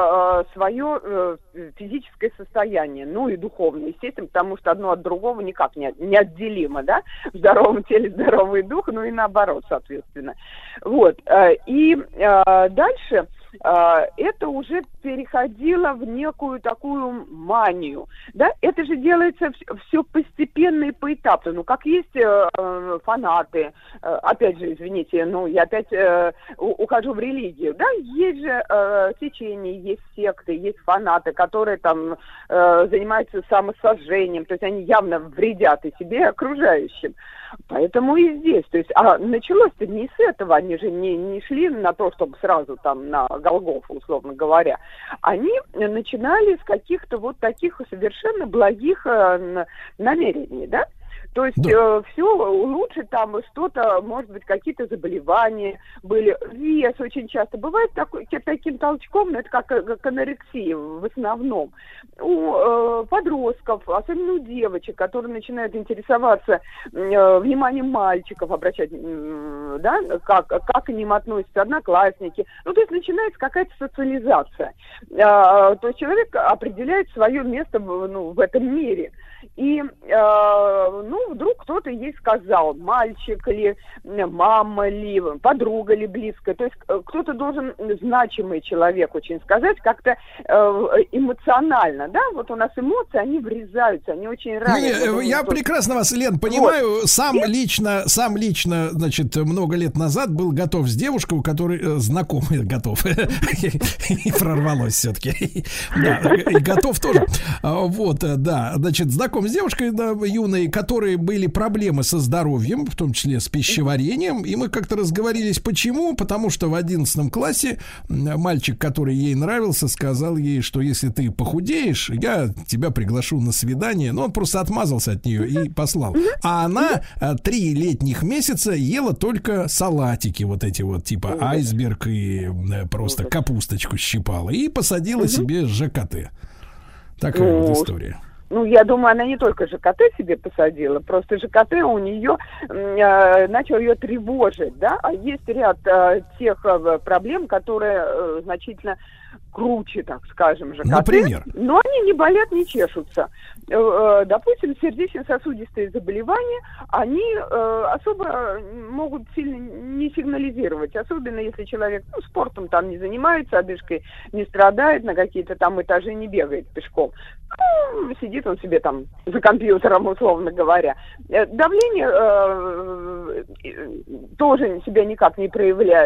свое физическое состояние, ну и духовное, естественно, потому что одно от другого никак не отделимо, да, в здоровом теле здоровый дух, ну и наоборот, соответственно. Вот, и дальше это уже переходило в некую такую манию, да, это же делается все постепенно и поэтапно, ну, как есть фанаты, опять же, извините, ну, я опять ухожу в религию, да, есть же течения, есть секты, есть фанаты, которые там занимаются самосожжением, то есть они явно вредят и себе, и окружающим. Поэтому и здесь, то есть, началось-то не с этого, они же не шли на то, чтобы сразу там на Голгофу, условно говоря. Они начинали с каких-то вот таких совершенно благих намерений, да? То есть все улучшить там что-то, может быть, какие-то заболевания были. Вес очень часто бывает таким толчком, но это как анорексия в основном. У подростков, особенно у девочек, которые начинают интересоваться вниманием мальчиков, обращать, да, как к ним относятся одноклассники. Ну, то есть начинается какая-то социализация. То есть человек определяет свое место в этом мире. И, вдруг кто-то ей сказал, мальчик ли, мама ли, подруга ли близкая. То есть кто-то должен, значимый человек очень сказать, как-то эмоционально, да? Вот у нас эмоции, они врезаются, они очень ранят. Я прекрасно вас, Лен, понимаю. Вот. Сам лично, значит, много лет назад был готов с девушкой, у которой знакомый готов. И прорвалось все-таки. Да, и готов тоже. Вот, да, значит, знаком с девушкой, да, юной, которые были проблемы со здоровьем, в том числе с пищеварением, и мы как-то разговорились, почему, потому что в 11 классе мальчик, который ей нравился, сказал ей, что если ты похудеешь, я тебя приглашу на свидание, но он просто отмазался от нее и послал, а она 3 летних месяца ела только салатики, вот эти вот, типа айсберг, и просто капусточку щипала, и посадила себе ЖКТ. Такая вот история. Ну, я думаю, она не только ЖКТ себе посадила, просто ЖКТ у нее начал ее тревожить, да, а есть ряд тех проблем, которые значительно круче, так скажем, ЖКТ. Например? Но они не болят, не чешутся. Допустим, сердечно-сосудистые заболевания, они особо могут сильно не сигнализировать, особенно если человек спортом там не занимается, одышкой не страдает, на какие-то там этажи не бегает пешком. Сидит он себе там за компьютером, условно говоря. Давление тоже себя никак не проявляет.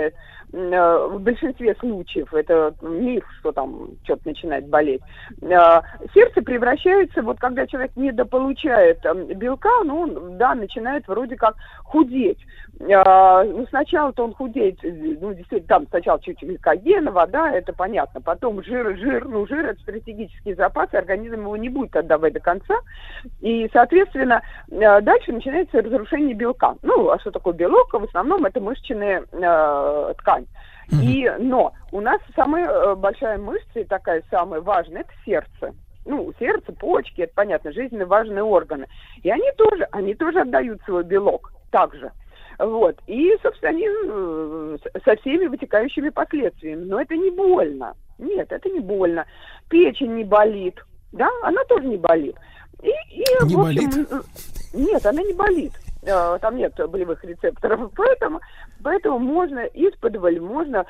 в большинстве случаев, это миф, что там что-то начинает болеть, сердце превращается, вот когда человек недополучает белка, ну, да, начинает вроде как худеть. Ну, сначала-то он худеет, ну, действительно, там сначала чуть гликогена, вода, это понятно, потом жир, это стратегический запас, и организм его не будет отдавать до конца, и, соответственно, дальше начинается разрушение белка. Ну, а что такое белок? В основном это мышечная ткань. Но у нас самая большая мышца и такая самая важная – это сердце. Ну, сердце, почки, это понятно, жизненно важные органы. И они тоже отдают свой белок также. Вот. И, собственно, они со всеми вытекающими последствиями. Но это не больно. Нет, это не больно. Печень не болит. Да, она тоже не болит. Не в общем, болит? Нет, она не болит. Там нет болевых рецепторов. Поэтому можно исподволь, можно,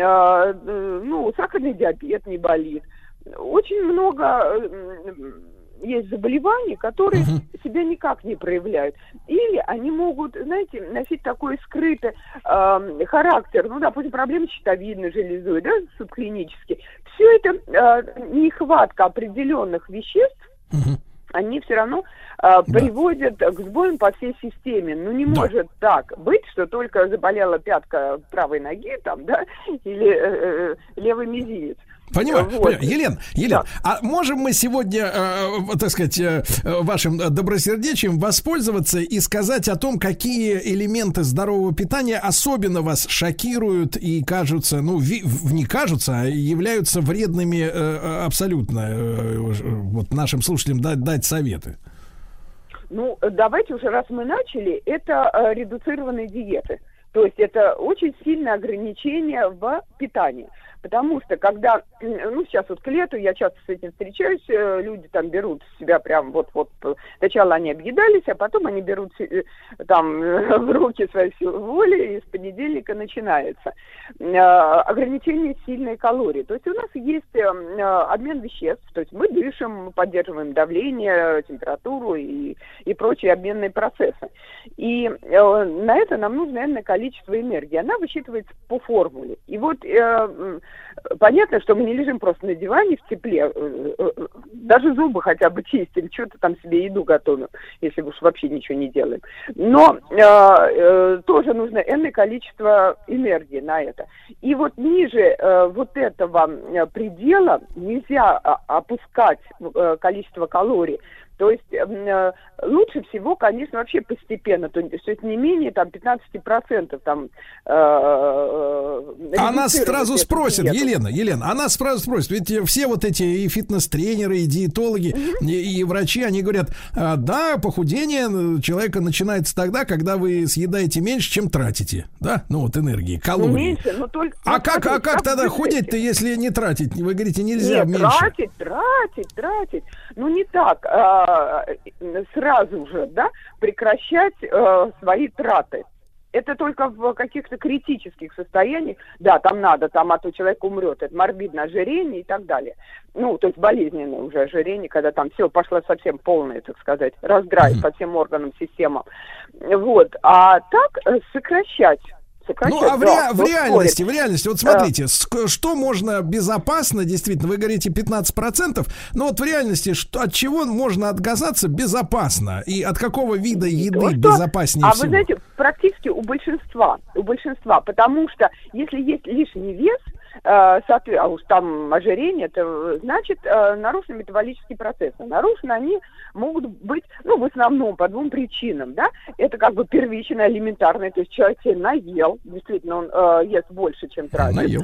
сахарный диабет не болит. Очень много есть заболеваний, которые себя никак не проявляют. Или они могут, знаете, носить такой скрытый характер. Ну, допустим, проблемы с щитовидной железой, да, субклинические. Все это нехватка определенных веществ, они все равно приводят к сбоям по всей системе. Ну, не может так быть, что только заболела пятка правой ноги, там, да, или левый мизинец. Понимаю, Вот. понимаю. Елена, а можем мы сегодня, так сказать, вашим добросердечием воспользоваться и сказать о том, какие элементы здорового питания особенно вас шокируют и кажутся, не кажутся, а являются вредными абсолютно, вот нашим слушателям дать советы? Ну, давайте уже, раз мы начали, это редуцированные диеты. То есть это очень сильное ограничение в питании. Потому что когда, сейчас вот к лету, я часто с этим встречаюсь, люди там берут себя прям вот, сначала они объедались, а потом они берут там в руки свои силы воли, и с понедельника начинается. Ограничение сильной калории. То есть у нас есть обмен веществ, то есть мы дышим, мы поддерживаем давление, температуру и прочие обменные процессы. И на это нам нужно энное количество энергии. Она высчитывается по формуле. И вот понятно, что мы не лежим просто на диване в тепле, даже зубы хотя бы чистим, что-то там себе еду готовим, если уж вообще ничего не делаем. Но тоже нужно энное количество энергии на это. И вот ниже вот этого предела нельзя опускать количество калорий. То есть лучше всего, конечно, вообще постепенно, то есть не менее там 15% там. Она сразу спросит, Елена, она сразу спросит, ведь все вот эти и фитнес-тренеры, и диетологи, и врачи, они говорят, да, похудение человека начинается тогда, когда вы съедаете меньше, чем тратите, да, энергии, калорий. Меньше, но только. Как тогда худеть-то, если не тратить? Вы говорите, нельзя меньше. Тратить. Ну не так. Сразу же, да, прекращать свои траты. Это только в каких-то критических состояниях, да, там надо, а то человек умрет, это морбидное ожирение и так далее. Ну, то есть болезненное уже ожирение, когда там все пошло совсем полное, так сказать, раздрай по всем органам, системам. Вот, а так сокращать. В реальности, вот смотрите, что можно безопасно, действительно, вы говорите 15%, но вот в реальности, от чего можно отказаться безопасно? И от какого вида еды безопаснее всего? Вы знаете, практически у большинства, потому что если есть лишний вес, а уж там ожирение, это значит нарушены метаболические процессы. Нарушены они могут быть, в основном по двум причинам, да. Это как бы первичное, элементарное, то есть человек себе наел, действительно он ест больше, чем тратит.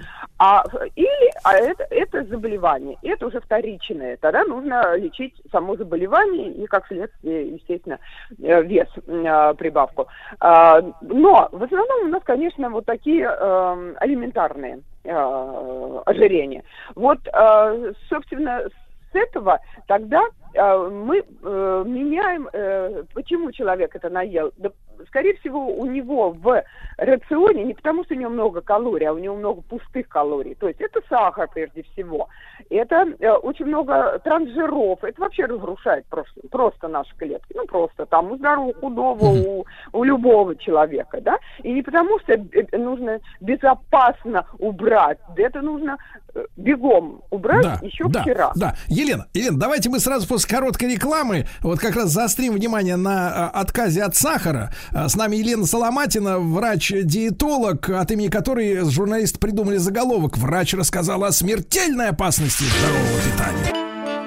Это заболевание, это уже вторичное. Тогда нужно лечить само заболевание и, как следствие, естественно, вес, прибавку. Но в основном у нас, конечно, вот такие элементарные ожирения. Вот, собственно, с этого тогда мы меняем, почему человек это наел. Да, скорее всего, у него в рационе, не потому что у него много калорий, а у него много пустых калорий. То есть это сахар прежде всего. Это очень много трансжиров. Это вообще разрушает просто наши клетки. Ну, просто там у здорового, худого, у любого человека, да. И не потому что нужно безопасно убрать. Это нужно бегом убрать еще вчера. Да, Елена, давайте мы сразу после короткой рекламы вот как раз заострим внимание на отказе от сахара. С нами Елена Соломатина, врач-диетолог, от имени которой журналисты придумали заголовок «Врач рассказала о смертельной опасности здорового питания».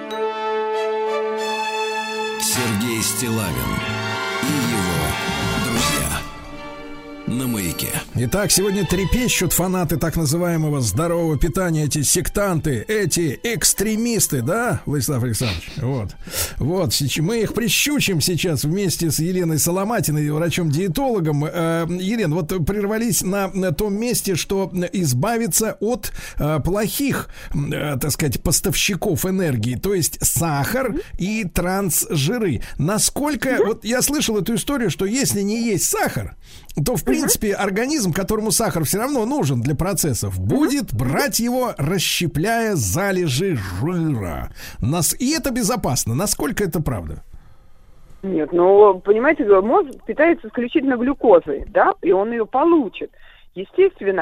Сергей Стиллавин и его друзья на Маяке. Итак, сегодня трепещут фанаты так называемого здорового питания, эти сектанты, эти экстремисты, да, Владислав Александрович? Вот, мы их прищучим сейчас вместе с Еленой Соломатиной, врачом-диетологом. Елена, вот прервались на том месте, что избавиться от плохих, так сказать, поставщиков энергии, то есть сахар и трансжиры. Насколько, вот я слышал эту историю, что если не есть сахар, то, в принципе, организм, которому сахар все равно нужен для процессов, будет брать его, расщепляя залежи жира. И это безопасно. Насколько это правда? Нет, ну, понимаете, мозг питается исключительно глюкозой, да, и он ее получит. Естественно,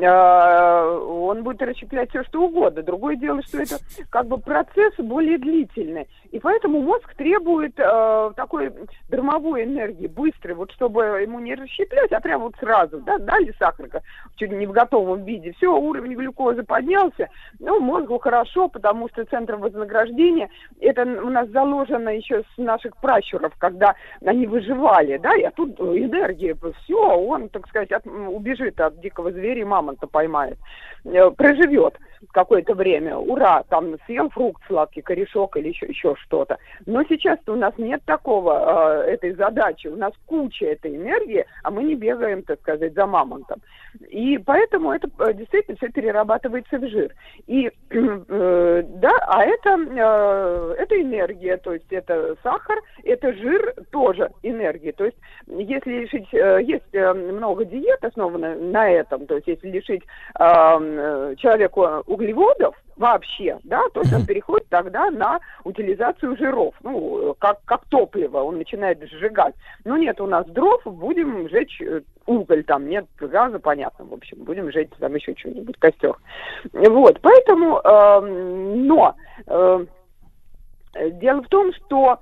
он будет расщеплять все, что угодно. Другое дело, что это как бы процесс более длительный. И поэтому мозг требует такой дармовой энергии, быстрой, вот чтобы ему не расщеплять, а прямо вот сразу, да, дали сахарка, чуть не в готовом виде. Все, уровень глюкозы поднялся, ну, мозгу хорошо, потому что центр вознаграждения, это у нас заложено еще с наших пращуров, когда они выживали, да, и тут энергия, все, он, так сказать, убежит от дикого зверя и мамонта поймает, проживет какое-то время, ура, там съел фрукт сладкий, корешок или еще что-то. Но сейчас-то у нас нет такого, этой задачи, у нас куча этой энергии, а мы не бегаем, так сказать, за мамонтом. И поэтому это действительно все перерабатывается в жир. И да, а это энергия, то есть это сахар, это жир тоже энергия. То есть если лишить, есть много диет, основанных на этом, то есть если лишить человеку углеводов вообще, да, то есть он переходит тогда на утилизацию жиров, ну, как топливо, он начинает сжигать. Ну, нет у нас дров, будем жечь уголь, там нет газа, понятно, в общем, будем жечь там еще что-нибудь, костер. Вот, поэтому, но дело в том, что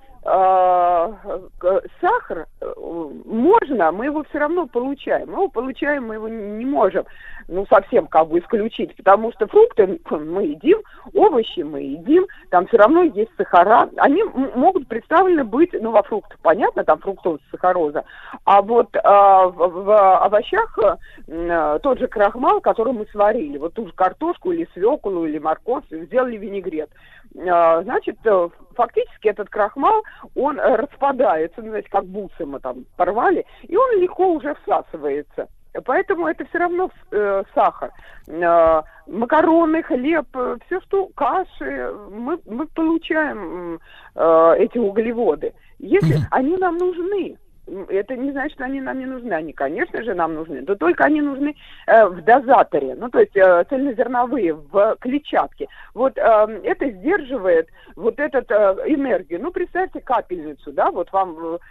сахар можно, мы его все равно получаем. Мы его не можем, ну, совсем как бы исключить, потому что фрукты мы едим, овощи мы едим, там все равно есть сахара. Они могут представлены быть, ну, во фруктах, понятно, там фруктоза, сахароза, а вот в овощах тот же крахмал, который мы сварили, вот ту же картошку или свеклу или морковь, сделали винегрет. Значит, фактически этот крахмал, он распадается, знаете, как бусы мы там порвали, и он легко уже всасывается. Поэтому это все равно сахар. Макароны, хлеб, все что, каши, мы получаем эти углеводы. Если они нам нужны, это не значит, что они нам не нужны. Они, конечно же, нам нужны, но только они нужны в дозаторе, ну, то есть цельнозерновые, в клетчатке. Вот это сдерживает вот эту энергию. Ну, представьте капельницу, да, вот вам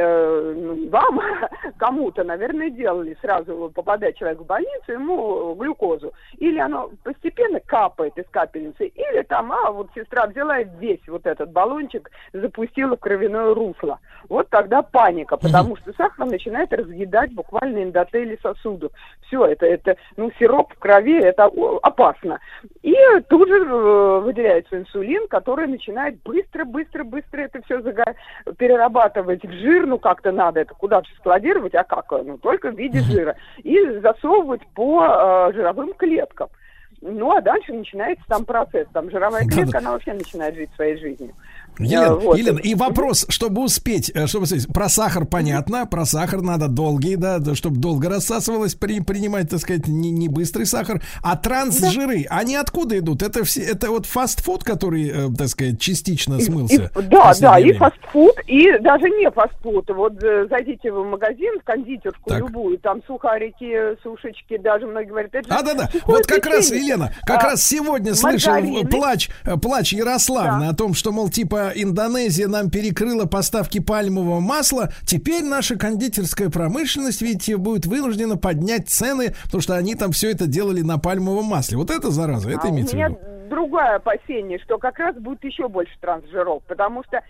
кому-то, наверное, делали сразу, попадая человек в больницу, ему глюкозу. Или оно постепенно капает из капельницы, или там, вот сестра взяла и весь вот этот баллончик запустила в кровяное русло. Вот тогда паника, потому что сахар начинает разъедать буквально эндотели сосудов. Все, это сироп в крови, это опасно. И тут же выделяется инсулин, который начинает быстро это все перерабатывать в жир, ну как-то надо это куда-то складировать, а как? Ну только в виде жира. И засовывать по жировым клеткам. Ну, а дальше начинается там процесс. Там жировая клетка, она вообще начинает жить своей жизнью. Елена, Вот. Елена, и вопрос, чтобы успеть, про сахар понятно, про сахар надо долгий, да, чтобы долго рассасывалось, принимать, так сказать, не быстрый сахар. А трансжиры, они откуда идут? Это вот фастфуд, который, так сказать, частично смылся? Да, и фастфуд, и даже не фастфуд. Вот зайдите в магазин, в кондитерку любую, там сухарики, сушечки, даже многие говорят, это же да. сухое Вот как раз, печенье. Елена, как раз сегодня слышал маргарины. плач Ярославны о том, что, мол, типа, Индонезия нам перекрыла поставки пальмового масла. Теперь наша кондитерская промышленность, видите, будет вынуждена поднять цены, потому что они там все это делали на пальмовом масле. Вот это зараза, это имеется в виду. У меня другое опасение, что как раз будет еще больше трансжиров, потому что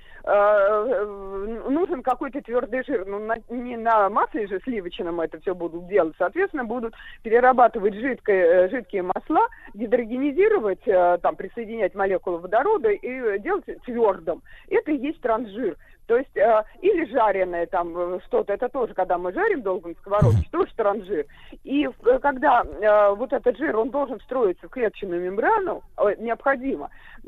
нужен какой-то твердый жир. Ну, не на масле же сливочном это все будут делать. Соответственно, будут перерабатывать жидкие масла, гидрогенизировать, там, присоединять молекулы водорода и делать твердым. Это и есть трансжир. То есть, или жареное там что-то, это тоже, когда мы жарим долго на сковородке, тоже трансжир. И когда вот этот жир, он должен встроиться в клеточную мембрану, необходимо,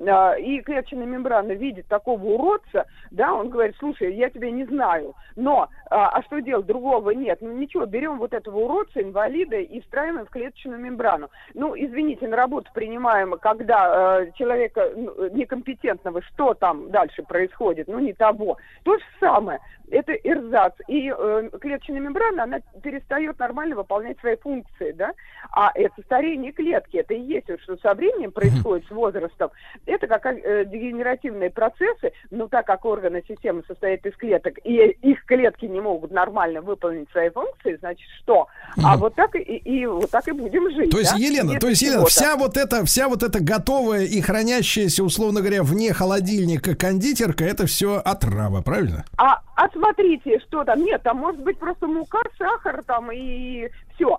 и клеточная мембрана видит такого уродца, да, он говорит, слушай, я тебя не знаю, но, а что делать, другого нет. Ну ничего, берем вот этого уродца, инвалида, и встраиваем в клеточную мембрану. Ну, извините, на работу принимаем, когда человека некомпетентного, что там дальше происходит, ну, не того. То же самое. Это эрзац. И клеточная мембрана, она перестает нормально выполнять свои функции, да? А это старение клетки, это и есть, вот, что со временем происходит, с возрастом. Это как дегенеративные процессы, но так как органы системы состоят из клеток, и их клетки не могут нормально выполнить свои функции, значит, что? А вот так и вот так и будем жить. То есть, да? Елена, вся вот эта готовая и хранящаяся, условно говоря, вне холодильника кондитерка, это все отрава, правильно? А смотрите, что там, нет, там может быть просто мука, сахар там и все,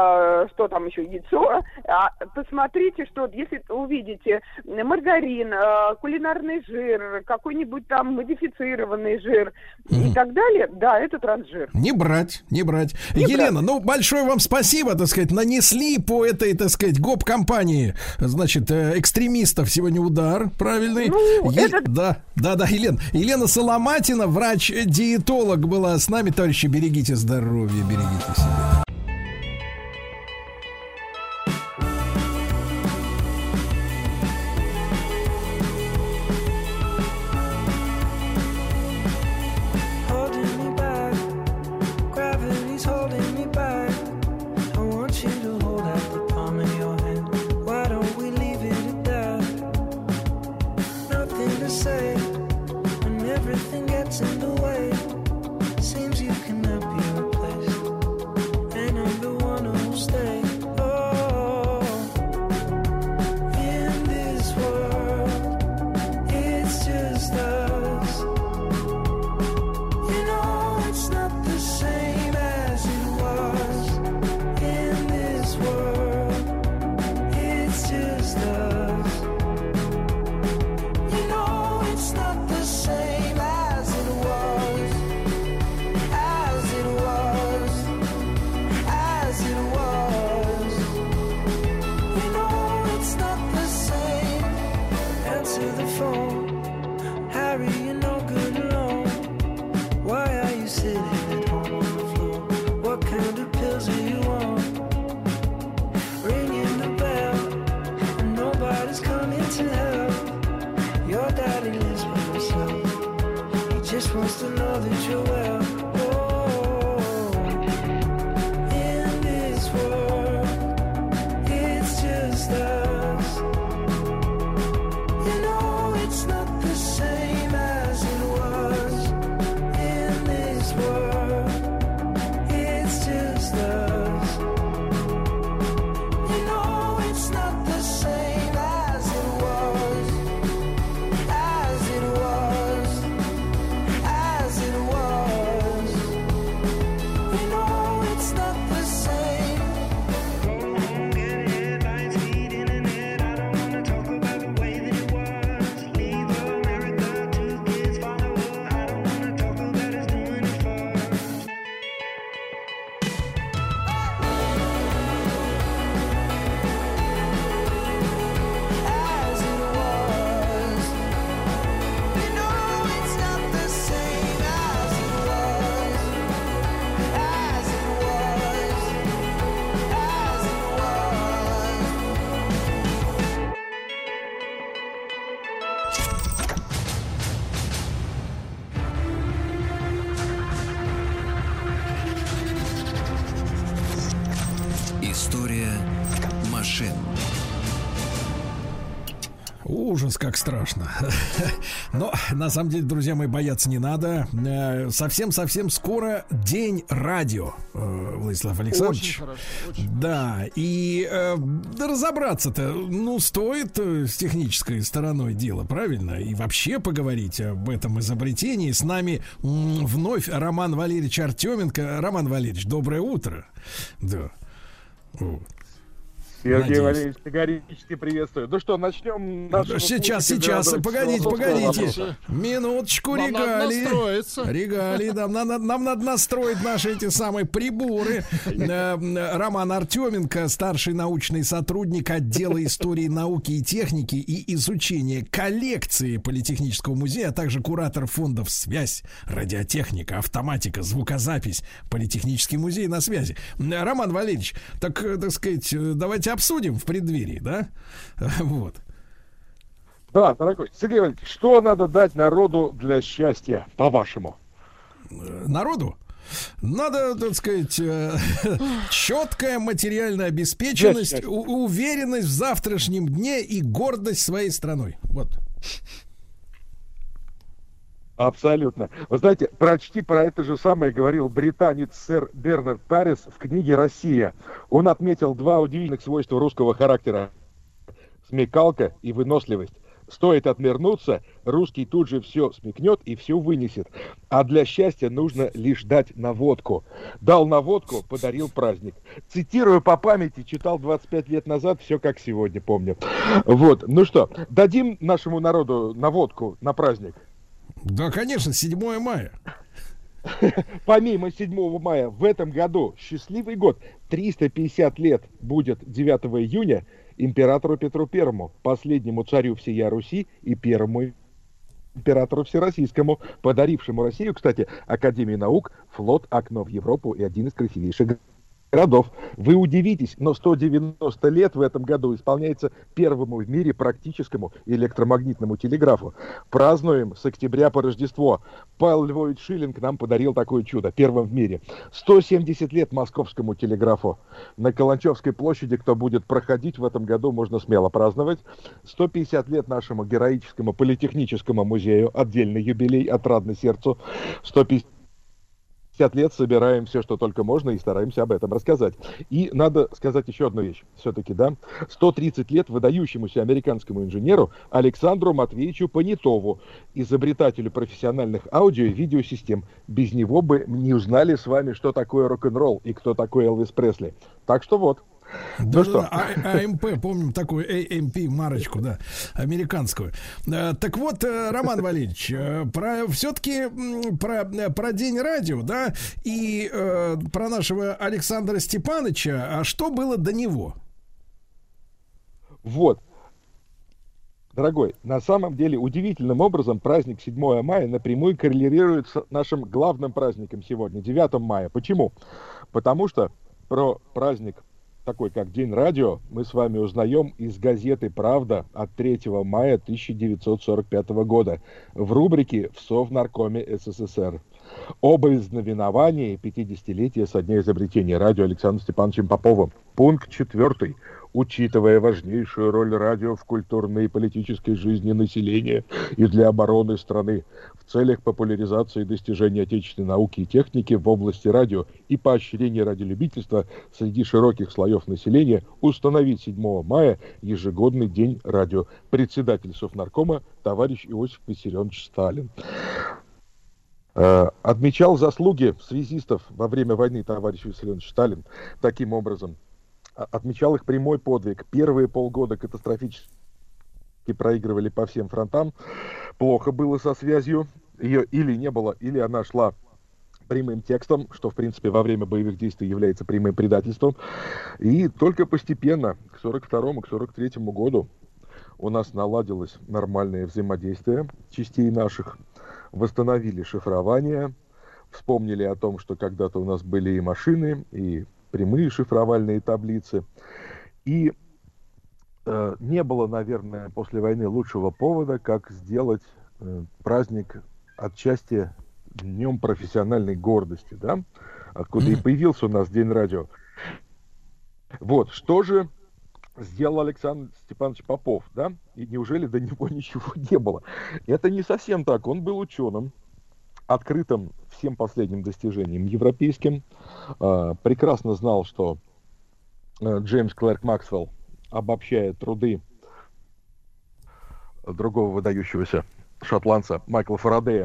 что там еще, яйцо. Посмотрите, что если увидите маргарин, кулинарный жир, какой-нибудь там модифицированный жир и так далее, да, это трансжир. Не брать. Елена, ну, большое вам спасибо, так сказать, нанесли по этой, так сказать, гоп-компании, значит, экстремистов сегодня удар, правильный? Да, Елена Соломатина, врач-диетолог, была с нами. Товарищи, берегите здоровье, берегите себя. In the way, seems you cannot be replaced. Ужас, как страшно. Но, на самом деле, друзья мои, бояться не надо. Совсем-совсем скоро день радио, Владислав Александрович. Очень хорошо. Очень. Да, и да разобраться-то, ну, стоит с технической стороной дела, правильно? И вообще поговорить об этом изобретении. С нами вновь Роман Валерьевич Артеменко. Роман Валерьевич, доброе утро. Да. Вот. Сергей Надеюсь. Валерьевич, категорически приветствую. Ну что, начнем нашего Сейчас, слушателя радовать погодите, философского погодите. вопроса. Минуточку, Нам надо регалии. настроиться. Регалии, да. Нам надо настроить наши эти самые приборы. Роман Артеменко, старший научный сотрудник отдела истории, науки и техники и изучения коллекции Политехнического музея, а также куратор фондов «Связь», «Радиотехника», «Автоматика», «Звукозапись», Политехнический музей на связи. Роман Валерьевич, так сказать, давайте обсудим в преддверии, да? Вот. Да, дорогой Сергей Валерьевич, что надо дать народу для счастья, по-вашему? Народу? Надо, так сказать, четкая материальная обеспеченность, уверенность в завтрашнем дне и гордость своей страной. Вот. Абсолютно. Вы знаете, почти про это же самое говорил британец сэр Бернард Парис в книге «Россия». Он отметил два удивительных свойства русского характера: смекалка и выносливость. Стоит отмернуться, русский тут же все смекнет и все вынесет. А для счастья нужно лишь дать наводку. Дал наводку, подарил праздник. Цитирую по памяти, читал 25 лет назад, все как сегодня помню. Вот, ну что, дадим нашему народу наводку на праздник? Да, конечно, 7 мая. Помимо 7 мая, в этом году счастливый год, 350 лет будет 9 июня императору Петру Первому, последнему царю всея Руси и первому императору всероссийскому, подарившему Россию, кстати, Академии наук, флот, окно в Европу и один из красивейших городов. Вы удивитесь, но 190 лет в этом году исполняется первому в мире практическому электромагнитному телеграфу. Празднуем с октября по Рождество. Павел Львович Шиллинг нам подарил такое чудо, первым в мире. 170 лет московскому телеграфу. На Каланчевской площади, кто будет проходить в этом году, можно смело праздновать. 150 лет нашему героическому политехническому музею, отдельный юбилей, отрадный сердцу. 150 лет собираем все, что только можно, и стараемся об этом рассказать. И надо сказать еще одну вещь. Все-таки, да, 130 лет выдающемуся американскому инженеру Александру Матвеевичу Понятову, изобретателю профессиональных аудио и видеосистем. Без него бы не узнали с вами, что такое рок-н-ролл и кто такой Элвис Пресли. Так что вот. Да, что? АМП, помним такую AMP марочку, да, американскую. Так вот, Роман Валерьевич, все-таки про день радио, да, и про нашего Александра Степановича, а что было до него? Вот. Дорогой, на самом деле удивительным образом праздник 7 мая напрямую коррелирует с нашим главным праздником сегодня, 9 мая. Почему? Потому что про праздник такой как День радио, мы с вами узнаем из газеты «Правда» от 3 мая 1945 года в рубрике «В Совнаркоме СССР». Об знаменовании 50-летия со дня изобретения радио Александром Степановичем Поповым. Пункт 4. Учитывая важнейшую роль радио в культурной и политической жизни населения и для обороны страны, в целях популяризации и достижения отечественной науки и техники в области радио и поощрения радиолюбительства среди широких слоев населения, установить 7 мая ежегодный день радио. Председатель Совнаркома товарищ Иосиф Виссарионович Сталин. Отмечал заслуги связистов во время войны товарищ Виссарионович Сталин таким образом. Отмечал их прямой подвиг. Первые полгода катастрофически проигрывали по всем фронтам. Плохо было со связью. Ее или не было, или она шла прямым текстом, что, в принципе, во время боевых действий является прямым предательством. И только постепенно, к 42-му, к 43-му году у нас наладилось нормальное взаимодействие частей наших. Восстановили шифрование. Вспомнили о том, что когда-то у нас были и машины, и прямые шифровальные таблицы. И не было, наверное, после войны лучшего повода, как сделать праздник отчасти днем профессиональной гордости, да? Откуда и появился у нас День радио. Вот, что же сделал Александр Степанович Попов, да? И неужели до него ничего не было? Это не совсем так. Он был ученым, открытым всем последним достижениям европейским, прекрасно знал, что Джеймс Клерк Максвелл, обобщая труды другого выдающегося шотландца Майкла Фарадея,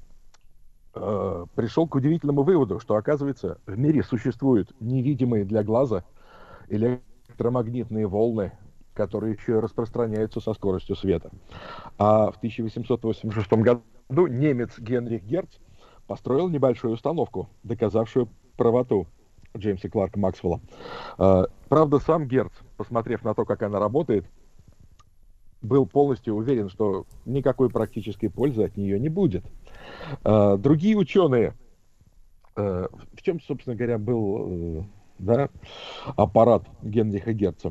пришел к удивительному выводу, что, оказывается, в мире существуют невидимые для глаза электромагнитные волны, которые еще распространяются со скоростью света. А в 1886 году немец Генрих Герц построил небольшую установку, доказавшую правоту Джеймса Кларка Максвелла. Правда, сам Герц, посмотрев на то, как она работает, был полностью уверен, что никакой практической пользы от нее не будет. Другие ученые, в чем, собственно говоря, был аппарат Генриха Герца?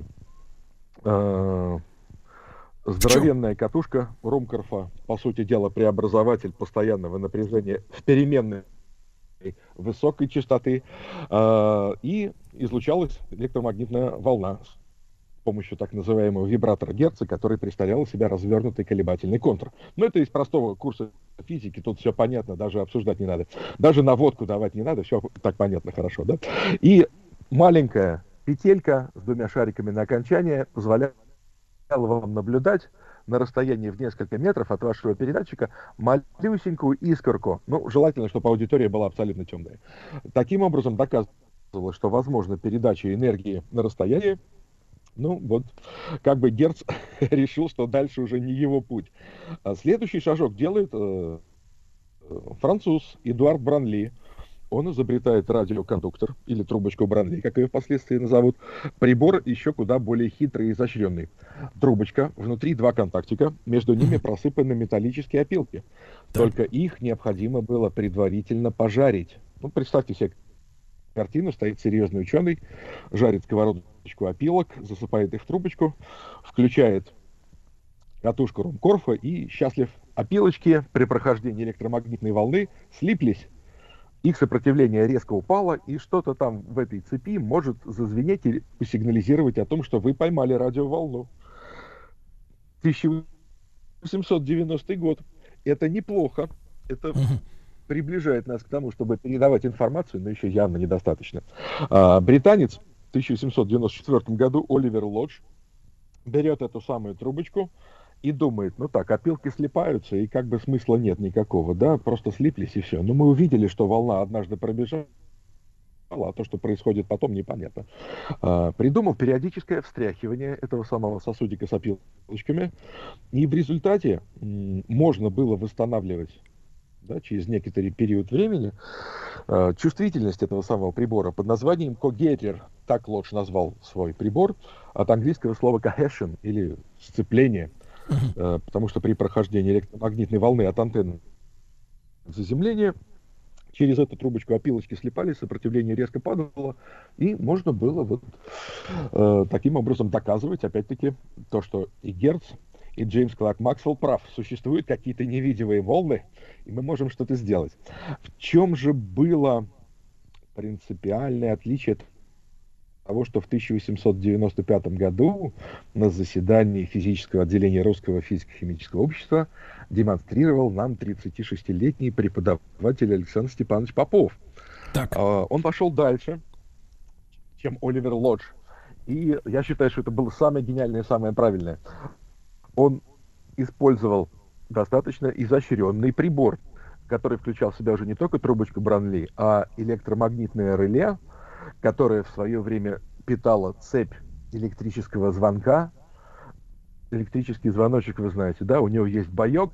Здоровенная катушка Румкорфа, по сути дела, преобразователь постоянного напряжения в переменной высокой частоты, и излучалась электромагнитная волна с помощью так называемого вибратора Герца, который представлял из себя развернутый колебательный контур. Но это из простого курса физики, тут все понятно, даже обсуждать не надо. Даже наводку давать не надо, все так понятно, хорошо, да? И маленькая петелька с двумя шариками на окончании позволяла вам наблюдать на расстоянии в несколько метров от вашего передатчика малюсенькую искорку. Ну, желательно, чтобы аудитория была абсолютно темная. Таким образом доказывалось, что возможна передача энергии на расстоянии. Ну, вот, как бы Герц решил, что дальше уже не его путь. Следующий шажок делает француз Эдуард Бранли. Он изобретает радиокондуктор, или трубочку Бранли, как ее впоследствии назовут. Прибор еще куда более хитрый и изощренный. Трубочка, внутри два контактика, между ними просыпаны металлические опилки. Только их необходимо было предварительно пожарить. Ну, представьте себе картину, стоит серьезный ученый, жарит сковородочку опилок, засыпает их в трубочку, включает катушку Румкорфа и счастлив. Опилочки при прохождении электромагнитной волны слиплись. Их сопротивление резко упало, и что-то там в этой цепи может зазвенеть и посигнализировать о том, что вы поймали радиоволну. 1890 год. Это неплохо. Это приближает нас к тому, чтобы передавать информацию, но еще явно недостаточно. Британец в 1794 году Оливер Лодж берет эту самую трубочку и думает, ну так, опилки слипаются, и как бы смысла нет никакого, да, просто слиплись и все. Но мы увидели, что волна однажды пробежала, а то, что происходит потом, непонятно. Придумал периодическое встряхивание этого самого сосудика с опилочками, и в результате можно было восстанавливать, да, через некоторый период времени чувствительность этого самого прибора под названием когерер, так Лодж назвал свой прибор, от английского слова cohesion, или сцепление. Потому что при прохождении электромагнитной волны от антенны в заземление через эту трубочку опилочки слипались, сопротивление резко падало, и можно было вот таким образом доказывать, опять-таки, то, что и Герц, и Джеймс Кларк Максвелл прав. Существуют какие-то невидимые волны, и мы можем что-то сделать. В чем же было принципиальное отличие того, что в 1895 году на заседании физического отделения Русского физико-химического общества демонстрировал нам 36-летний преподаватель Александр Степанович Попов. Он пошел дальше, чем Оливер Лодж. И я считаю, что это было самое гениальное и самое правильное. Он использовал достаточно изощренный прибор, который включал в себя уже не только трубочку Бранли, а электромагнитное реле, которая в свое время питала цепь электрического звонка. Электрический звоночек, вы знаете, да, у него есть боек,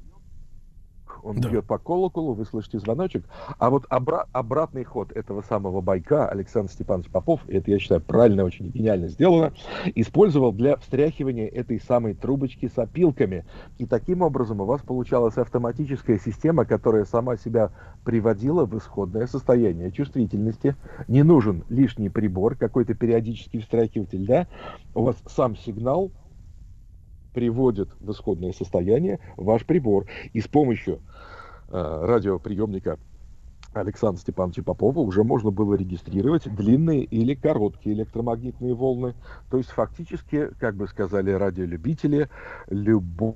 он бьет по колоколу, вы слышите звоночек, а вот обратный ход этого самого байка Александр Степанович Попов, это, я считаю, правильно, очень гениально сделано, использовал для встряхивания этой самой трубочки с опилками. И таким образом у вас получалась автоматическая система, которая сама себя приводила в исходное состояние чувствительности. Не нужен лишний прибор, какой-то периодический встряхиватель, да, у вас сам сигнал приводит в исходное состояние ваш прибор. И с помощью радиоприемника Александра Степановича Попова уже можно было регистрировать длинные или короткие электромагнитные волны. То есть фактически, как бы сказали радиолюбители, любой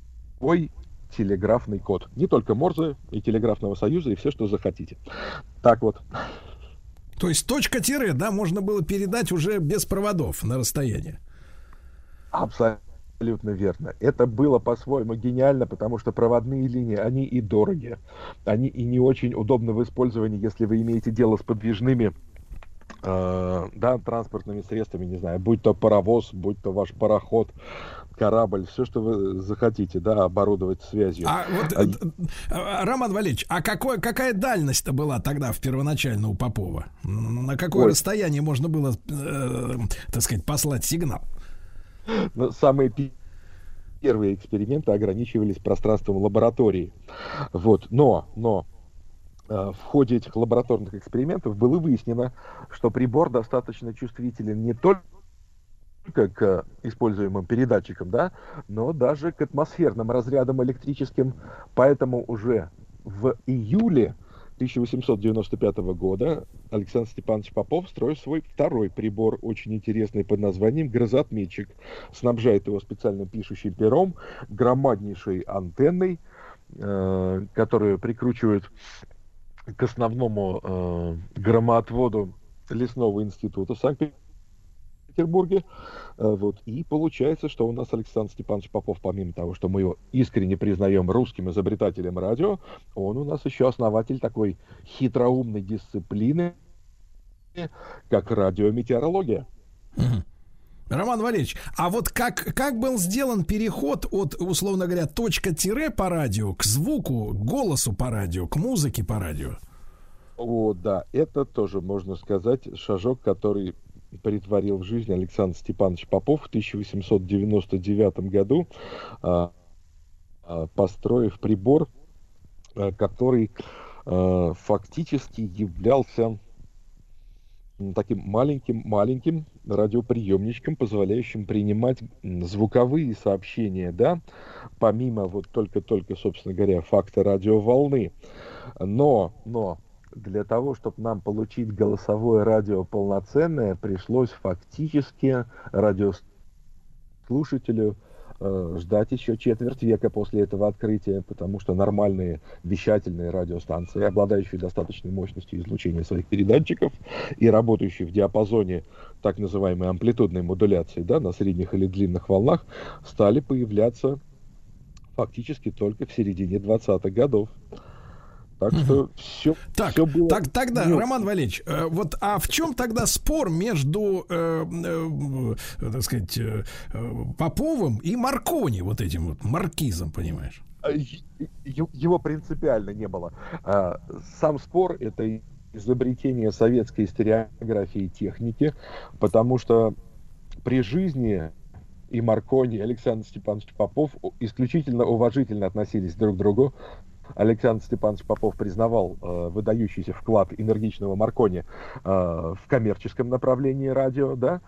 телеграфный код. Не только Морзе и Телеграфного союза, и все, что захотите. Так вот. То есть точка-тире, да, можно было передать уже без проводов на расстояние. Абсолютно верно. Это было по-своему гениально, потому что проводные линии, они и дороги, они и не очень удобны в использовании, если вы имеете дело с подвижными транспортными средствами, не знаю, будь то паровоз, будь то ваш пароход, корабль, все, что вы захотите, да, оборудовать связью. Роман Валерьевич, какая дальность-то была тогда первоначально у Попова? На какое расстояние можно было, так сказать, послать сигнал? Самые первые эксперименты ограничивались пространством лаборатории. Вот. Но в ходе этих лабораторных экспериментов было выяснено, что прибор достаточно чувствителен не только к используемым передатчикам, да, но даже к атмосферным разрядам электрическим. Поэтому уже в июле 1895 года Александр Степанович Попов строит свой второй прибор, очень интересный, под названием грозоотметчик. Снабжает его специальным пишущим пером, громаднейшей антенной, которую прикручивают к основному громоотводу Лесного института в Санкт-Петербурге. Вот. И получается, что у нас Александр Степанович Попов, помимо того, что мы его искренне признаем русским изобретателем радио, он у нас еще основатель такой хитроумной дисциплины, как радиометеорология. Роман Валерьевич, а вот как был сделан переход от, условно говоря, точка-тире по радио к звуку, к голосу по радио, к музыке по радио? О, да, это тоже, можно сказать, шажок, который притворил в жизнь Александр Степанович Попов в 1899 году, построив прибор, который фактически являлся таким маленьким радиоприемничком, позволяющим принимать звуковые сообщения, да, помимо вот только, собственно говоря, факта радиоволны. Но для того, чтобы нам получить голосовое радио полноценное, пришлось фактически радиослушателю ждать еще четверть века после этого открытия, потому что нормальные вещательные радиостанции, обладающие достаточной мощностью излучения своих передатчиков и работающие в диапазоне так называемой амплитудной модуляции, да, на средних или длинных волнах, стали появляться фактически только в середине 20-х годов. Так что все было... Тогда, Роман Валерьевич, а в чем тогда спор между, так сказать, Поповым и Маркони, вот этим вот маркизом, понимаешь? Его принципиально не было. Сам спор — это изобретение советской стереографии и техники, потому что при жизни и Маркони, и Александр Степанович Попов исключительно уважительно относились друг к другу. Александр Степанович Попов признавал выдающийся вклад энергичного Маркони в коммерческом направлении радио, да.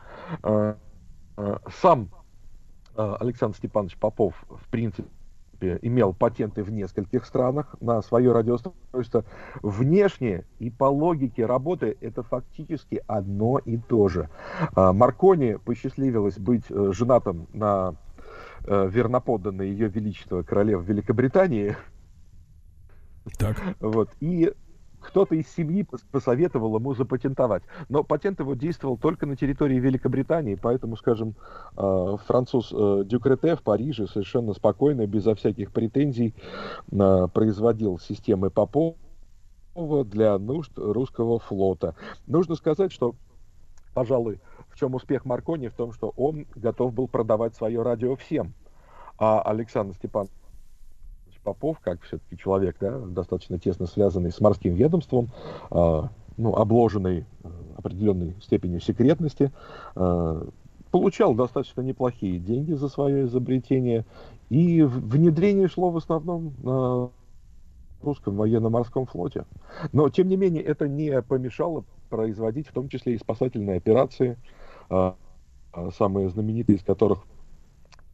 Сам Александр Степанович Попов, в принципе, имел патенты в нескольких странах на свое радиоустройство. Внешне и по логике работы это фактически одно и то же. Маркони посчастливилось быть женатым на верноподданной Ее Величества королевы Великобритании. Так. Вот. И кто-то из семьи посоветовал ему запатентовать. Но патент его действовал только на территории Великобритании, поэтому, скажем, француз Дюкрете в Париже совершенно спокойно, безо всяких претензий, производил системы Попова для нужд русского флота. Нужно сказать, что, пожалуй, в чем успех Маркони, в том, что он готов был продавать свое радио всем. А Александр Степанович Попов, как все-таки человек, да, достаточно тесно связанный с морским ведомством, обложенный определенной степенью секретности, получал достаточно неплохие деньги за свое изобретение, и внедрение шло в основном на русском военно-морском флоте. Но, тем не менее, это не помешало производить в том числе и спасательные операции, самые знаменитые из которых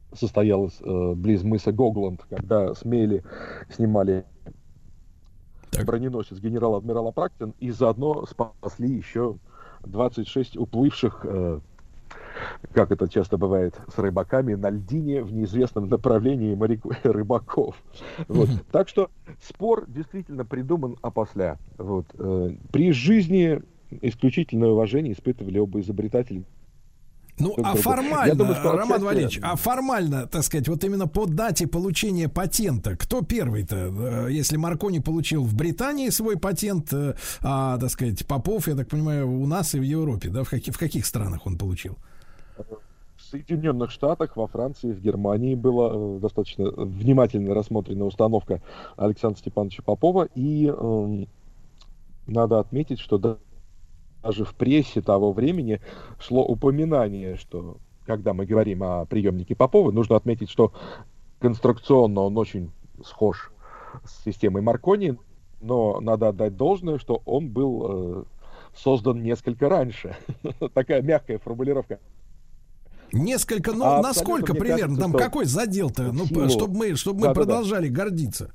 состоялась близ мыса Гогланд, когда с Мели снимали броненосец генерал-адмирал Апраксин, и заодно спасли еще 26 уплывших, как это часто бывает с рыбаками, на льдине в неизвестном направлении рыбаков. Вот. Так что спор действительно придуман опосля. Вот. При жизни исключительное уважение испытывали оба изобретателя. Ну, а формально, Роман Валерьевич, формально, так сказать, вот именно по дате получения патента, кто первый-то? Если Маркони получил в Британии свой патент, так сказать, Попов, я так понимаю, у нас и в Европе, да? В каких странах он получил? В Соединенных Штатах, во Франции, в Германии была достаточно внимательно рассмотрена установка Александра Степановича Попова, и надо отметить, что даже в прессе того времени шло упоминание, что когда мы говорим о приемнике Попова, нужно отметить, что конструкционно он очень схож с системой Маркони, но надо отдать должное, что он был создан несколько раньше. Такая мягкая формулировка. Несколько, ну, насколько примерно? Там какой задел-то? Ну, чтобы мы продолжали гордиться.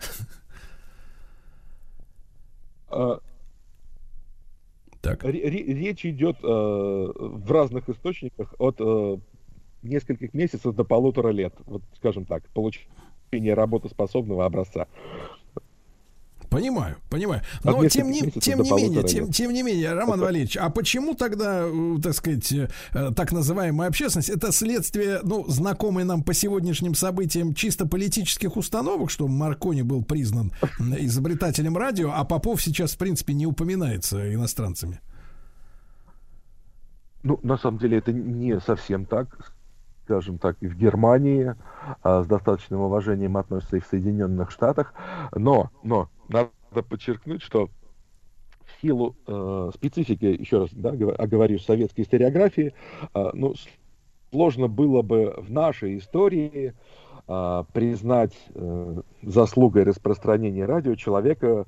Так. Речь идет в разных источниках от нескольких месяцев до 1,5 лет, вот скажем так, получения работоспособного образца. Понимаю. Но тем не менее, Роман Валерьевич, а почему тогда, так сказать, так называемая общественность, это следствие, ну, знакомой нам по сегодняшним событиям чисто политических установок, что Маркони был признан изобретателем радио, а Попов сейчас, в принципе, не упоминается иностранцами? Ну, на самом деле, это не совсем так. Скажем так, и в Германии с достаточным уважением относятся и в Соединенных Штатах. Но надо подчеркнуть, что в силу специфики, еще раз оговорю, советской историографии, ну, сложно было бы в нашей истории признать заслугой распространения радио человека,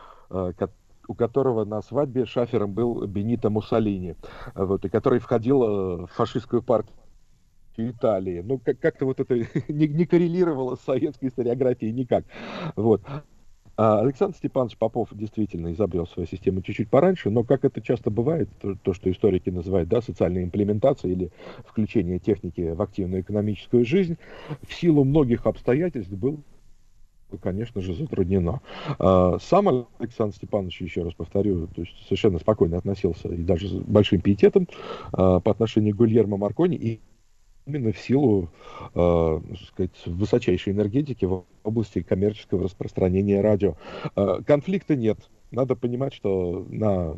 у которого на свадьбе шафером был Бенито Муссолини, вот, и который входил в фашистскую партию Италии. Ну, как-то вот это не коррелировало с советской историографией никак. Вот. Александр Степанович Попов действительно изобрел свою систему чуть-чуть пораньше, но, как это часто бывает, то, что историки называют, да, социальной имплементацией или включение техники в активную экономическую жизнь, в силу многих обстоятельств был, конечно же, затруднено. Сам Александр Степанович, еще раз повторю, то есть совершенно спокойно относился и даже с большим пиететом по отношению к Гильермо Маркони, и именно в силу, сказать, высочайшей энергетики в области коммерческого распространения радио. Конфликта нет. Надо понимать, что на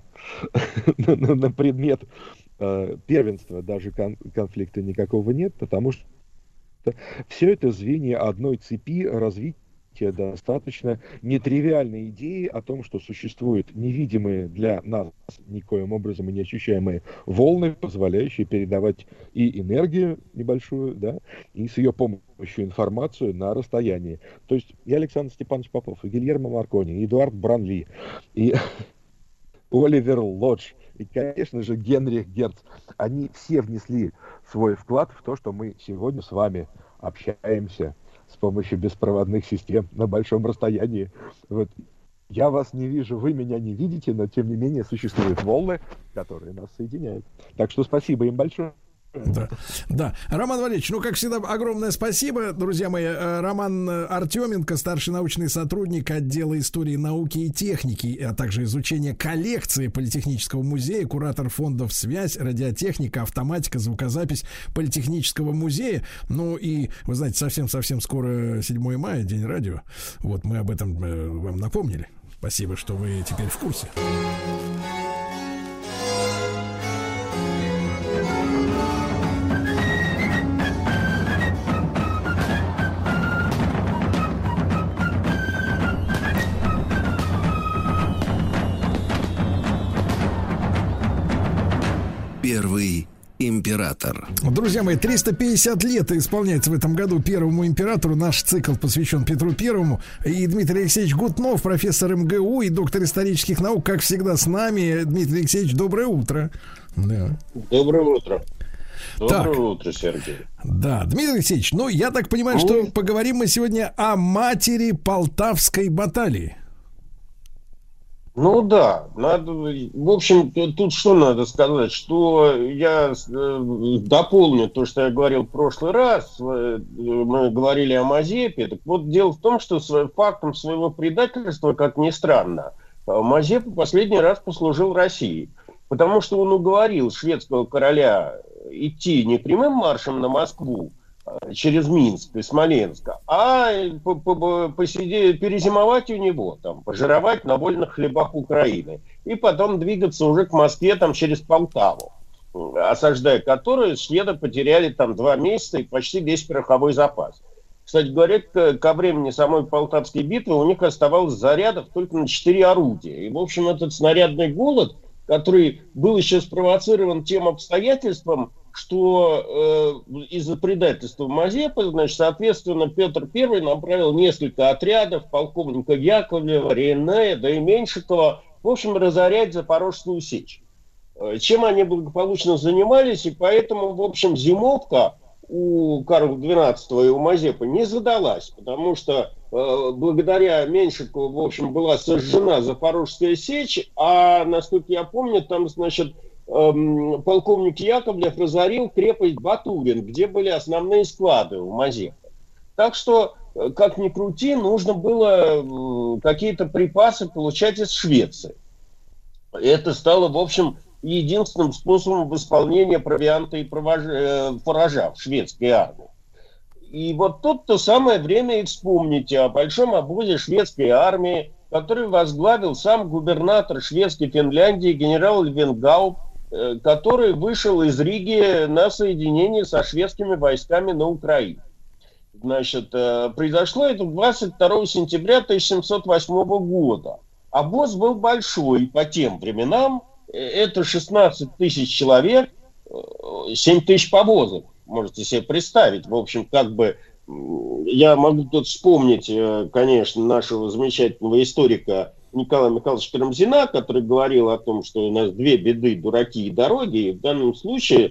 предмет первенства даже конфликта никакого нет, потому что все это звенья одной цепи развития достаточно нетривиальной идеи о том, что существуют невидимые для нас никоим образом и неощущаемые волны, позволяющие передавать и энергию небольшую, да, и с ее помощью информацию на расстоянии. То есть и Александр Степанович Попов, и Гильермо Маркони, и Эдуард Бранли, и Оливер Лодж, и, конечно же, Генрих Герц, они все внесли свой вклад в то, что мы сегодня с вами общаемся с помощью беспроводных систем на большом расстоянии. Вот. Я вас не вижу, вы меня не видите, но тем не менее существуют волны, которые нас соединяют. Так что спасибо им большое. Да. Роман Валерьевич, ну, как всегда, огромное спасибо, друзья мои. Роман Артеменко, старший научный сотрудник отдела истории науки и техники, а также изучения коллекции Политехнического музея, куратор фондов «Связь», радиотехника, автоматика, звукозапись Политехнического музея. Ну и, вы знаете, совсем скоро 7 мая, День радио. Вот мы об этом вам напомнили. Спасибо, что вы теперь в курсе. Первый император. Друзья мои, 350 лет исполняется в этом году первому императору. Наш цикл посвящен Петру Первому. И Дмитрий Алексеевич Гутнов, профессор МГУ и доктор исторических наук, как всегда, с нами. Дмитрий Алексеевич, доброе утро. Да. Доброе утро. Доброе утро, Сергей. Да, Дмитрий Алексеевич, ну, я так понимаю, что поговорим мы сегодня о матери Полтавской баталии. Ну да, надо, в общем, тут что надо сказать, что я дополню то, что я говорил в прошлый раз, мы говорили о Мазепе, так вот дело в том, что фактом своего предательства, как ни странно, Мазепа последний раз послужил России, потому что он уговорил шведского короля идти не прямым маршем на Москву, через Минск и Смоленск, а перезимовать у него, там, пожировать на вольных хлебах Украины, и потом двигаться уже к Москве там, через Полтаву, осаждая которую шведы потеряли там 2 месяца и почти весь пороховой запас. Кстати говоря, ко времени самой Полтавской битвы у них оставалось зарядов только на 4 орудия. И, в общем, этот снарядный голод, который был еще спровоцирован тем обстоятельством, что из-за предательства Мазепы, значит, соответственно, Петр I направил несколько отрядов полковника Яковлева, Рейнея, да и Меньшикова, в общем, разорять Запорожскую сечь. Чем они благополучно занимались, и поэтому, в общем, зимовка у Карла XII и у Мазепы не задалась, потому что благодаря Меньшикову, в общем, была сожжена Запорожская сечь, а, насколько я помню, там, значит, полковник Яковлев разорил крепость Батурин, где были основные склады у Мазепы. Так что, как ни крути, нужно было какие-то припасы получать из Швеции. Это стало, в общем, единственным способом восполнения провианта и фуража в шведской армии. И вот тут-то самое время и вспомнить о большом обозе шведской армии, который возглавил сам губернатор шведской Финляндии генерал Левенгауп, который вышел из Риги на соединение со шведскими войсками на Украине. Значит, произошло это 22 сентября 1708 года. Обоз был большой по тем временам. Это 16 тысяч человек, 7 тысяч повозок. Можете себе представить. В общем, как бы я могу тут вспомнить, конечно, нашего замечательного историка Николая Михайловича Карамзина, который говорил о том, что у нас 2 беды – дураки и дороги. И в данном случае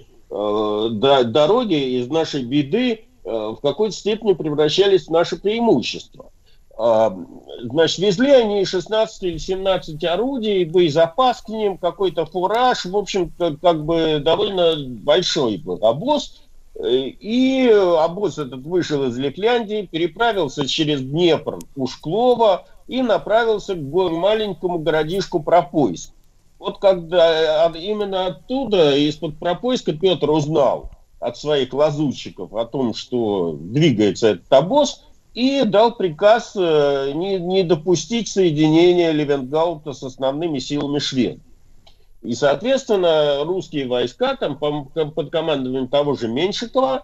дороги из нашей беды в какой-то степени превращались в наше преимущество. Значит, везли они 16 или 17 орудий, боезапас к ним, какой-то фураж, в общем, как бы довольно большой был обоз. И обоз этот вышел из Лифляндии, переправился через Днепр у Шклова и направился к маленькому городишку Пропойск. Вот когда именно оттуда, из-под Пропойска, Петр узнал от своих лазутчиков о том, что двигается этот обоз, и дал приказ не допустить соединения Левенгаупта с основными силами шведов. И, соответственно, русские войска там, под командованием того же Меньшикова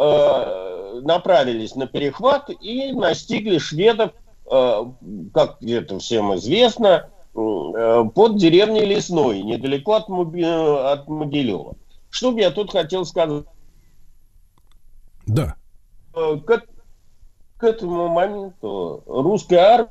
направились на перехват и настигли шведов, как это всем известно, под деревней Лесной, недалеко от Могилева. Что бы я тут хотел сказать? Да. К этому моменту русская армия...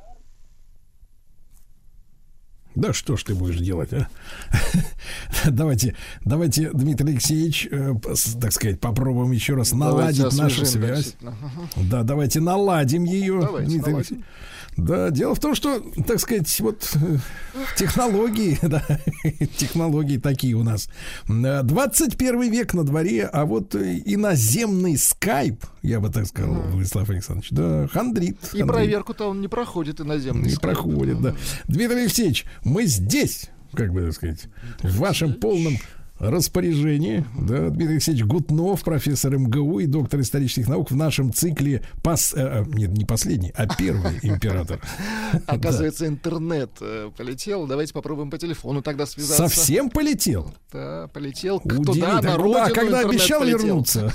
Да что ж ты будешь делать, а? Давайте, Дмитрий Алексеевич, так сказать, попробуем еще раз наладить нашу связь. Да, давайте наладим ее, Дмитрий Алексеевич. Да, дело в том, что, так сказать, вот технологии, да, технологии такие у нас. 21 век на дворе, а вот иноземный скайп, я бы так сказал, Владислав Александрович, да, хандрит. И проверку-то он не проходит, иноземный скайп. Не проходит, да. Дмитрий Алексеевич, мы здесь, как бы так сказать, в вашем полном распоряжении, да, Дмитрий Алексеевич Гутнов, профессор МГУ и доктор исторических наук в нашем цикле нет, не последний, а первый император. Оказывается, интернет полетел. Давайте попробуем по телефону тогда связаться. Совсем полетел? Да, полетел туда, на родину. Да, когда обещал вернуться.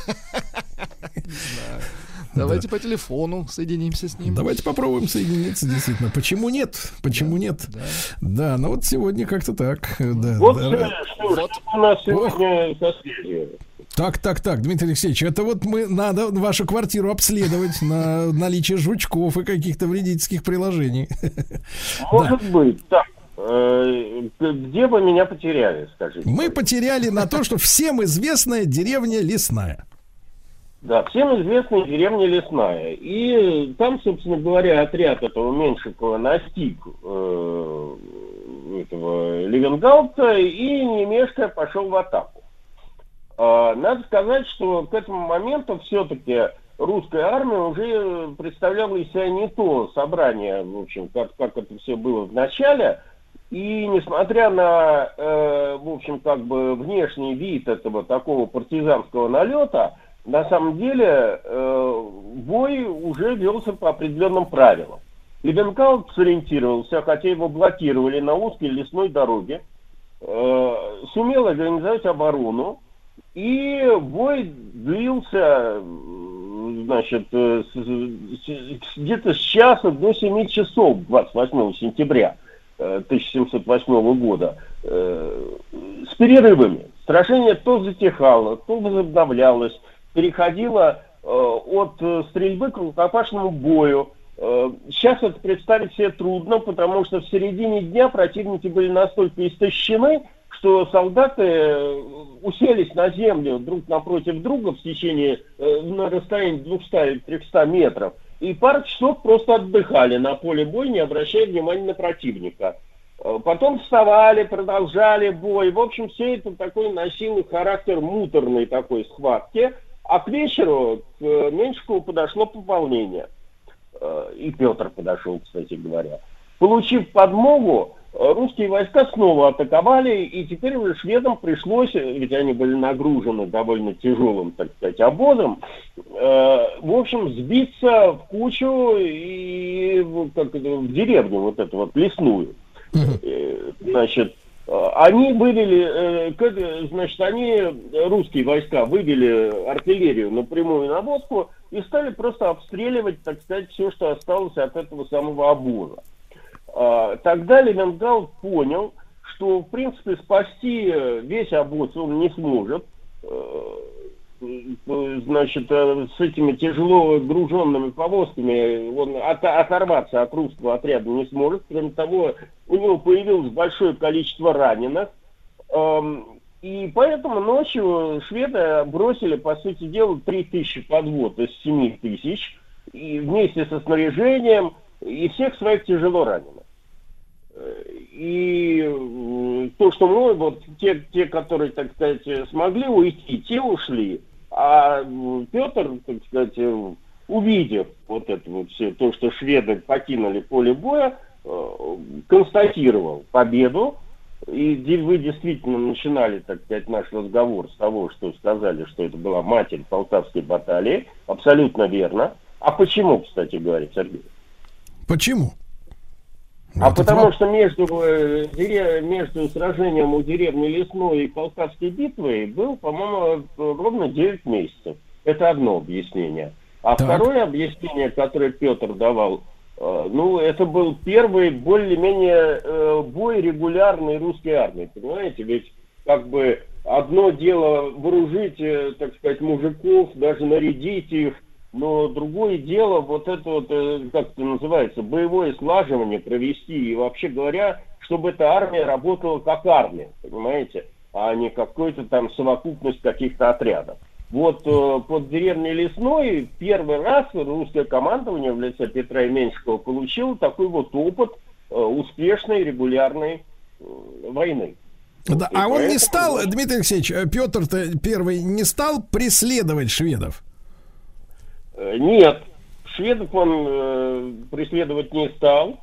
Давайте по телефону соединимся с ним. Давайте попробуем соединиться, действительно. Почему нет? Почему нет? Да, ну вот сегодня как-то так. Вот что у нас сегодня со связью. Так, Дмитрий Алексеевич, это вот надо вашу квартиру обследовать на наличие жучков и каких-то вредительских приложений. Может быть, так. Где вы меня потеряли, скажите? Мы потеряли на то, что всем известная деревня Лесная. Да, всем известная деревня Лесная. И там, собственно говоря, отряд этого Меньшикова настиг этого Левенгауза и, не мешкая, пошел в атаку. Надо сказать, что к этому моменту все-таки русская армия уже представляла из себя не то собрание, в общем, как это все было в начале. И несмотря на, в общем, как бы внешний вид этого такого партизанского налета, на самом деле бой уже велся по определенным правилам. Левенкауз сориентировался, хотя его блокировали на узкой лесной дороге, сумел организовать оборону, и бой длился, значит, где-то с часа до 7 часов 28 сентября 1708 года, с перерывами. Сражение то затихало, то возобновлялось, переходило от стрельбы к рукопашному бою. Сейчас это представить себе трудно, потому что в середине дня противники были настолько истощены, что солдаты уселись на землю друг напротив друга в течение, на расстоянии 200-300 метров, и пару часов просто отдыхали на поле боя, не обращая внимания на противника. Потом вставали, продолжали бой. В общем, все это такой носило характер муторной такой схватки, а к вечеру к Меньшикову подошло пополнение. И Петр подошел, кстати говоря. Получив подмогу, русские войска снова атаковали, и теперь уже шведам пришлось, ведь они были нагружены довольно тяжелым, так сказать, обозом, в общем, сбиться в кучу и в деревню вот эту вот лесную. Значит, они вывели, русские войска вывели артиллерию на прямую наводку и стали просто обстреливать, так сказать, все, что осталось от этого самого обоза. Тогда Левенгаус понял, что, в принципе, спасти весь обоз он не сможет. Значит, с этими тяжело груженными повозками он оторваться от русского отряда не сможет. Кроме того, у него появилось большое количество раненых. И поэтому ночью шведы бросили, по сути дела, 3000 подвод из 7000, и вместе со снаряжением, и всех своих тяжело раненых. И то, что мы, вот те, которые, так сказать, смогли уйти, те ушли. А Петр, так сказать, увидев вот это вот все, то, что шведы покинули поле боя, констатировал победу. И вы действительно начинали, так сказать, наш разговор с того, что сказали, что это была матерь Полтавской баталии. Абсолютно верно. А почему, кстати говоря, Сергей? Почему? Потому что между сражением у деревни Лесной и Полтавской битвой был, по-моему, ровно 9 месяцев. Это одно объяснение. А второе объяснение, которое Петр давал, это был первый более-менее бой регулярной русской армии. Понимаете, ведь как бы одно дело вооружить, так сказать, мужиков, даже нарядить их, но другое дело вот это вот, как это называется, боевое слаживание провести. И вообще говоря, чтобы эта армия работала как армия, понимаете, а не какой-то там совокупность каких-то отрядов. Вот под деревней Лесной первый раз русское командование в лице Петра и Меньшикова получило такой вот опыт успешной регулярной войны. Да, а он не стал, Дмитрий Алексеевич, Петр-то первый не стал преследовать шведов? Нет, шведов он преследовать не стал.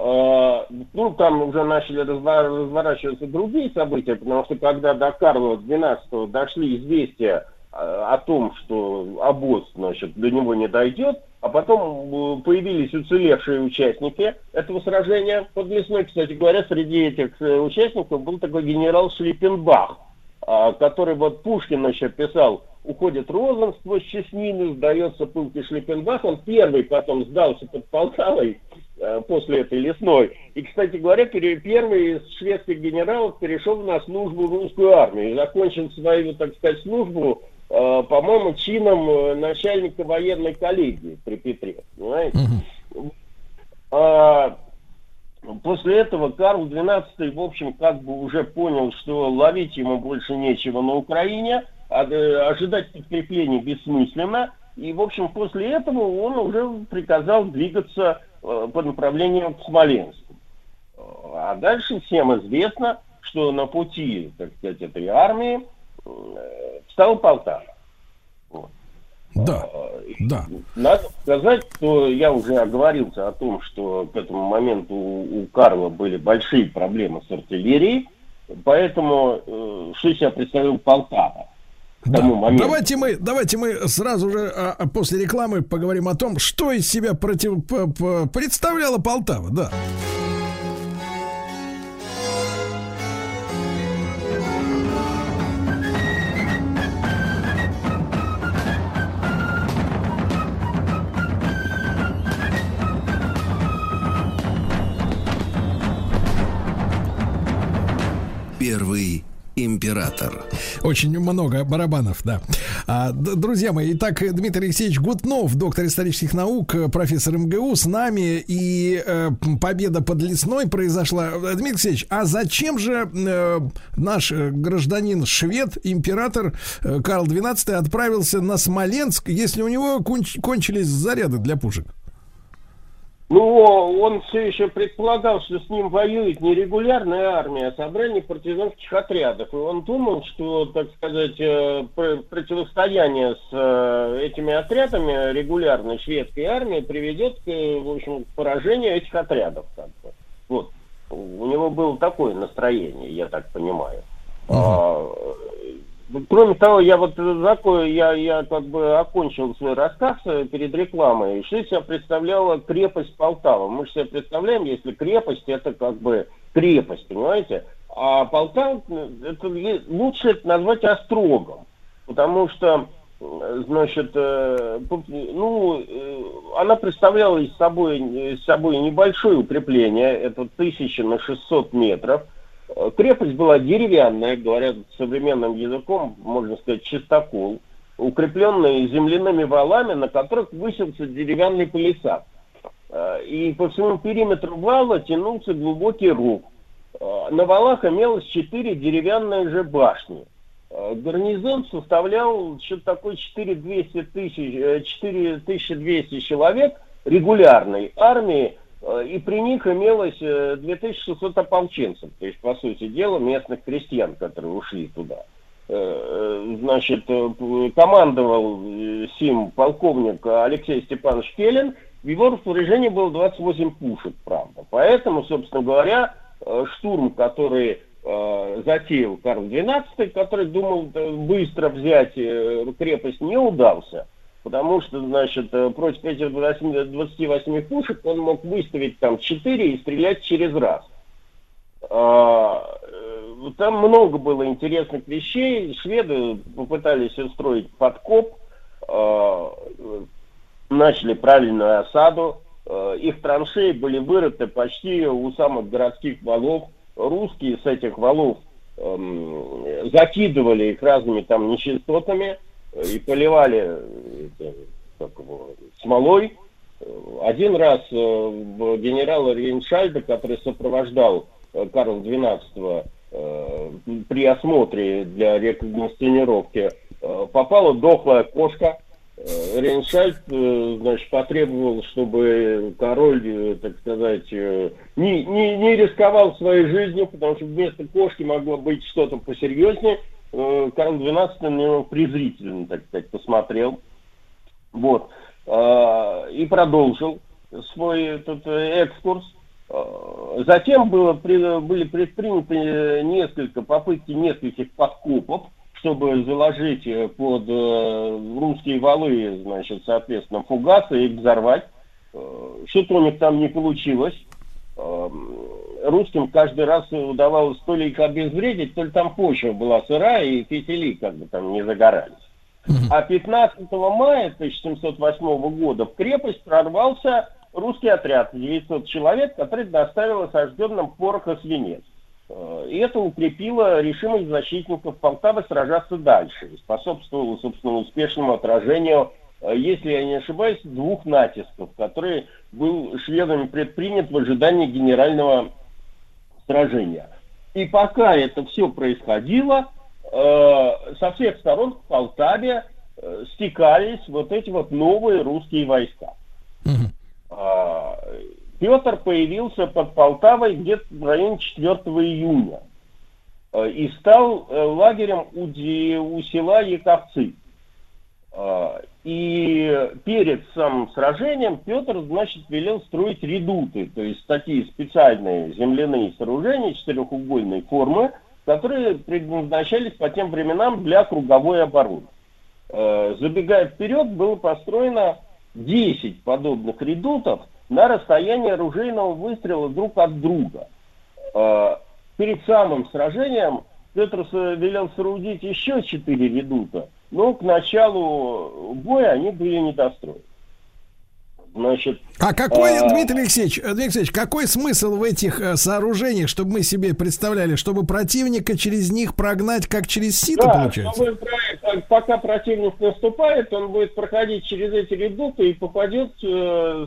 Там уже начали разворачиваться другие события, потому что когда до Карла XII дошли известия о том, что обоз, значит, до него не дойдет, а потом появились уцелевшие участники этого сражения под Лесной. Кстати говоря, среди этих участников был такой генерал Шлиппенбах, который вот Пушкин еще писал: «Уходит Розен сквозь Чеснину, сдается пылкий Шлиппенбах». Он первый потом сдался под Полтавой после этой Лесной. И, кстати говоря, первый из шведских генералов перешел на службу в русскую армию и закончил свою, так сказать, службу, по-моему, чином начальника военной коллегии при Петре. Понимаете? После этого Карл XII, в общем, как бы уже понял, что ловить ему больше нечего на Украине, ожидать подкреплений бессмысленно. И, в общем, после этого он уже приказал двигаться по направлению к Смоленску. А дальше всем известно, что на пути, так сказать, этой армии встала Полтава. Вот. Да, да. Надо сказать, что я уже оговорился о том, что к этому моменту у Карла были большие проблемы с артиллерией, поэтому что из себя представлял Полтава к тому моменту. Давайте мы сразу же после рекламы поговорим о том, что из себя представляла Полтава, да. Первый император. Очень много барабанов, да. Друзья мои, итак, Дмитрий Алексеевич Гутнов, доктор исторических наук, профессор МГУ, с нами. И победа под Лесной произошла. Дмитрий Алексеевич, а зачем же наш гражданин швед, император Карл XII, отправился на Смоленск, если у него кончились заряды для пушек? Ну, он все еще предполагал, что с ним воюет не регулярная армия, а собрание партизанских отрядов. И он думал, что, так сказать, противостояние с этими отрядами регулярной шведской армии приведет к, в общем, к поражению этих отрядов. Как бы. Вот. У него было такое настроение, я так понимаю. Кроме того, я как бы окончил свой рассказ перед рекламой. Что из себя представляла крепость Полтава? Мы же себе представляем, если крепость, это как бы крепость, понимаете? А Полтава, это лучше это назвать острогом. Потому что, значит, она представляла из собой небольшое укрепление, это 1000 на 600 метров. Крепость была деревянная, говорят современным языком, можно сказать, чистокол, укрепленная земляными валами, на которых высился деревянный палисад. И по всему периметру вала тянулся глубокий ров. На валах имелось 4 деревянные же башни. Гарнизон составлял что-то такое 4200 человек регулярной армии, и при них имелось 2600 ополченцев, то есть, по сути дела, местных крестьян, которые ушли туда. Значит, командовал сим полковник Алексей Степанович Келлен, в его распоряжении было 28 пушек, правда. Поэтому, собственно говоря, штурм, который затеял Карл XII, который думал быстро взять крепость, не удался. Потому что, значит, против этих 28 пушек он мог выставить там 4 и стрелять через раз. Там много было интересных вещей. Шведы попытались устроить подкоп, начали правильную осаду. Их траншеи были вырыты почти у самых городских валов. Русские с этих валов закидывали их разными там нечистотами и поливали смолой. Один раз генерала Рейншальда, который сопровождал Карла XII при осмотре для рекогносцировки, попала дохлая кошка. Рейншальд, значит, потребовал, чтобы король, так сказать, не рисковал своей жизнью, потому что вместо кошки могло быть что-то посерьезнее. Карл XII на него презрительно, так сказать, посмотрел. Вот. И продолжил свой этот экскурс. Затем были предприняты попытки нескольких подкопов, чтобы заложить под русские валы, значит, соответственно, фугасы и их взорвать. Что-то у них там не получилось. Русским каждый раз удавалось то ли их обезвредить, то ли там почва была сырая, и фитили как бы там не загорались. А 15 мая 1708 года в крепость прорвался русский отряд, 900 человек, который доставил осажденным порох и свинец. И это укрепило решимость защитников Полтавы сражаться дальше. И способствовало, собственно, успешному отражению, если я не ошибаюсь, 2 натисков, которые был шведами предпринят в ожидании генерального сражения. И пока это все происходило, со всех сторон к Полтаве стекались вот эти вот новые русские войска. Петр появился под Полтавой где-то в районе 4 июня и стал лагерем у села Яковцы. И перед самым сражением Петр, значит, велел строить редуты, то есть такие специальные земляные сооружения четырехугольной формы, которые предназначались по тем временам для круговой обороны. Забегая вперед, было построено 10 подобных редутов на расстоянии оружейного выстрела друг от друга. Перед самым сражением Петр велел соорудить еще 4 редута, но к началу боя они были недостроены. Значит, Дмитрий Алексеевич, какой смысл в этих сооружениях, чтобы мы себе представляли, чтобы противника через них прогнать, как через сито, получается? Пока противник наступает, он будет проходить через эти редуты и попадет, по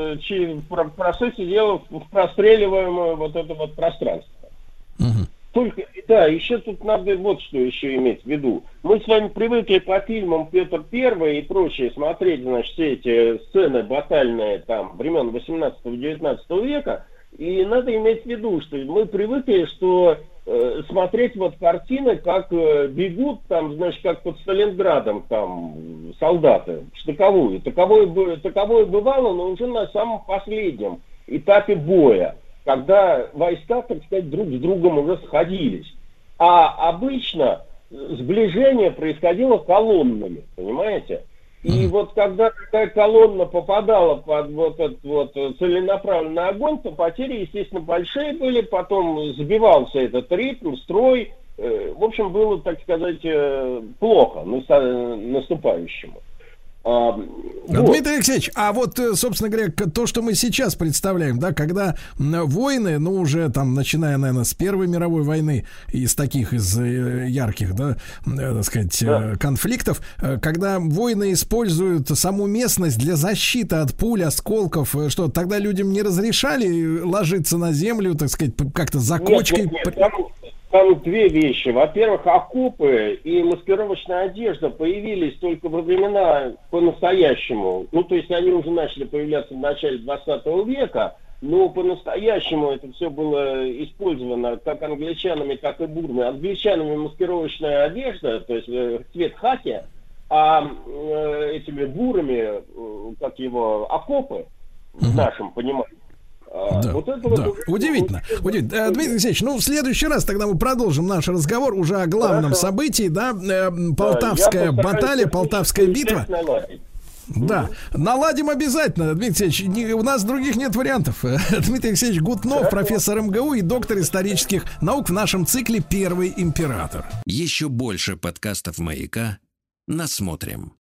сути дела, в простреливаемое вот это вот пространство. Только, да, еще тут надо вот что еще иметь в виду. Мы с вами привыкли по фильмам Петр I и прочее смотреть, значит, все эти сцены батальные там времен 18-19 века, и надо иметь в виду, что мы привыкли, что смотреть вот картины, как бегут там, значит, как под Сталинградом там солдаты, штыковую. Таковое бывало, но уже на самом последнем этапе боя, когда войска, так сказать, друг с другом уже сходились. А обычно сближение происходило колоннами, понимаете? И вот когда такая колонна попадала под вот этот вот целенаправленный огонь, то потери, естественно, большие были, потом сбивался этот ритм, строй. В общем, было, так сказать, плохо наступающему. Дмитрий Алексеевич, а вот, собственно говоря, то, что мы сейчас представляем, да, когда войны, ну, уже там, начиная, наверное, с Первой мировой войны, из таких, из ярких, да, так сказать, конфликтов, когда войны используют саму местность для защиты от пуль, осколков, что, тогда людям не разрешали ложиться на землю, так сказать, как-то за кочкой? Там две вещи. Во-первых, окопы и маскировочная одежда появились только во времена по-настоящему. Ну, то есть они уже начали появляться в начале 20 века, но по-настоящему это все было использовано как англичанами, так и бурами. Англичанами маскировочная одежда, то есть цвет хаки, а этими бурами, как его, окопы, в нашем понимании. Да, вот это да. Вот удивительно. Дмитрий Алексеевич, ну в следующий раз тогда мы продолжим наш разговор уже о главном событии, да, Полтавская баталия, Полтавская битва. Да, наладим обязательно, Дмитрий Алексеевич, у нас других нет вариантов. Дмитрий Алексеевич Гутнов, профессор МГУ и доктор исторических наук в нашем цикле «Первый император». Еще больше подкастов «Маяка» насмотрим.